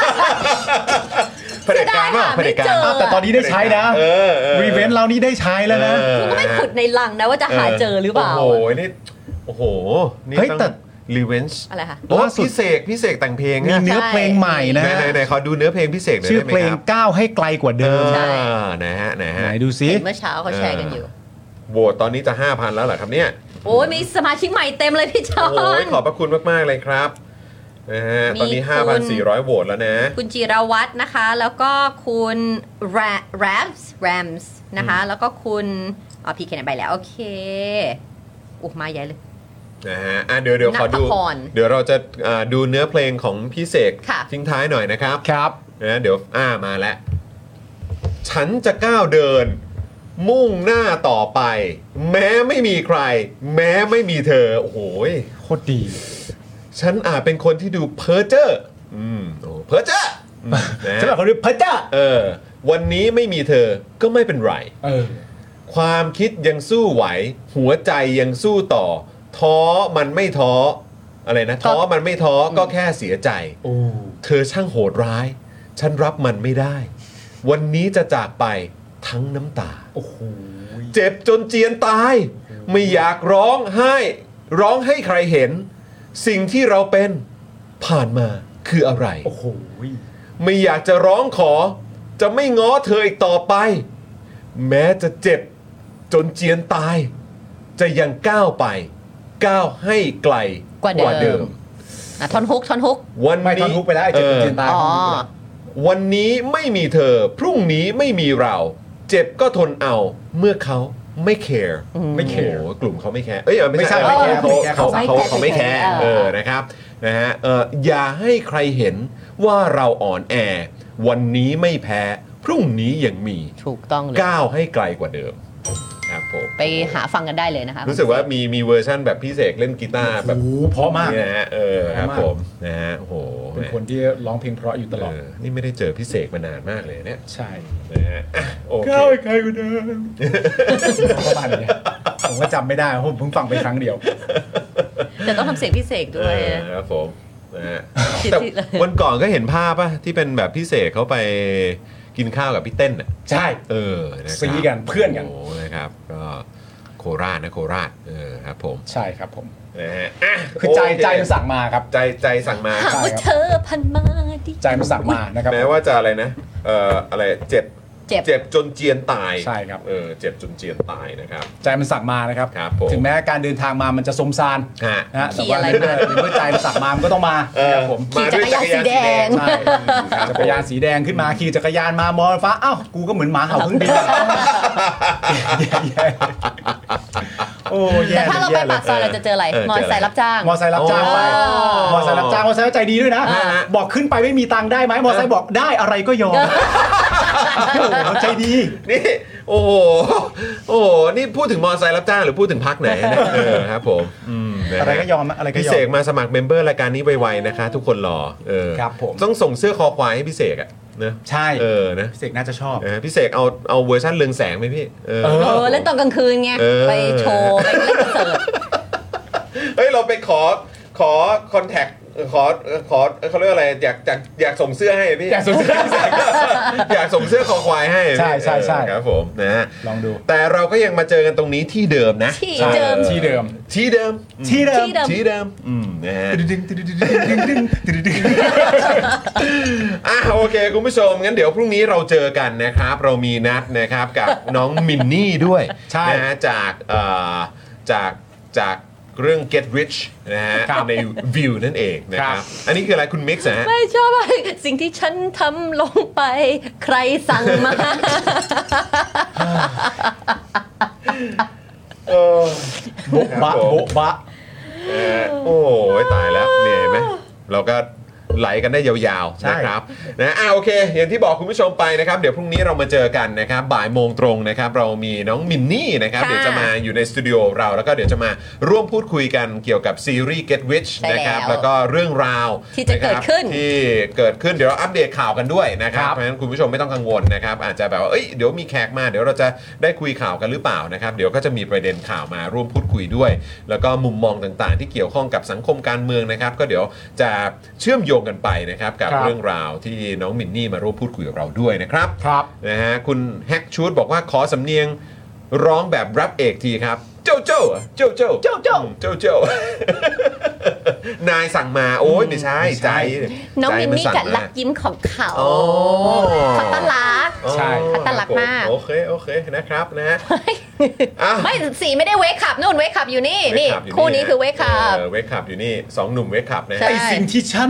Speaker 2: เผด็จการว่า
Speaker 5: เสียดายหาไม่เจอ
Speaker 6: อ้าวแต่ตอนนี้ได้ใช้นะ
Speaker 2: เออเออ
Speaker 6: revenge เรานี่ได้ใช้แล้วนะ
Speaker 2: เออ
Speaker 5: คุณก็ไม่ขุดในลังนะว่าจะหาเจอหรือเปล่า
Speaker 2: โอ้โหนี่โอ้โหนี่
Speaker 6: เฮ้ย
Speaker 2: ต้อง
Speaker 6: แต่
Speaker 2: revenge
Speaker 5: อะไรคะ
Speaker 2: โอ้
Speaker 6: ล่าสุด
Speaker 2: พี่เสกพี่เสกแต่งเพลง
Speaker 6: มี
Speaker 2: อะ
Speaker 6: เนื้อเพลงใหม่นะ
Speaker 2: ไหนไหนไหนขอดูเนื้อเพลงพี่เสกหน่อย
Speaker 6: ชื่อ
Speaker 2: ได้ไหม
Speaker 6: เพลง
Speaker 2: ครับ
Speaker 6: ก้าวให้ไกลกว่า
Speaker 2: เอ
Speaker 6: เดิม
Speaker 2: อ
Speaker 5: ใช่
Speaker 2: นะฮะนะ
Speaker 6: ไหน
Speaker 2: ฮะ
Speaker 6: ดูซิ
Speaker 5: เห็นเมื่อเช้าเขาแชร์กันอยู่
Speaker 2: โหวตตอนนี้จะ ห้าพัน แล้วเหรอครับเนี่ย
Speaker 5: โอ้ยมีสมาชิกใหม่เต็มเลยพี่จอ
Speaker 2: โอ้ย
Speaker 5: น
Speaker 2: ขอบพระคุณมากๆเลยครับนะฮะตอนนี้
Speaker 5: มีคุณ
Speaker 2: ห้าพันสี่ร้อย โหวตแล้วนะ
Speaker 5: คุณจิรวัตรนะคะ แล้วก็คุณแรมส์แรมส์นะคะ แล้วก็คุณอ๋อพี่เขียนไปแล้ว โอเคอุ้มาใหญ่เลย
Speaker 2: นะฮะอ่ะเดี๋ยวเดี๋ยวขอดู
Speaker 5: ณภพร
Speaker 2: เดี๋ยวเราจะอ่าดูเนื้อเพลงของพี่เสก
Speaker 5: ค่ะ
Speaker 2: ทิ้งท้ายหน่อยนะครับ
Speaker 6: ครับ
Speaker 2: นะเดี๋ยวอ่ามาแล้ว ฉันจะก้าวเดิน มุ่งหน้าต่อไป แม้ไม่มีใคร แม้ไม่มีเธอ โอ้โหย
Speaker 6: โคตรดี
Speaker 2: ฉันอาจเป็นคนที่ดูเพ้อเจ้ออืมโอ้เพ้อเจ้ออืมนะ
Speaker 6: ฉันแบบเขาเรียกพระเจ้า
Speaker 2: เออ วันนี้ไม่มีเธอก็ไม่เป็นไร
Speaker 6: เออ
Speaker 2: ความคิดยังสู้ไหว หัวใจยังสู้ต่อ ท้อมันไม่ท้ออะไรนะ ท้อมันไม่ท้อก็แค่เสียใจ
Speaker 6: โอ้
Speaker 2: เธอช่างโหดร้าย ฉันรับมันไม่ได้ วันนี้จะจากไปทั้งน้ำตา
Speaker 6: โอ้โห
Speaker 2: เจ็บจนเจียนตาย ไม่อยากร้องไห้ ร้องให้ใครเห็น สิ่งที่เราเป็นผ่านมาคืออะไร
Speaker 6: โอ้โห
Speaker 2: ไม่อยากจะร้องขอ จะไม่ง้อเธออีกต่อไป แม้จะเจ็บจนเจียนตาย จะยังก้าวไป ก้าวให้ไกล
Speaker 5: กว่าเดิม อ่ะท่อนฮุกท่อนฮุก
Speaker 2: วัน
Speaker 6: ไม่ทอน
Speaker 2: นี้
Speaker 6: ทุกไปแล้วไอ้เจ็บเจียนตาย
Speaker 5: อ๋อ
Speaker 2: วันนี้ไม่มีเธอ พรุ่งนี้ไม่มีเรา เจ็บก็ทนเอา เมื่อเขาไม่แคร์
Speaker 6: ไม่แคร์
Speaker 2: โอ้โหกลุ่มเขาไม่แคร์เอ้ยไม่
Speaker 6: ไม่ใช่
Speaker 2: ใช่ไม่แคร์
Speaker 6: ไม่แคร์
Speaker 2: เขา
Speaker 6: เขา
Speaker 2: เขา
Speaker 6: ไม่
Speaker 2: เขาไม่แคร์
Speaker 5: เออ
Speaker 2: เออนะครับนะฮะเอออย่าให้ใครเห็นว่าเราอ่อนแอ วันนี้ไม่แพ้ พรุ่งนี้ยังมี
Speaker 5: ถูกต้องเลย
Speaker 2: ก้าวให้ไกลกว่าเดิมครับผม
Speaker 5: ไปหาฟังกันได้เลยนะคะ
Speaker 2: รู้สึกว่ามีมีเวอร์ชั่นแบบพี่เสกเล่นกีตาร์แบบ
Speaker 6: โอ้โหเพราะมาก
Speaker 2: นี่นะฮะเออครับ
Speaker 6: เพราะมาก
Speaker 2: ผมนะฮะโอ้โห
Speaker 6: เป็นคนที่ร้องเพลงเพราะอยู่ตลอด
Speaker 2: เออนี่ไม่ได้เจอพี่เสกมานานมากเลยเนี่ย
Speaker 6: ใช่
Speaker 2: นะฮะอ่ะโอเค
Speaker 6: ก้าวให้ไกลกว่าเดิมประมาณนี้ผมก็จำไม่ได้ผมเพิ่งฟังไปครั้งเดียว
Speaker 5: แต่ต้องทำเสียงพิเศษ
Speaker 2: เอ
Speaker 5: ด้วย
Speaker 2: อครับผมนะฮะ
Speaker 5: คิด
Speaker 2: แต่
Speaker 5: ผิดเลย
Speaker 2: วันก่อนก็เห็นภาพป่ะที่เป็นแบบพี่เสกเขาไปกินข้าวกับพี่เต้นอ่ะ
Speaker 6: ใช่
Speaker 2: เออนะครับ
Speaker 6: ซีกันเพื่อนกัน
Speaker 2: โอ้โหนะครับก็โคราชนะโคราชเออครับผม
Speaker 6: ใช่ครับผม
Speaker 2: นะฮะอ่ะ
Speaker 6: คือใจ
Speaker 2: โเค
Speaker 6: ใจมันสั่งมาครับ
Speaker 2: ใจใจสั่งมา
Speaker 5: หากว่าเธอพันมาดิ
Speaker 6: ใจมันสั่งมานะครับ
Speaker 2: แม้ว่าจะอะไรนะเอ่ออะไรเจ็บ
Speaker 5: เจ็บ
Speaker 2: เจ็บจนเจียนตาย
Speaker 6: ใช่ครับ
Speaker 2: เออเจ็บจนเจียนตายนะครับ
Speaker 6: ใจมันสั่งมานะครับ
Speaker 2: ครับผม
Speaker 6: ถึงแม้การเดินทางมามันจะสมซาน
Speaker 2: ฮะ
Speaker 6: นะฮะ
Speaker 5: ขี่
Speaker 6: แต่ว่า
Speaker 5: อะไร
Speaker 6: ในเมื่อ
Speaker 5: มา
Speaker 6: ในเมื่อใจมันสั่งมามันก็ต้องมา
Speaker 2: เออ
Speaker 6: นะครับผม
Speaker 2: มาด้วยจักรยานสีแดง
Speaker 6: ใช่
Speaker 2: ครับ
Speaker 6: จักรยานสีแดงขึ้นมาขี่จักรยานมามองฟ้าอ้าวกูก็เหมือนหมาเห่าขึ้นบินแย่แย่โอ้แย่
Speaker 5: แต่ถ้าเราไปปากซอยเราจะเจออะไร
Speaker 2: เออ
Speaker 5: มอเตอร์ไซค์รับจ้าง
Speaker 6: มอไซค์รับจ้างไป
Speaker 2: อ๋อ
Speaker 6: มอไซค์รับจ้างมอไซค์รับใจดีด้วยนะ
Speaker 2: อ่า
Speaker 6: บอกขึ้นไปไม่มีตังค์ได้ไหมมอไซค์บอกได้อะไรก็ยอมโอ้โหใจดี
Speaker 2: นี่โอ้โหโอ้โหนี่พูดถึงมอเตอร์ไซค์รับจ้างหรือพูดถึงพักไหนเนี่ยเออครับผมอืมนฮ
Speaker 6: อะไรก็ยอมนะอะไรก็
Speaker 2: พี่
Speaker 6: ยอ
Speaker 2: เสก
Speaker 6: ม
Speaker 2: มาสมัครเมมเบอร์รายการนี้ไวๆนะคะ ทุกคนรอเออ
Speaker 6: ครับผม
Speaker 2: ต้องส่งเสื้อคอควายให้พี่เสกอะนะ
Speaker 6: ใช่
Speaker 2: เออนะ
Speaker 6: พี่เสกน่าจะชอบ
Speaker 2: เออพี่เสกเอาเอาเวอร์ชันเรืองแสงไหมพี่เออ
Speaker 6: เอ
Speaker 5: เออเล่นตอนกลางคืนไง
Speaker 2: เออ
Speaker 5: ไปโชว์ ไปเล่นคอนเสิร์ต
Speaker 2: เฮ้ยเราไปขอขอคอนแทคขอขอเขาเรียกอะไรอยากอยากอยากส่งเสื้อให้พี่
Speaker 6: อยากส่งเสื้อ
Speaker 2: อยากส่งเสื้อคอควายให้
Speaker 6: ใช่ใช่ใช่
Speaker 2: ครับผมนะ
Speaker 6: ลองดู
Speaker 2: แต่เราก็ยังมาเจอกันตรงนี้ที่เดิมนะ
Speaker 5: ที่เดิม
Speaker 6: ที่เดิม
Speaker 2: ที่เดิม
Speaker 6: ที่เดิม
Speaker 5: ที่เดิม
Speaker 2: ที่เดิมอืมนะฮะ
Speaker 6: ดึงดึงดึงดึงดึงดึงดึงดึง
Speaker 2: อ่ะโอเคคุณผู้ชมงั้นเดี๋ยวพรุ่งนี้เราเจอกันนะครับเรามีนัดนะครับกับน้องมินนี่ด้วย
Speaker 6: ใช่
Speaker 2: นะฮะจากเอ่อจากจากเรื่อง Get Rich นะฮะ
Speaker 6: ครับ
Speaker 2: ใน View นั่นเองนะครับ อันนี้คืออะไรคุณมิกซ์นะฮะ
Speaker 5: ไม่ชอบอะไรสิ่งที่ฉันทำลงไป ใครสั่งมา
Speaker 2: เออ
Speaker 6: โบ๊ะบะโบ๊ะบะ
Speaker 2: เออโอ้ยตายแล้วเนี่ยเห็นไหมเราก็ไหลกันได้ยาว
Speaker 6: ใช่
Speaker 2: ๆนะครับนะอ่ะโอเค อย่างที่บอกคุณผู้ชมไปนะครับเดี๋ยวพรุ่งนี้เรามาเจอกันนะครับบ่ายโมงตรงนะครับเรามีน้องมินนี่นะครับ
Speaker 5: ค่ะ
Speaker 2: เดี๋ยวจะมาอยู่ในสตูดิโอเราแล้วก็เดี๋ยวจะมาร่วมพูดคุยกันเกี่ยวกับซีรีส์ Get Rich
Speaker 5: ใช่
Speaker 2: นะครับ
Speaker 5: แล้ว
Speaker 2: แล้วก็เรื่องราว
Speaker 5: ที่จะเกิดขึ้น
Speaker 2: ะครับที่เกิดขึ้นเดี๋ยวเราอัปเดตข่าวกันด้วยนะครับ
Speaker 6: ครับ
Speaker 2: เพราะฉะนั้นคุณผู้ชมไม่ต้องกังวลนะครับอาจจะแบบว่าเอ้ยเดี๋ยวมีแขกมาเดี๋ยวเราจะได้คุยข่าวกันหรือเปล่านะครับเดี๋ยวก็จะมีประเด็นข่าวมาร่วมพูดคุยด้วย แล้วก็มุมมองต่างๆ ที่เกี่ยวข้องกับสังคมการเมืองนะครับก็เดี๋ยวจะเชื่อมโยงกันไปนะครับกับ
Speaker 6: ครับ
Speaker 2: เรื่องราวที่น้องมินนี่มาร่วมพูดคุยกับเราด้วยนะครับ
Speaker 6: ครับ
Speaker 2: นะฮะคุณแฮกชูดบอกว่าขอสำเนียงร้องแบบแรปเอกทีครับโจโจ้โจโจ้
Speaker 6: โจ้โจ้
Speaker 2: อืมโจโจ้ นายสั่งมาโอ้ยไม่ใช่
Speaker 6: ไม่ใช่
Speaker 2: ใจ
Speaker 5: น้อง
Speaker 2: ใจ
Speaker 5: มินนี่
Speaker 2: สั่
Speaker 5: กับ
Speaker 2: มา
Speaker 5: ลักยิ้มของเขา
Speaker 2: อ๋อ
Speaker 5: เขาตลัก
Speaker 2: อ๋อ
Speaker 6: ใช่
Speaker 5: พัตลักมาก
Speaker 2: โอเคโอเคนะครับนะฮะ อ้าว
Speaker 5: ไม่สีไม่ได้เวคขับนู่นเวคขับอยู่นี่นี่
Speaker 2: Wake Up อยู่
Speaker 5: คู่นี้คือเวคขับ
Speaker 2: เวคขับอยู่นี่สองหนุ่มเวคขับนะ
Speaker 5: ใช่
Speaker 6: ไอสิ่งที่ฉัน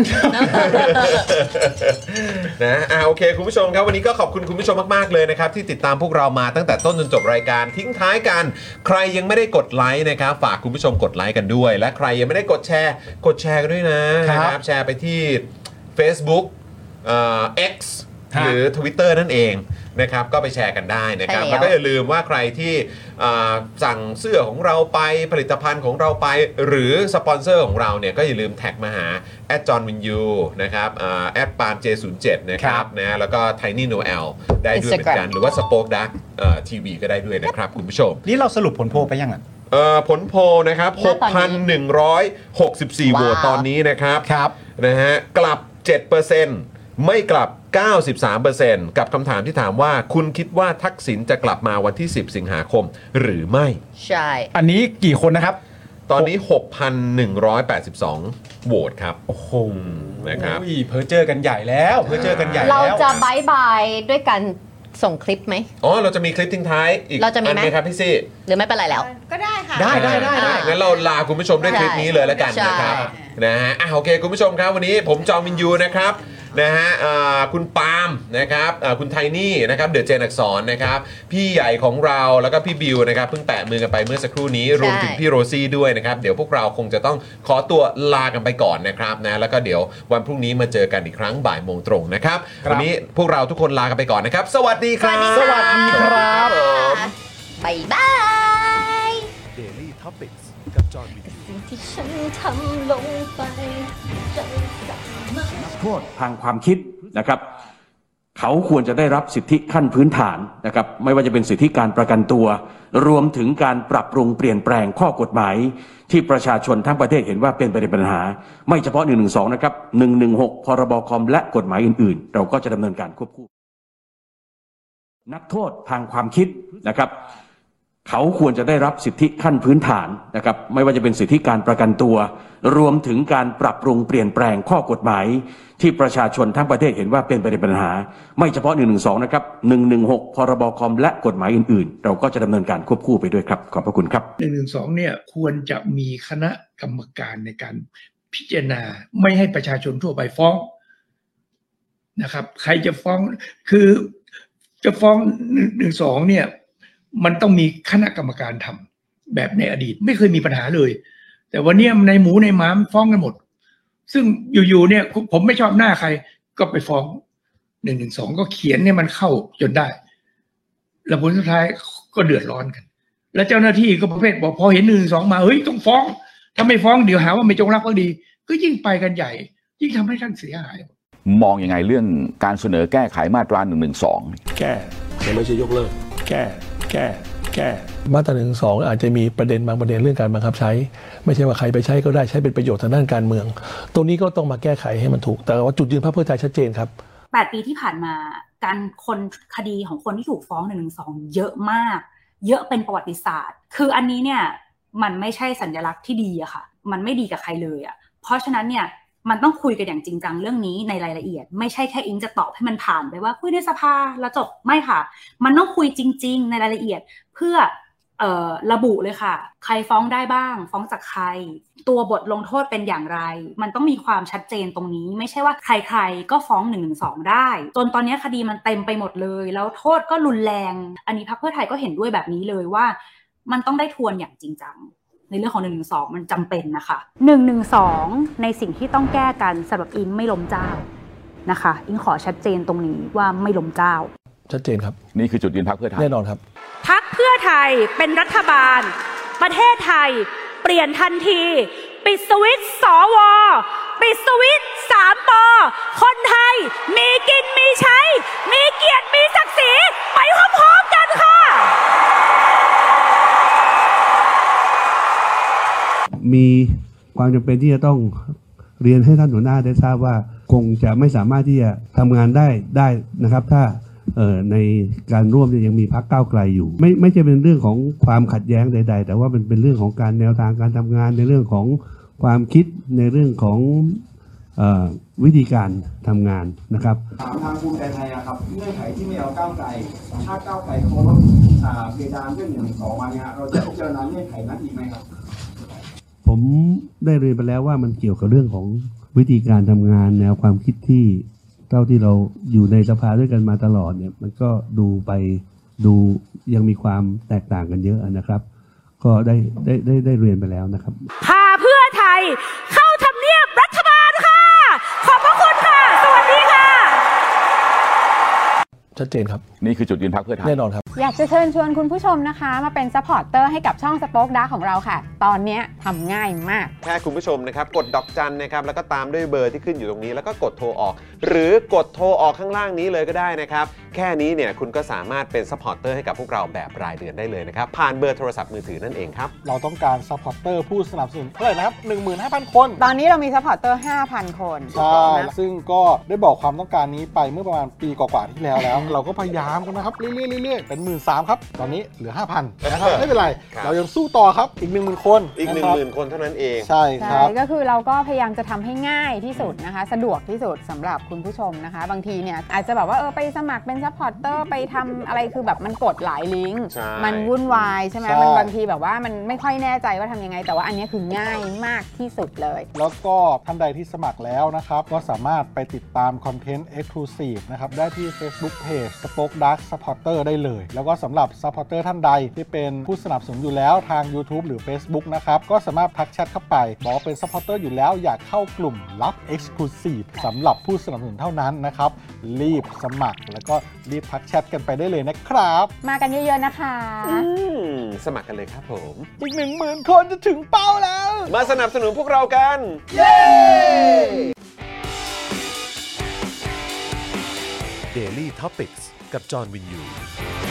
Speaker 2: นะอ่าโอเคคุณผู้ชมครับวันนี้ก็ขอบคุณคุณผู้ชมมากๆเลยนะครับที่ติดตามพวกเรามาตั้งแต่ต้นจนจบรายการทิ้งท้ายกันใครยังไม่ได้กดไลค์นะครับฝากคุณผู้ชมกดไลค์กันด้วย และใครยังไม่ได้กดแชร์กดแชร์กันด้วยนะครับ นะครับแชร์ไปที่ Facebook เอ่อ X
Speaker 6: ฮะ
Speaker 2: หรือ Twitter นั่นเองนะครับก็ไปแชร์กันได้นะครับ
Speaker 5: ใช่
Speaker 2: แล้
Speaker 5: แล้ว ว
Speaker 2: ก็อย่าลืมว่าใครที่อ่าสั่งเสื้อของเราไปผลิตภัณฑ์ของเราไป หรือสปอนเซอร์ของเราเนี่ยก็อย่าลืมแท็กมาหาแอดจอห์นวินยูนะครับแอดปาล์มเจศูนย์เจ็ดนะครับนะแล้วก็ไทนี่โนแอลได้ด้วยเหมือนกัน หรือว่าสป็อคดักทีวีก็ได้ด้วยนะครับคุณผู้ชม
Speaker 6: นี่เราสรุปผลโพลไปยังอ่ะ
Speaker 2: เอ่อผลโพลนะครับ
Speaker 5: ณตอนนี้
Speaker 2: หกพันหนึ่งร้อยหกสิบสี่ โหวต
Speaker 5: ว้าว
Speaker 2: ตอนนี้นะครับ
Speaker 6: ครับ
Speaker 2: นะฮะกลับ เจ็ดเปอร์เซ็นต์ ไม่กลับ เก้าสิบสามเปอร์เซ็นต์ กับคำถามที่ถามว่าคุณคิดว่าทักษิณจะกลับมาวันที่ สิบ สิงหาคมหรือไม่
Speaker 5: ใช่
Speaker 6: อันนี้กี่คนนะครับ
Speaker 2: ตอนนี้ หกพันหนึ่งร้อยแปดสิบสอง โหวตครับ
Speaker 6: โอ้โห
Speaker 2: นะครับ
Speaker 6: อุ้ยเพอเจอกันใหญ่แล้วเพอเจอกันใหญ่
Speaker 5: เรา
Speaker 6: แล้ว
Speaker 5: จะบายบายด้วยการส่งคลิปไหม
Speaker 2: อ๋อเราจะมีคลิปทิ้งท้ายอีก
Speaker 5: เราจะมี
Speaker 2: อัน
Speaker 5: ไหม
Speaker 2: ไหมครับพี่ซี่
Speaker 5: หรือไม่เป็นไรแล้ว
Speaker 8: ก็ได้ค่ะ
Speaker 6: ได้ได้ได้ได้
Speaker 2: งั้นเราลาคุณผู้ชมด้วยคลิปนี้เลยแล้วกันนะครับ
Speaker 5: ใช่
Speaker 2: นะฮะอ่ะโอเคคุณผู้ชมครับวันนี้ผมจอมินยูนะครับนะฮะอ่าคุณปาล์มนะครับอ่าคุณไทนี่นะครับเดอะเจนอักษรนะครับพี่ใหญ่ของเราแล้วก็พี่บิวนะครับเพิ่งแปะมือกันไปเมื่อสักครู่นี้รวมถึงพี่โรซี่ด้วยนะครับเดี๋ยวพวกเราคงจะต้องขอตัวลากันไปก่อนนะครับนะแล้วก็เดี๋ยววันพรุ่งนี้มาเจอกันอีกครั้งบ่ายโมงตรงนะครับ
Speaker 6: ครับ
Speaker 2: วันนี้พวกเราทุกคนลากันไปก่อนนะครับสวัสดีครับ
Speaker 6: สวัสดีครับ
Speaker 5: บายบาย
Speaker 4: Daily Topics กับจอห์นวินยู
Speaker 5: สิ่งที่ฉันทำลงไปใจสั่งมา
Speaker 9: โทษทางความคิดนะครับ เขาควรจะได้รับสิทธิขั้นพื้นฐานนะครับไม่ว่าจะเป็นสิทธิการประกันตัว รวมถึงการปรับปรุงเปลี่ยนแปลงข้อกฎหมาย ที่ประชาชนทั้งประเทศเห็นว่าเป็นประเด็นปัญหา ไม่เฉพาะหนึ่งหนึ่งสองนะครับหนึ่งหนึ่งหกพรบคอมและกฎหมายอื่นๆ เราก็จะดำเนินการควบคู่นักโทษทางความคิดนะครับ เขาควรจะได้รับสิทธิขั้นพื้นฐานนะครับไม่ว่าจะเป็นสิทธิการประกันตัว รวมถึงการปรับปรุงเปลี่ยนแปลงข้อกฎหมาย ที่ประชาชนทั้งประเทศเห็นว่าเป็นประเด็นปัญหา ไม่เฉพาะหนึ่งหนึ่งสองนะครับหนึ่งหนึ่งหกพรบคอมและกฎหมายอื่นๆ เราก็จะดำเนินการควบคู่ไปด้วยครับขอบพระคุณครับ
Speaker 10: หนึ่งหนึ่งสองเนี่ยควรจะมีคณะกรรมการในการพิจารณาไม่ให้ประชาชนทั่วไปฟ้องนะครับใครจะฟ้องคือจะฟ้องหนึ่งหนึ่งสองเนี่ยมันต้องมีคณะกรรมการทำแบบในอดีตไม่เคยมีปัญหาเลย แต่วันนี้ในหมูในหมาฟ้องกันหมดซึ่งอยู่ๆเนี่ยผมไม่ชอบหน้าใครก็ไปฟ้องหนึ่งหนึ่งสองก็เขียนเนี่ยมันเข้าจนได้แล้วผลสุดท้ายก็เดือดร้อนกันแล้วเจ้าหน้าที่ก็ประเภทบอกพอเห็นหนึ่งสองมาเฮ้ยต้องฟ้องถ้าไม่ฟ้องเดี๋ยวหาว่าไม่จงรักภักดีก็ยิ่งไปกันใหญ่ยิ่งทำให้ท่านเสียหาย
Speaker 11: มองยังไงเรื่องการเสนอแก้ไขมาตราหนึ่งหนึ่งสอง
Speaker 12: แก้แต่ไม่ใช่ยกเลิกแก้แก้
Speaker 11: แก้มาตราหนึ่งสองอาจจะมีประเด็นบางประเด็นเรื่องการบังคับใช้ไม่ใช่ว่าใครไปใช้ก็ได้ใช้เป็นประโยชน์ทางด้านการเมืองตรงนี้ก็ต้องมาแก้ไขให้มันถูกแต่ว่าจุดยืนพรรคเพื่อไทยชัดเจนครับ
Speaker 12: แปดปีที่ผ่านมาการคนคดีของคนที่ถูกฟ้องหนึ่งหนึ่งสองเยอะมากเยอะเป็นประวัติศาสตร์คืออันนี้เนี่ยมันไม่ใช่สัญลักษณ์ที่ดีอะค่ะมันไม่ดีกับใครเลยอะเพราะฉะนั้นเนี่ยมันต้องคุยกันอย่างจริงจังเรื่องนี้ในรายละเอียดไม่ใช่แค่อิงจะตอบให้มันผ่านไปว่าคุยในสภาแล้วจบไม่ค่ะมันต้องคุยจริงๆในรายละเอียดเพื่อเอ่อระบุเลยค่ะใครฟ้องได้บ้างฟ้องจากใครตัวบทลงโทษเป็นอย่างไรมันต้องมีความชัดเจนตรงนี้ไม่ใช่ว่าใครๆก็ฟ้องหนึ่งหนึ่งสองได้จนตอนนี้คดีมันเต็มไปหมดเลยแล้วโทษก็รุนแรงอันนี้พรรคเพื่อไทยก็เห็นด้วยแบบนี้เลยว่ามันต้องได้ทวนอย่างจริงจังในเรื่องของหนึ่งหนึ่งสองมันจำเป็นนะคะหนึ่งหนึ่งสองในสิ่งที่ต้องแก้กันสำหรับอิงไม่ล้มเจ้านะคะอิงขอชัดเจนตรงนี้ว่าไม่ล้มเจ้า
Speaker 11: ชัดเจนครับ
Speaker 13: นี่คือจุดยืนพรรคเพื่อไทย
Speaker 11: แน่นอนครับ
Speaker 7: พรรคเพื่อไทยเป็นรัฐบาลประเทศไทยเปลี่ยนทันทีปิดสวิตช์สวปิดสวิตช์สามปอคนไทยมีกินมีใช้มีเกียรติมีศักดิ์ศรีไปพร้อมๆกันค่ะ
Speaker 14: มีความจำเป็นที่จะต้องเรียนให้ท่านหัวหน้าได้ทราบว่าคงจะไม่สามารถที่จะทำงานได้ได้นะครับถ้าในการร่วมยังมีพรรคก้าวไกลอยู่ไม่ไม่ใช่เป็นเรื่องของความขัดแย้งใดๆแต่ว่ามันเป็นเรื่องของการแนวทางการทำงานในเรื่องของความคิดในเรื่องของเอ่อวิธีการทำงานนะครับ
Speaker 15: ถามทางภูมิใจไทยครับเงื่อนไขที่ไม่เอาก้าวไกลถ้าก้าวไกลเขาลดเพดานเรื่องหนึ่งสองมาเนี่ยเราจะพิจารณาเงื่อนไขนั้นอีกไหมครับ
Speaker 14: ผมได้เรียนไปแล้วว่ามันเกี่ยวกับเรื่องของวิธีการทำงานแนวความคิดที่เท่าที่เราอยู่ในสภาด้วยกันมาตลอดเนี่ยมันก็ดูไปดูยังมีความแตกต่างกันเยอะนะครับ ก็ได้ได้ได้ได้เรียนไปแล้วนะครับ
Speaker 7: พาเพื่อไทยเข้าทำเนียบรัฐบาลค่ะขอบพระคุณค่ะสวัสดีค่ะ
Speaker 11: ชัดเจนครับ
Speaker 13: นี่คือจุดยืนพรรคเพื่อไทย
Speaker 11: แน่นอนครับ
Speaker 1: อยากจะเชิญชวนคุณผู้ชมนะคะมาเป็นซัพพอร์ตเตอร์ให้กับช่องสป็อคดาร์กของเราค่ะตอนนี้ทำง่ายมาก
Speaker 2: แค่คุณผู้ชมนะครับกดดอกจันนะครับแล้วก็ตามด้วยเบอร์ที่ขึ้นอยู่ตรงนี้แล้วก็กดโทรออกหรือกดโทรออกข้างล่างนี้เลยก็ได้นะครับแค่นี้เนี่ยคุณก็สามารถเป็นซัพพอร์ตเตอร์ให้กับพวกเราแบบรายเดือนได้เลยนะครับผ่านเบอร์โทรศัพท์มือถือนั่นเองครับ
Speaker 3: เราต้องการซัพพอร์ตเตอร์ผู้สนับสนุนเท่าไหร่นะครับ หนึ่งหมื่นห้าพัน คน
Speaker 1: ตอนนี้เรามีซัพพอร์ตเตอร์ ห้าพัน คน
Speaker 3: ใช่ซึ่งก็ได้บอกความต้องการนี้ไปเมื่อประมาณปีกว่าๆที่แล้วแล้ว เราก็พยายามกันนะครับเรื่อยๆๆเป็น หนึ่งหมื่นสามพัน ครับตอนนี้เหลือ ห้าพัน นะครับไม่เป็นไรเรายังสู้ต่อครับอีก หนึ่งหมื่น คน
Speaker 2: อีก หนึ่งหมื่น คนเท่านั้นเอง
Speaker 3: ใช่ครับ
Speaker 1: ก็คือเราก็พยายามจะทำให้ง่ายที่สุดนะคะสะดวกที่สุดสำหรับคุณผู้ชมนะคะบางทีเนี่ยอาจจะแบบว่าเออไปสมัครเป็นซัพพอร์ตเตอร์ไปทำอะไรคือแบบมันกดหลายลิงก์มันวุ่นวายใช่ไหมมันบางทีแบบว่ามันไม่ค่อยแน่ใจว่าทำยังไงแต่ว่าอันนี้คือง่ายมากที่สุดเลย
Speaker 3: แล้วก็ท่านใดที่สมัครแล้วนะครับก็สามารถไปติดตามคอนเทนต์ Exclusive นะครับได้ที่ Facebook Page Spoke Dark Supporter ได้เลยแล้วก็สำหรับ Supporter ท่านใดที่เป็นผู้สนับสนุนอยู่แล้วทาง YouTube หรือ Facebook นะครับก็สามารถทักแชทเข้าไปบอกว่าเป็น Supporter อยู่แล้วอยากเข้ากลุ่มลับ Exclusive สำหรับผู้สนับสนุนเท่านั้นนะครับรีบสมัครแล้วก็รีบทักแชทกันไปได้เลยนะครับ
Speaker 1: มากันเยอะๆนะคะ
Speaker 2: สมัครกันเลยครับผม
Speaker 3: อีก หนึ่งหมื่น คนจะถึงเป้าแล้ว
Speaker 2: มาสนับสนุนพวกเรากันเย้
Speaker 4: Daily Topics กับจอห์นวินยู